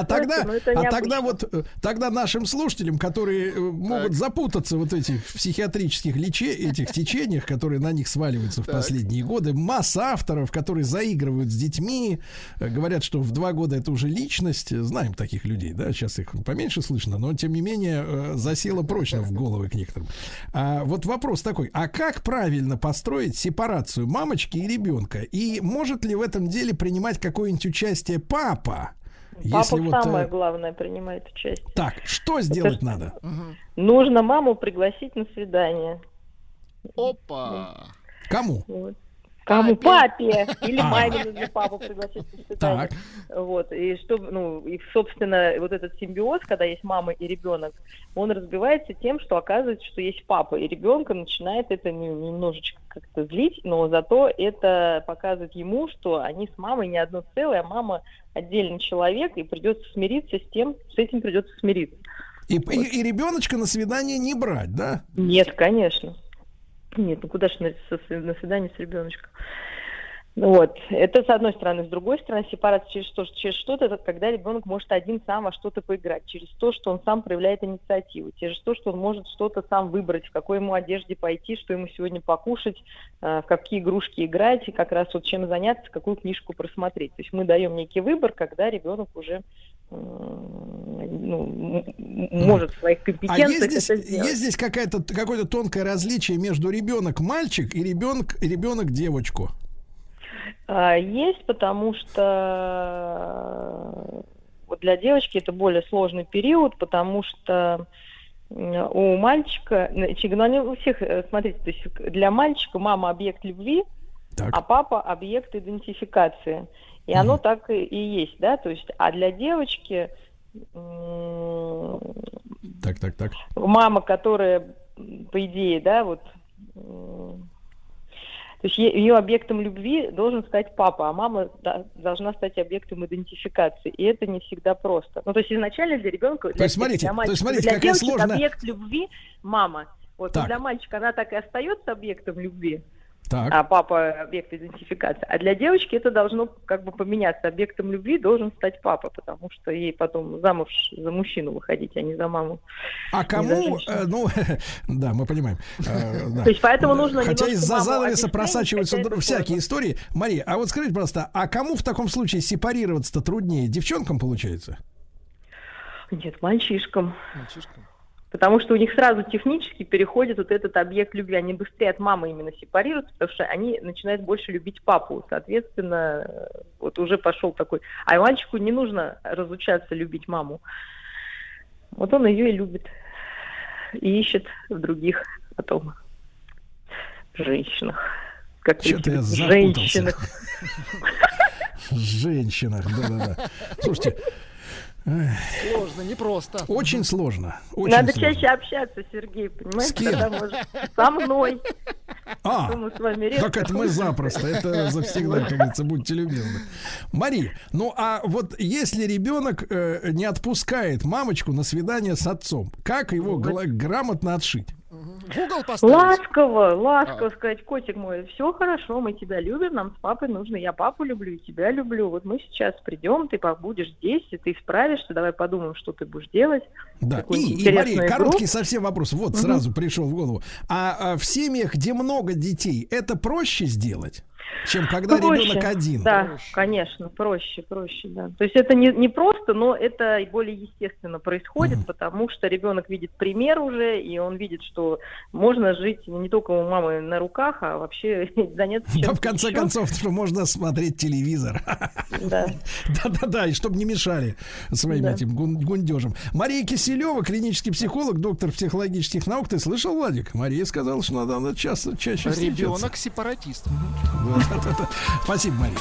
тогда нашим слушателям, которые могут запутаться вот этих психиатрических этих течениях, которые на них сваливаются в последние годы, масса авторов, которые заигрывают с детьми, говорят, что в 2 года это уже личность, знаем таких людей, да, сейчас их поменьше слышно, но тем не менее засело прочно в головы к некоторым. Вот вопрос такой: а как правильно построить сепарацию мамочки и ребенка? И может ли в этом деле принимать какое-нибудь участие папа? Папа самое главное принимает участие. Так, что сделать надо? Нужно маму пригласить на свидание. Опа! Кому? Вот. Кому? Папе! Или маме нужно папу пригласить на свидание. Вот. И чтобы, ну, и, собственно, вот этот симбиоз, когда есть мама и ребенок, он разбивается тем, что оказывается, что есть папа, и ребенка начинает это немножечко как-то злить, но зато это показывает ему, что они с мамой не одно целое, а мама отдельный человек, и придется смириться с этим придется смириться. И ребеночка на свидание не брать, да? Нет, конечно. Нет, ну куда же на свидание с ребеночком? Вот, это с одной стороны. С другой стороны, сепарация через что-то, это когда ребенок может один сам во что-то поиграть, через то, что он сам проявляет инициативу, через то, что он может что-то сам выбрать, в какой ему одежде пойти, что ему сегодня покушать, в какие игрушки играть, и как раз вот чем заняться, какую книжку просмотреть. То есть мы даем некий выбор, когда ребенок уже может в своих компетенциях это сделать. Есть здесь какое-то тонкое различие между ребенок-мальчик и ребенок-девочку? Есть, потому что вот для девочки это более сложный период, потому что у мальчика, у всех, смотрите, то есть для мальчика мама объект любви, а папа объект идентификации. И оно так и есть, да, то есть, а для девочки мама, которая, по идее, да, вот... То есть ее объектом любви должен стать папа, а мама должна стать объектом идентификации. И это не всегда просто. Ну, то есть изначально для ребенка, для мальчика, для девочки объект любви мама. Вот для мальчика она так и остается объектом любви, так. А папа объект идентификации. А для девочки это должно как бы поменяться. Объектом любви должен стать папа, потому что ей потом замуж за мужчину выходить, а не за маму. А кому, да, мы понимаем. То есть поэтому нужно... Хотя из-за занавеса просачиваются всякие истории. Мария, а вот скажите, пожалуйста, а кому в таком случае сепарироваться-то труднее? Девчонкам, получается? Нет, мальчишкам. Потому что у них сразу технически переходит вот этот объект любви. Они быстрее от мамы именно сепарируются, потому что они начинают больше любить папу. Соответственно, вот уже пошел такой... А мальчику не нужно разучаться любить маму. Вот он ее и любит. И ищет в других потом женщинах. Что-то я запутался. Женщинах, да-да-да. Слушайте... Сложно, непросто. Очень сложно. Надо чаще общаться, Сергей, понимаете? С кем? Со мной. Мы с вами так это мы запросто. Это завсегда, как говорится, будьте любезны. Мария, ну а вот если ребенок не отпускает мамочку на свидание с отцом, как его грамотно отшить? В угол поставить. Ласково сказать: котик мой, все хорошо, мы тебя любим, нам с папой нужно, я папу люблю и тебя люблю. Вот мы сейчас придем, ты побудешь здесь, и ты справишься, давай подумаем, что ты будешь делать. Да, и Мария, короткий совсем вопрос, вот сразу пришел в голову. А в семьях, где много детей, это проще сделать, чем когда ребенок один? Да, конечно, проще, да. То есть это не просто, но это более естественно происходит, потому что ребенок видит пример уже, и он видит, что можно жить не только у мамы на руках, а вообще заняться чем-то. Да, в конце концов, что можно смотреть телевизор. Да. Да, и чтобы не мешали своим этим гундежем. Мария Киселева, клинический психолог, доктор психологических наук. Ты слышал, Владик? Мария сказала, что надо чаще встречаться. Ребенок сепаратист. Спасибо, Мария.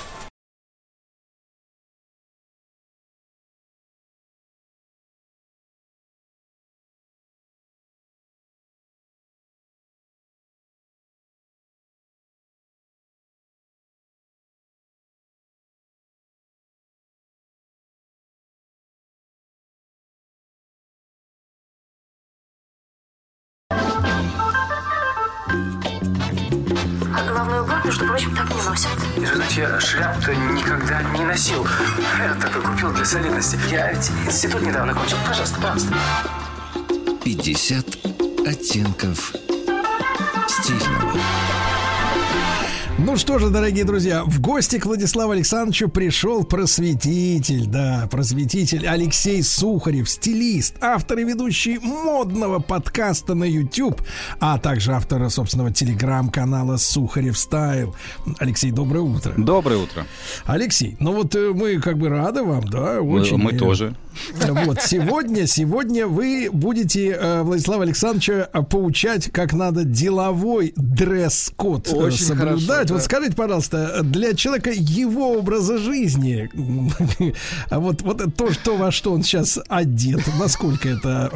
Между прочим, так не носят. Значит, я шляп-то никогда не носил. Я такой купил для солидности. Я институт недавно кончил. Пожалуйста. 50 оттенков стильного. Ну что же, дорогие друзья, в гости к Владиславу Александровичу пришел просветитель Алексей Сухарев, стилист, автор и ведущий модного подкаста на YouTube, а также автор собственного телеграм-канала Сухарев Стайл. Алексей, доброе утро. Доброе утро. Алексей, ну вот мы как бы рады вам, да? Очень. Мы тоже. Вот, сегодня вы будете Владислава Александровича поучать, как надо деловой дресс-код соблюдать. Хорошо, вот скажите, пожалуйста, для человека его образа жизни, вот то, во что он сейчас одет, насколько это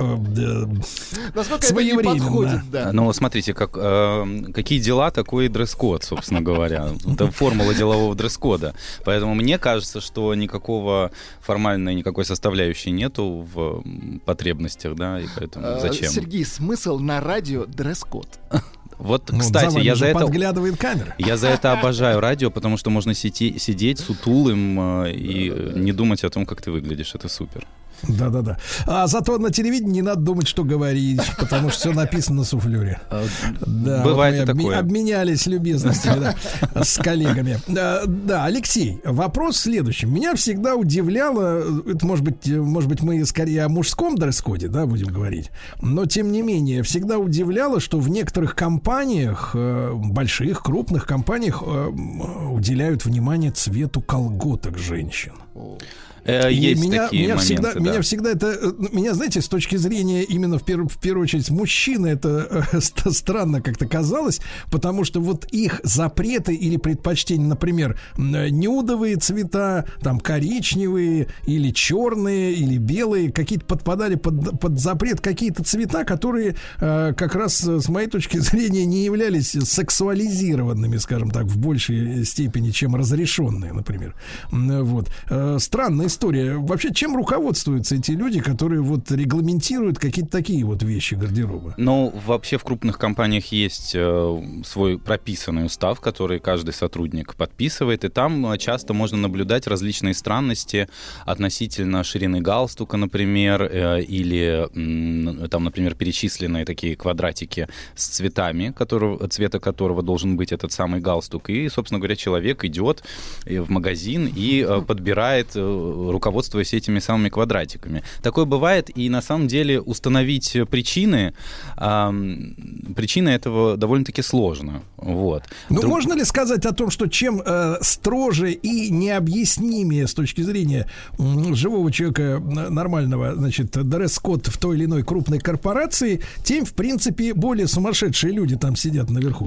своевременно? Это не подходит, да. Ну, смотрите, какие дела, такой дресс-код, собственно говоря. Это формула делового дресс-кода. Поэтому мне кажется, что никакой составляющей нету в потребностях, да, и поэтому зачем? Сергей, смысл на радио дресс-код. Вот, кстати, я за это подглядывает камера. Я за это обожаю радио, потому что можно сидеть сутулым и не думать о том, как ты выглядишь. Это супер. Да. А зато на телевидении не надо думать, что говорить, потому что все написано на суфлере. Да, бывает вот и такое. Обменялись любезностями с коллегами. Да, Алексей, вопрос следующий. Меня всегда удивляло, это может быть мы скорее о мужском дресс-коде, да, будем говорить, но тем не менее всегда удивляло, что в некоторых компаниях, больших, крупных компаниях, уделяют внимание цвету колготок женщин. Есть такие моменты, меня всегда это, знаете, с точки зрения именно в первую очередь мужчины, это странно как-то казалось, потому что вот их запреты или предпочтения, например, нюдовые цвета, там коричневые или черные или белые, какие-то подпадали под запрет, какие-то цвета, которые как раз с моей точки зрения не являлись сексуализированными, скажем так, в большей степени, чем разрешенные, например. Вот. Странная история. Вообще, чем руководствуются эти люди, которые вот регламентируют какие-то такие вот вещи гардероба? Ну, вообще в крупных компаниях есть свой прописанный устав, который каждый сотрудник подписывает, и там часто можно наблюдать различные странности относительно ширины галстука, например, или там, например, перечисленные такие квадратики с цветами, цвета которого должен быть этот самый галстук. И, собственно говоря, человек идет в магазин и подбирает, руководствуясь этими самыми квадратиками. Такое бывает, и на самом деле установить причины этого довольно-таки сложно. Вот. Ну, можно ли сказать о том, что чем строже и необъяснимее с точки зрения живого человека нормального, значит, дресс-код в той или иной крупной корпорации, тем, в принципе, более сумасшедшие люди там сидят наверху?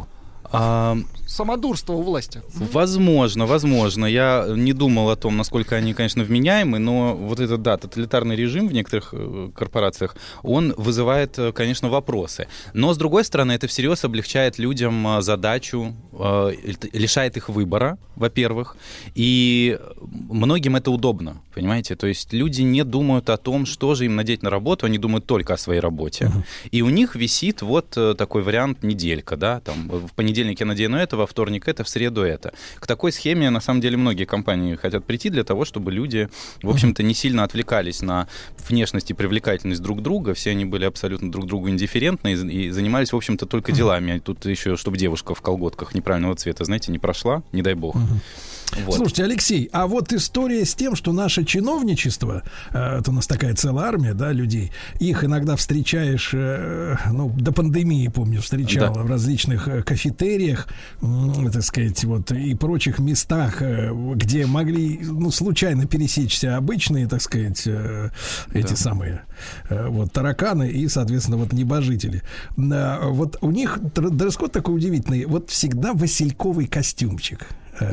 Самодурство у власти. Возможно. Я не думал о том, насколько они, конечно, вменяемы, но вот этот, да, тоталитарный режим в некоторых корпорациях, он вызывает, конечно, вопросы. Но, с другой стороны, это всерьез облегчает людям задачу, лишает их выбора, во-первых, и многим это удобно, понимаете? То есть люди не думают о том, что же им надеть на работу, они думают только о своей работе. И у них висит вот такой вариант неделька, да, там, в понедельник я надену это, во вторник это, в среду это. К такой схеме, на самом деле, многие компании хотят прийти для того, чтобы люди, в общем-то, не сильно отвлекались на внешность и привлекательность друг друга. Все они были абсолютно друг другу индифферентны и занимались, в общем-то, только делами. Тут еще, чтобы девушка в колготках неправильного цвета, знаете, не прошла, не дай бог. Вот. Слушайте, Алексей, а вот история с тем, что наше чиновничество, это у нас такая целая армия, да, людей, их иногда встречаешь, ну, до пандемии, помню, встречал в различных кафетериях, так сказать, вот, и прочих местах, где могли, ну, случайно пересечься обычные, так сказать, эти самые, вот, тараканы и, соответственно, вот, небожители. Вот у них дресс-код такой удивительный, вот всегда васильковый костюмчик.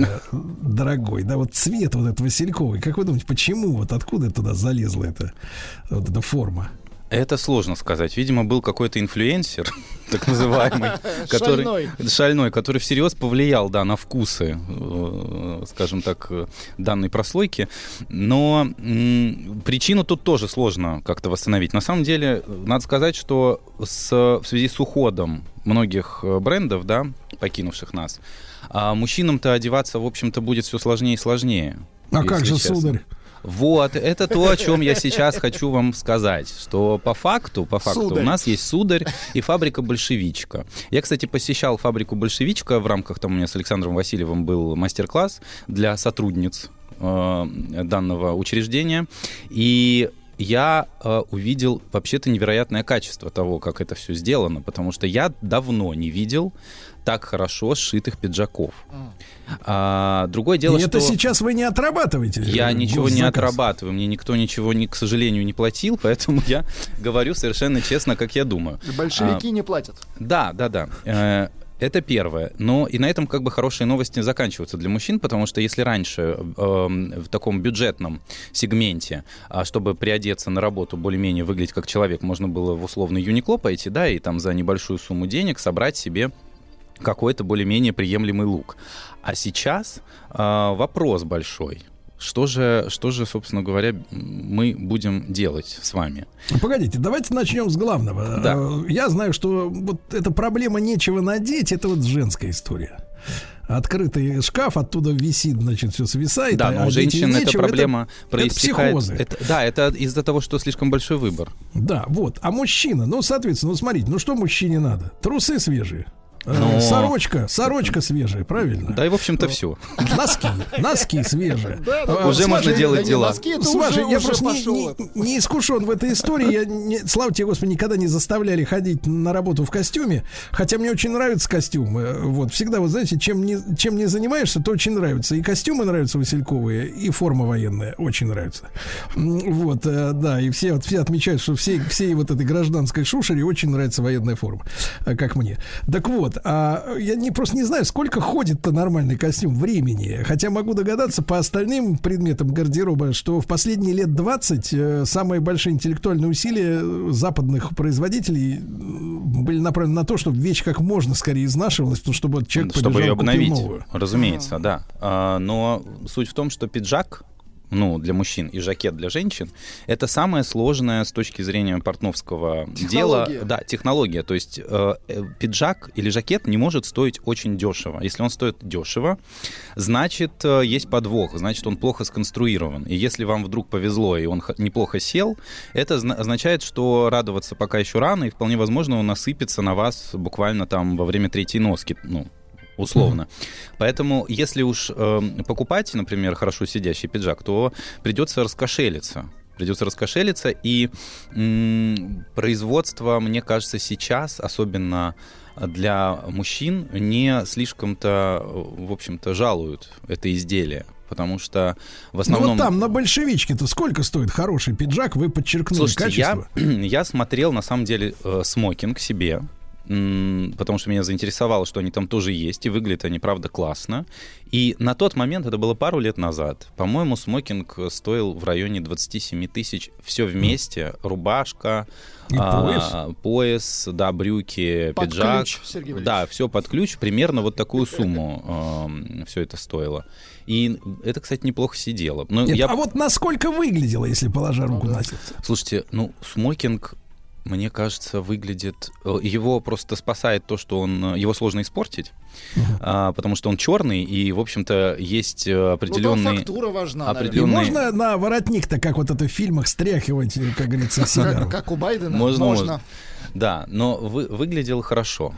Дорогой, да, вот цвет вот этот васильковый. Как вы думаете, почему, вот откуда туда залезла эта форма? Это сложно сказать. Видимо, был какой-то инфлюенсер, так называемый, шальной, который всерьез повлиял, да, на вкусы, скажем так, данной прослойки. Но причину тут тоже сложно как-то восстановить. На самом деле, надо сказать, что в связи с уходом многих брендов, да, покинувших нас, мужчинам-то одеваться, в общем-то, будет все сложнее и сложнее. А как же, сударь? Вот, это то, о чем я сейчас хочу вам сказать, что по факту у нас есть «Сударь» и фабрика «Большевичка». Я, кстати, посещал фабрику «Большевичка» в рамках, там у меня с Александром Васильевым был мастер-класс для сотрудниц данного учреждения, и я увидел вообще-то невероятное качество того, как это все сделано, потому что я давно не видел так хорошо сшитых пиджаков. Другое дело, и что... это сейчас вы не отрабатываете? Я ничего не отрабатываю. Мне никто ничего, к сожалению, не платил, поэтому я говорю совершенно честно, как я думаю. Большевики не платят. Да. Это первое. Но и на этом как бы хорошие новости заканчиваются для мужчин, потому что если раньше в таком бюджетном сегменте, чтобы приодеться на работу, более-менее выглядеть как человек, можно было в условный Юникло пойти, да, и там за небольшую сумму денег собрать себе какой-то более-менее приемлемый лук. А сейчас вопрос большой. Что же, собственно говоря, мы будем делать с вами? Погодите, давайте начнем с главного. Да. Я знаю, что вот эта проблема «нечего надеть» — это вот женская история. Открытый шкаф, оттуда висит, значит, все свисает. Да, но у женщин эта проблема проистекает. Это психозы. Это из-за того, что слишком большой выбор. Да, вот. А мужчина, ну, соответственно, смотрите, что мужчине надо? Трусы свежие. Сорочка свежая, правильно? Да, и, в общем-то, все. Носки свежие. Уже можно делать дела. Слушай, я просто не искушен в этой истории. Слава тебе, Господи, никогда не заставляли ходить на работу в костюме. Хотя мне очень нравится костюм. Вот, всегда, вот знаете, чем не занимаешься, то очень нравится. И костюмы нравятся васильковые, и форма военная очень нравится. Вот, да, и все отмечают, что всей вот этой гражданской шушере очень нравится военная форма, как мне. Так вот, я просто не знаю, сколько ходит-то нормальный костюм времени. Хотя могу догадаться по остальным предметам гардероба, что в последние лет 20 самые большие интеллектуальные усилия западных производителей были направлены на то, чтобы вещь как можно скорее изнашивалась, чтобы человек чтобы ее обновить, новую. Разумеется, да. Но суть в том, что пиджак для мужчин и жакет для женщин, это самое сложное с точки зрения портновского дела. Да, технология. То есть пиджак или жакет не может стоить очень дешево. Если он стоит дешево, значит, есть подвох, значит, он плохо сконструирован. И если вам вдруг повезло, и он неплохо сел, это означает, что радоваться пока еще рано, и вполне возможно, он насыпется на вас буквально там во время третьей носки, условно. Поэтому, если уж покупать, например, хорошо сидящий пиджак, то придется раскошелиться. И производство, мне кажется, сейчас, особенно для мужчин, не слишком-то, в общем-то, жалуют это изделие. Потому что в основном... там на большевичке-то сколько стоит хороший пиджак? Вы подчеркнули качество. Я смотрел, на самом деле, смокинг себе, потому что меня заинтересовало, что они там тоже есть, и выглядят они, правда, классно. И на тот момент, это было пару лет назад, по-моему, смокинг стоил в районе 27 тысяч. Все вместе, рубашка, пояс, да, брюки, под пиджак. Ключ, Сергей Валерьевич. Да, все под ключ, примерно вот такую сумму все это стоило. И это, кстати, неплохо сидело. А вот насколько выглядело, если положа руку на сердце? Слушайте, смокинг... Мне кажется, выглядит... Его просто спасает то, что его сложно испортить, потому что он черный, и, в общем-то, есть определенные... фактура важна, И можно на воротник-то, как вот это в фильмах, стряхивать, как говорится, сигару? Как у Байдена? Можно. Да, но выглядел хорошо.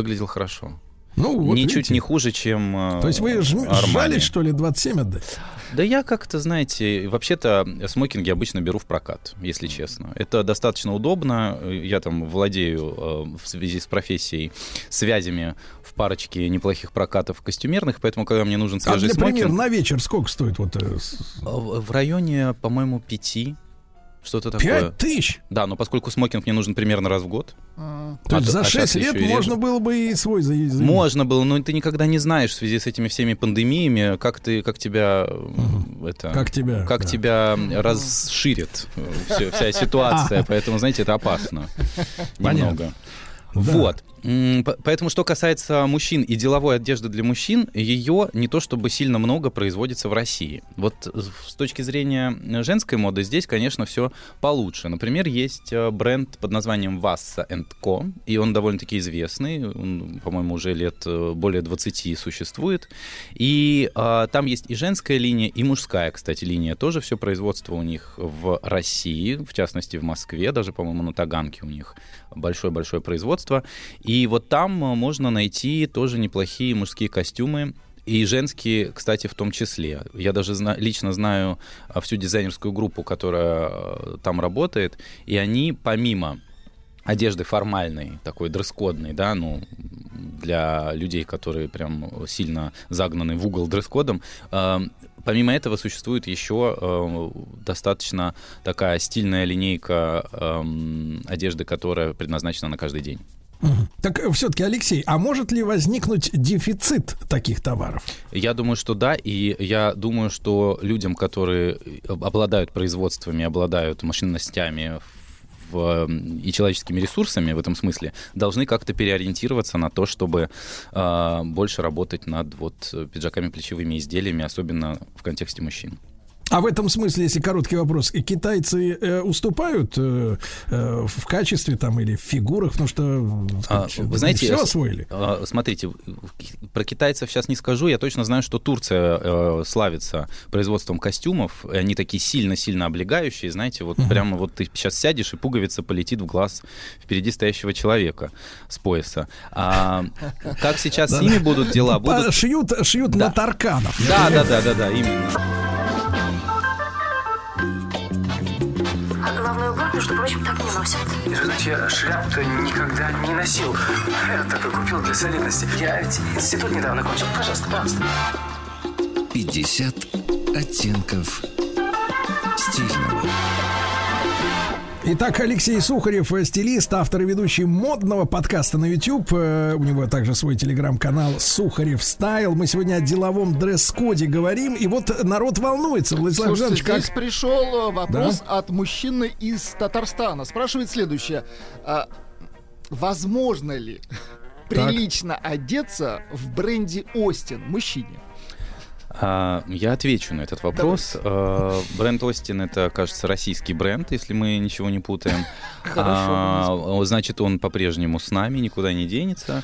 Ничуть видите. Не хуже, чем То есть вы жались, что ли, 27 отдать? Да я как-то, знаете, вообще-то смокинги обычно беру в прокат, если честно. Это достаточно удобно. Я там владею в связи с профессией связями в парочке неплохих прокатов костюмерных, поэтому, когда мне нужен свежий смокинг... например, на вечер сколько стоит? В районе, по-моему, 5. Что-то такое. 5 тысяч? Да, но поскольку смокинг мне нужен примерно раз в год. То есть за 6 лет можно было бы и свой заявить? Можно было, но ты никогда не знаешь в связи с этими всеми пандемиями, как тебя расширит вся ситуация. Поэтому, знаете, это опасно. Немного. Вот. Поэтому, что касается мужчин и деловой одежды для мужчин, ее не то чтобы сильно много производится в России. Вот с точки зрения женской моды здесь, конечно, все получше. Например, есть бренд под названием Vassa & Co. И он довольно-таки известный. Он, по-моему, уже лет более 20 существует. И там есть и женская линия, и мужская, кстати, линия. Тоже все производство у них в России, в частности, в Москве. Даже, по-моему, на Таганке у них большое-большое производство. И вот там можно найти тоже неплохие мужские костюмы, и женские, кстати, в том числе. Я даже лично знаю всю дизайнерскую группу, которая там работает, и они помимо одежды формальной, такой дресс-кодной, да, для людей, которые прям сильно загнаны в угол дресс-кодом, помимо этого существует еще достаточно такая стильная линейка одежды, которая предназначена на каждый день. Так все-таки, Алексей, а может ли возникнуть дефицит таких товаров? Я думаю, что да, и я думаю, что людям, которые обладают производствами, обладают мощностями и человеческими ресурсами в этом смысле, должны как-то переориентироваться на то, чтобы больше работать над пиджаками, плечевыми изделиями, особенно в контексте мужчин. А в этом смысле, если короткий вопрос, китайцы уступают в качестве там или в фигурах, потому что вы знаете, все освоили? Смотрите, про китайцев сейчас не скажу, я точно знаю, что Турция славится производством костюмов, и они такие сильно-сильно облегающие, знаете, прямо ты сейчас сядешь, и пуговица полетит в глаз впереди стоящего человека с пояса. Как сейчас с ними будут дела? Шьют на тарканов. Да, именно. Между прочим, так не носят. Значит, я шляпу-то никогда не носил. Я такой купил для солидности. Я ведь институт недавно кончил. Пожалуйста. 50 оттенков стильного. Итак, Алексей Сухарев, стилист, автор и ведущий модного подкаста на YouTube. У него также свой телеграм-канал «Сухарев Стайл». Мы сегодня о деловом дресс-коде говорим. И вот народ волнуется. Владислав Жанович, здесь пришел вопрос от мужчины из Татарстана. Спрашивает следующее. Возможно ли прилично одеться в бренде Остин мужчине? Я отвечу на этот вопрос. Бренд Остин — это, кажется, российский бренд, если мы ничего не путаем. Значит, он по-прежнему с нами, никуда не денется.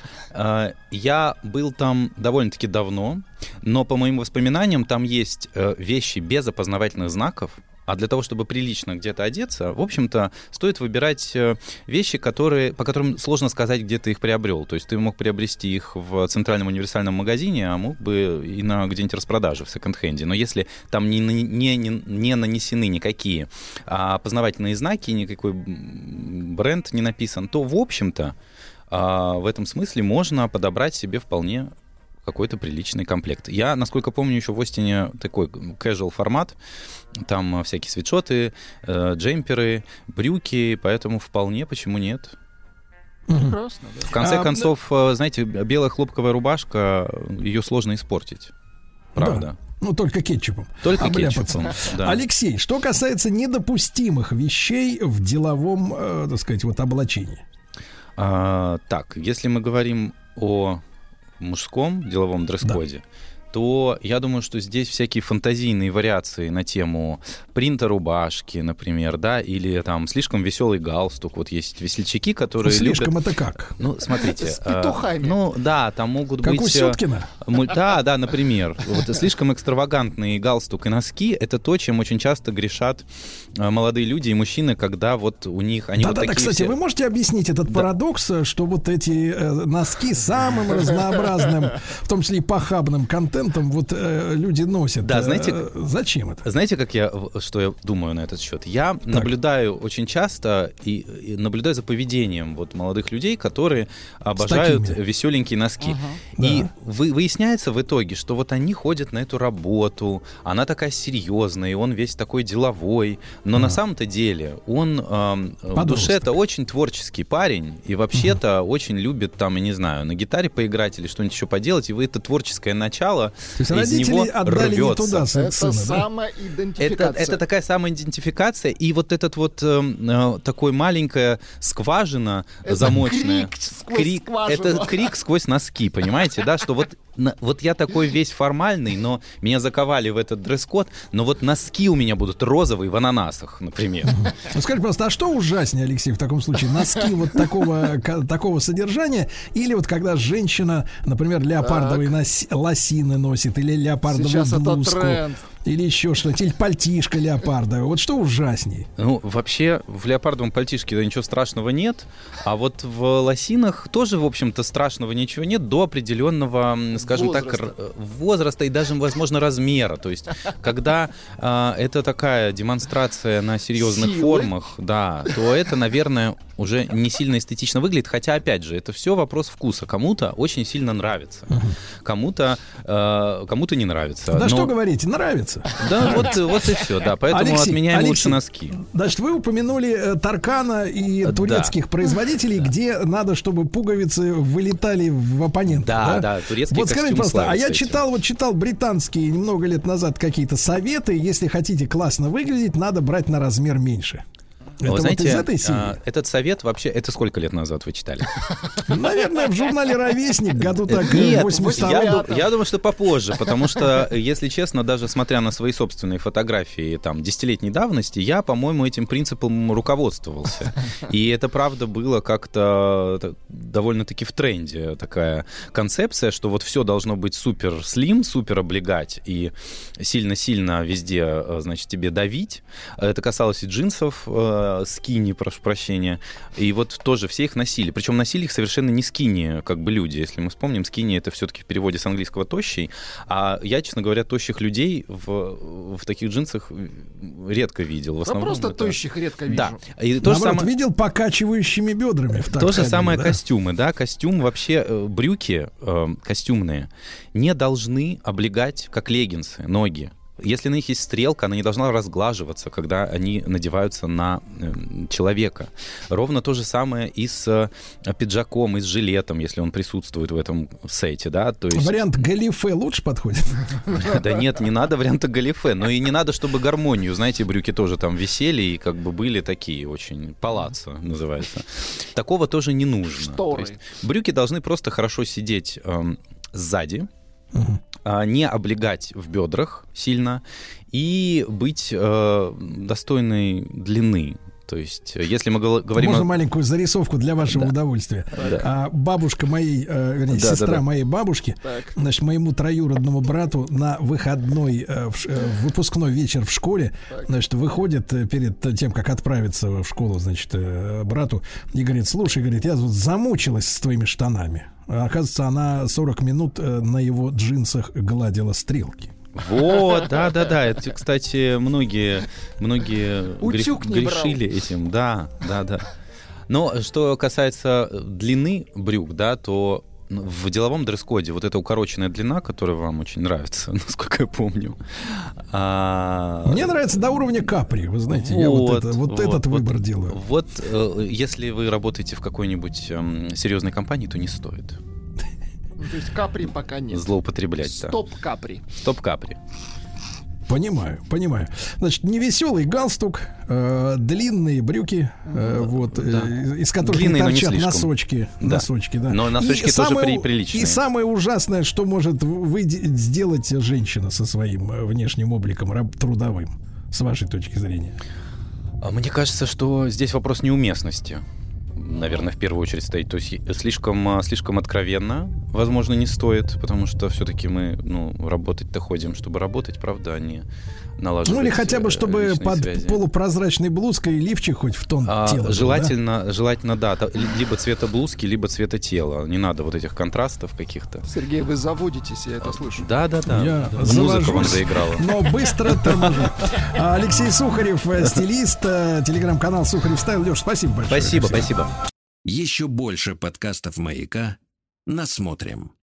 Я был там довольно-таки давно, но по моим воспоминаниям там есть вещи без опознавательных знаков. А для того, чтобы прилично где-то одеться, в общем-то, стоит выбирать вещи, по которым сложно сказать, где ты их приобрел. То есть ты мог приобрести их в центральном универсальном магазине, а мог бы и на где-нибудь распродаже в секонд-хенде. Но если там не нанесены никакие опознавательные знаки, никакой бренд не написан, то, в общем-то, в этом смысле можно подобрать себе вполне какой-то приличный комплект. Я, насколько помню, еще в Остине такой casual формат. Там всякие свитшоты, джемперы, брюки, поэтому вполне, почему нет? Прекрасно, да. В конце концов, знаете, белая хлопковая рубашка, ее сложно испортить. Правда? Да. Ну, только кетчупом. Только кетчупом, да. Алексей, что касается недопустимых вещей в деловом, так сказать, вот облачении. Так, если мы говорим о мужском деловом дресс-коде, то я думаю, что здесь всякие фантазийные вариации на тему принта рубашки, например, да, или там слишком веселый галстук. Вот есть весельчаки, которые слишком любят... это как? Ну, смотрите. С петухами. Ну, да, там могут как быть... у Сюткина? Да, например. Вот слишком экстравагантный галстук и носки — это то, чем очень часто грешат молодые люди и мужчины, когда вот у них... Да-да-да, кстати, вы можете объяснить этот парадокс, что вот эти носки самым разнообразным, в том числе и похабным контентом, вот люди носят. Да, знаете, зачем это? Знаете, что я думаю на этот счет? Я наблюдаю очень часто и наблюдаю за поведением вот молодых людей, которые обожают веселенькие носки. И выясняется в итоге, что вот они ходят на эту работу, она такая серьезная, и он весь такой деловой, но на самом-то деле он в душе-то очень творческий парень, и вообще-то очень любит там, я не знаю, на гитаре поиграть или что-нибудь еще поделать, и вы это творческое начало из него отдали рвется. Не туда, это сына, самоидентификация. Это такая самоидентификация, и вот этот вот такой маленькая скважина замочная. Это крик сквозь носки, понимаете, да, что вот я такой весь формальный, но меня заковали в этот дресс-код, но вот носки у меня будут розовые в ананасах, например. Ну, скажите, просто, а что ужаснее, Алексей, в таком случае? Носки вот такого содержания или вот когда женщина, например, леопардовые лосины носит или леопардовую блузку? Или еще что-то, или пальтишко леопардовое. Вот что ужасней? Ну, вообще, в леопардовом пальтишке ничего страшного нет, а вот в лосинах тоже, в общем-то, страшного ничего нет до определенного, скажем так, возраста и даже, возможно, размера. То есть, когда это такая демонстрация на серьезных формах, да, то это, наверное, уже не сильно эстетично выглядит, хотя, опять же, это все вопрос вкуса. Кому-то очень сильно нравится, кому-то не нравится. Да что говорите, нравится. Да, вот и все, да. Поэтому отменяем лучше носки. Значит, вы упомянули Таркана и турецких производителей, где надо, чтобы пуговицы вылетали в оппонента. Да, турецкие вот скажите просто, а я этим. читал британские немного лет назад какие-то советы. Если хотите классно выглядеть, надо брать на размер меньше. Это вы знаете, вот из этой серии? Этот совет вообще, это сколько лет назад вы читали? Наверное, в журнале «Ровесник» году так 82-м. Я думаю, что попозже, потому что, если честно, даже смотря на свои собственные фотографии там 10-летней давности, я, по-моему, этим принципом руководствовался. И это, правда, было как-то довольно-таки в тренде такая концепция, что вот все должно быть супер слим, супер облегать и сильно-сильно везде, значит, тебе давить. Это касалось и джинсов, скини, прошу прощения. И вот тоже все их носили. Причем носили их совершенно не скини, как бы люди. Если мы вспомним, скини — это все-таки в переводе с английского «тощий». А я, честно говоря, тощих людей в таких джинсах редко видел. В основном просто это... тощих редко вижу. Да. И то же самое... видел покачивающими бедрами. То же самое костюмы, да. Костюм вообще, брюки костюмные не должны облегать, как леггинсы, ноги. Если на них есть стрелка, она не должна разглаживаться, когда они надеваются на человека. Ровно то же самое и с пиджаком, и с жилетом, если он присутствует в этом сете, да. То есть... Вариант галифе лучше подходит? Да нет, не надо варианта галифе, но и не надо, чтобы гармонию, знаете, брюки тоже там висели и как бы были такие очень, палаццо называется. Такого тоже не нужно. То есть брюки должны просто хорошо сидеть сзади. не облегать в бедрах сильно и быть достойной длины. То есть, если мы говорим... Можно маленькую зарисовку для вашего удовольствия. Да. Бабушка моей, вернее, сестра моей бабушки, значит, моему троюродному брату на выходной, выпускной вечер в школе, значит, выходит перед тем, как отправиться в школу, значит, брату, и говорит: слушай, говорит, я тут замучилась с твоими штанами. Оказывается, она 40 минут на его джинсах гладила стрелки. Вот, да. Это, кстати, многие грешили этим, да. Но что касается длины брюк, да, то в деловом дресс-коде вот эта укороченная длина, которая вам очень нравится, насколько я помню. Мне нравится до уровня капри, вы знаете, я этот выбор делаю. Вот если вы работаете в какой-нибудь серьезной компании, то не стоит. То есть капри пока нет. Злоупотреблять. Стоп-капри. Стоп-капри. Понимаю. Значит, невеселый галстук, длинные брюки, из которых длинные, торчат носочки. Носочки, да. Но носочки тоже приличные. И самое ужасное, что может сделать женщина со своим внешним обликом трудовым, с вашей точки зрения. Мне кажется, что здесь вопрос неуместности. Наверное, в первую очередь стоит. То есть слишком откровенно, возможно, не стоит, потому что все-таки мы, работать-то ходим, чтобы работать, правда, а не налаживать. Или хотя бы, чтобы под связи. Полупрозрачной блузкой лифчик хоть в тон тела. Желательно, да, либо цвета блузки, либо цвета тела. Не надо вот этих контрастов каких-то. Сергей, вы заводитесь, я это слышу. Да. Музыка вам заиграла. Но быстро торможу. Алексей Сухарев, стилист, телеграм-канал Сухарев Стайл. Леш, спасибо большое. Спасибо. Еще больше подкастов «Маяка» насмотрим.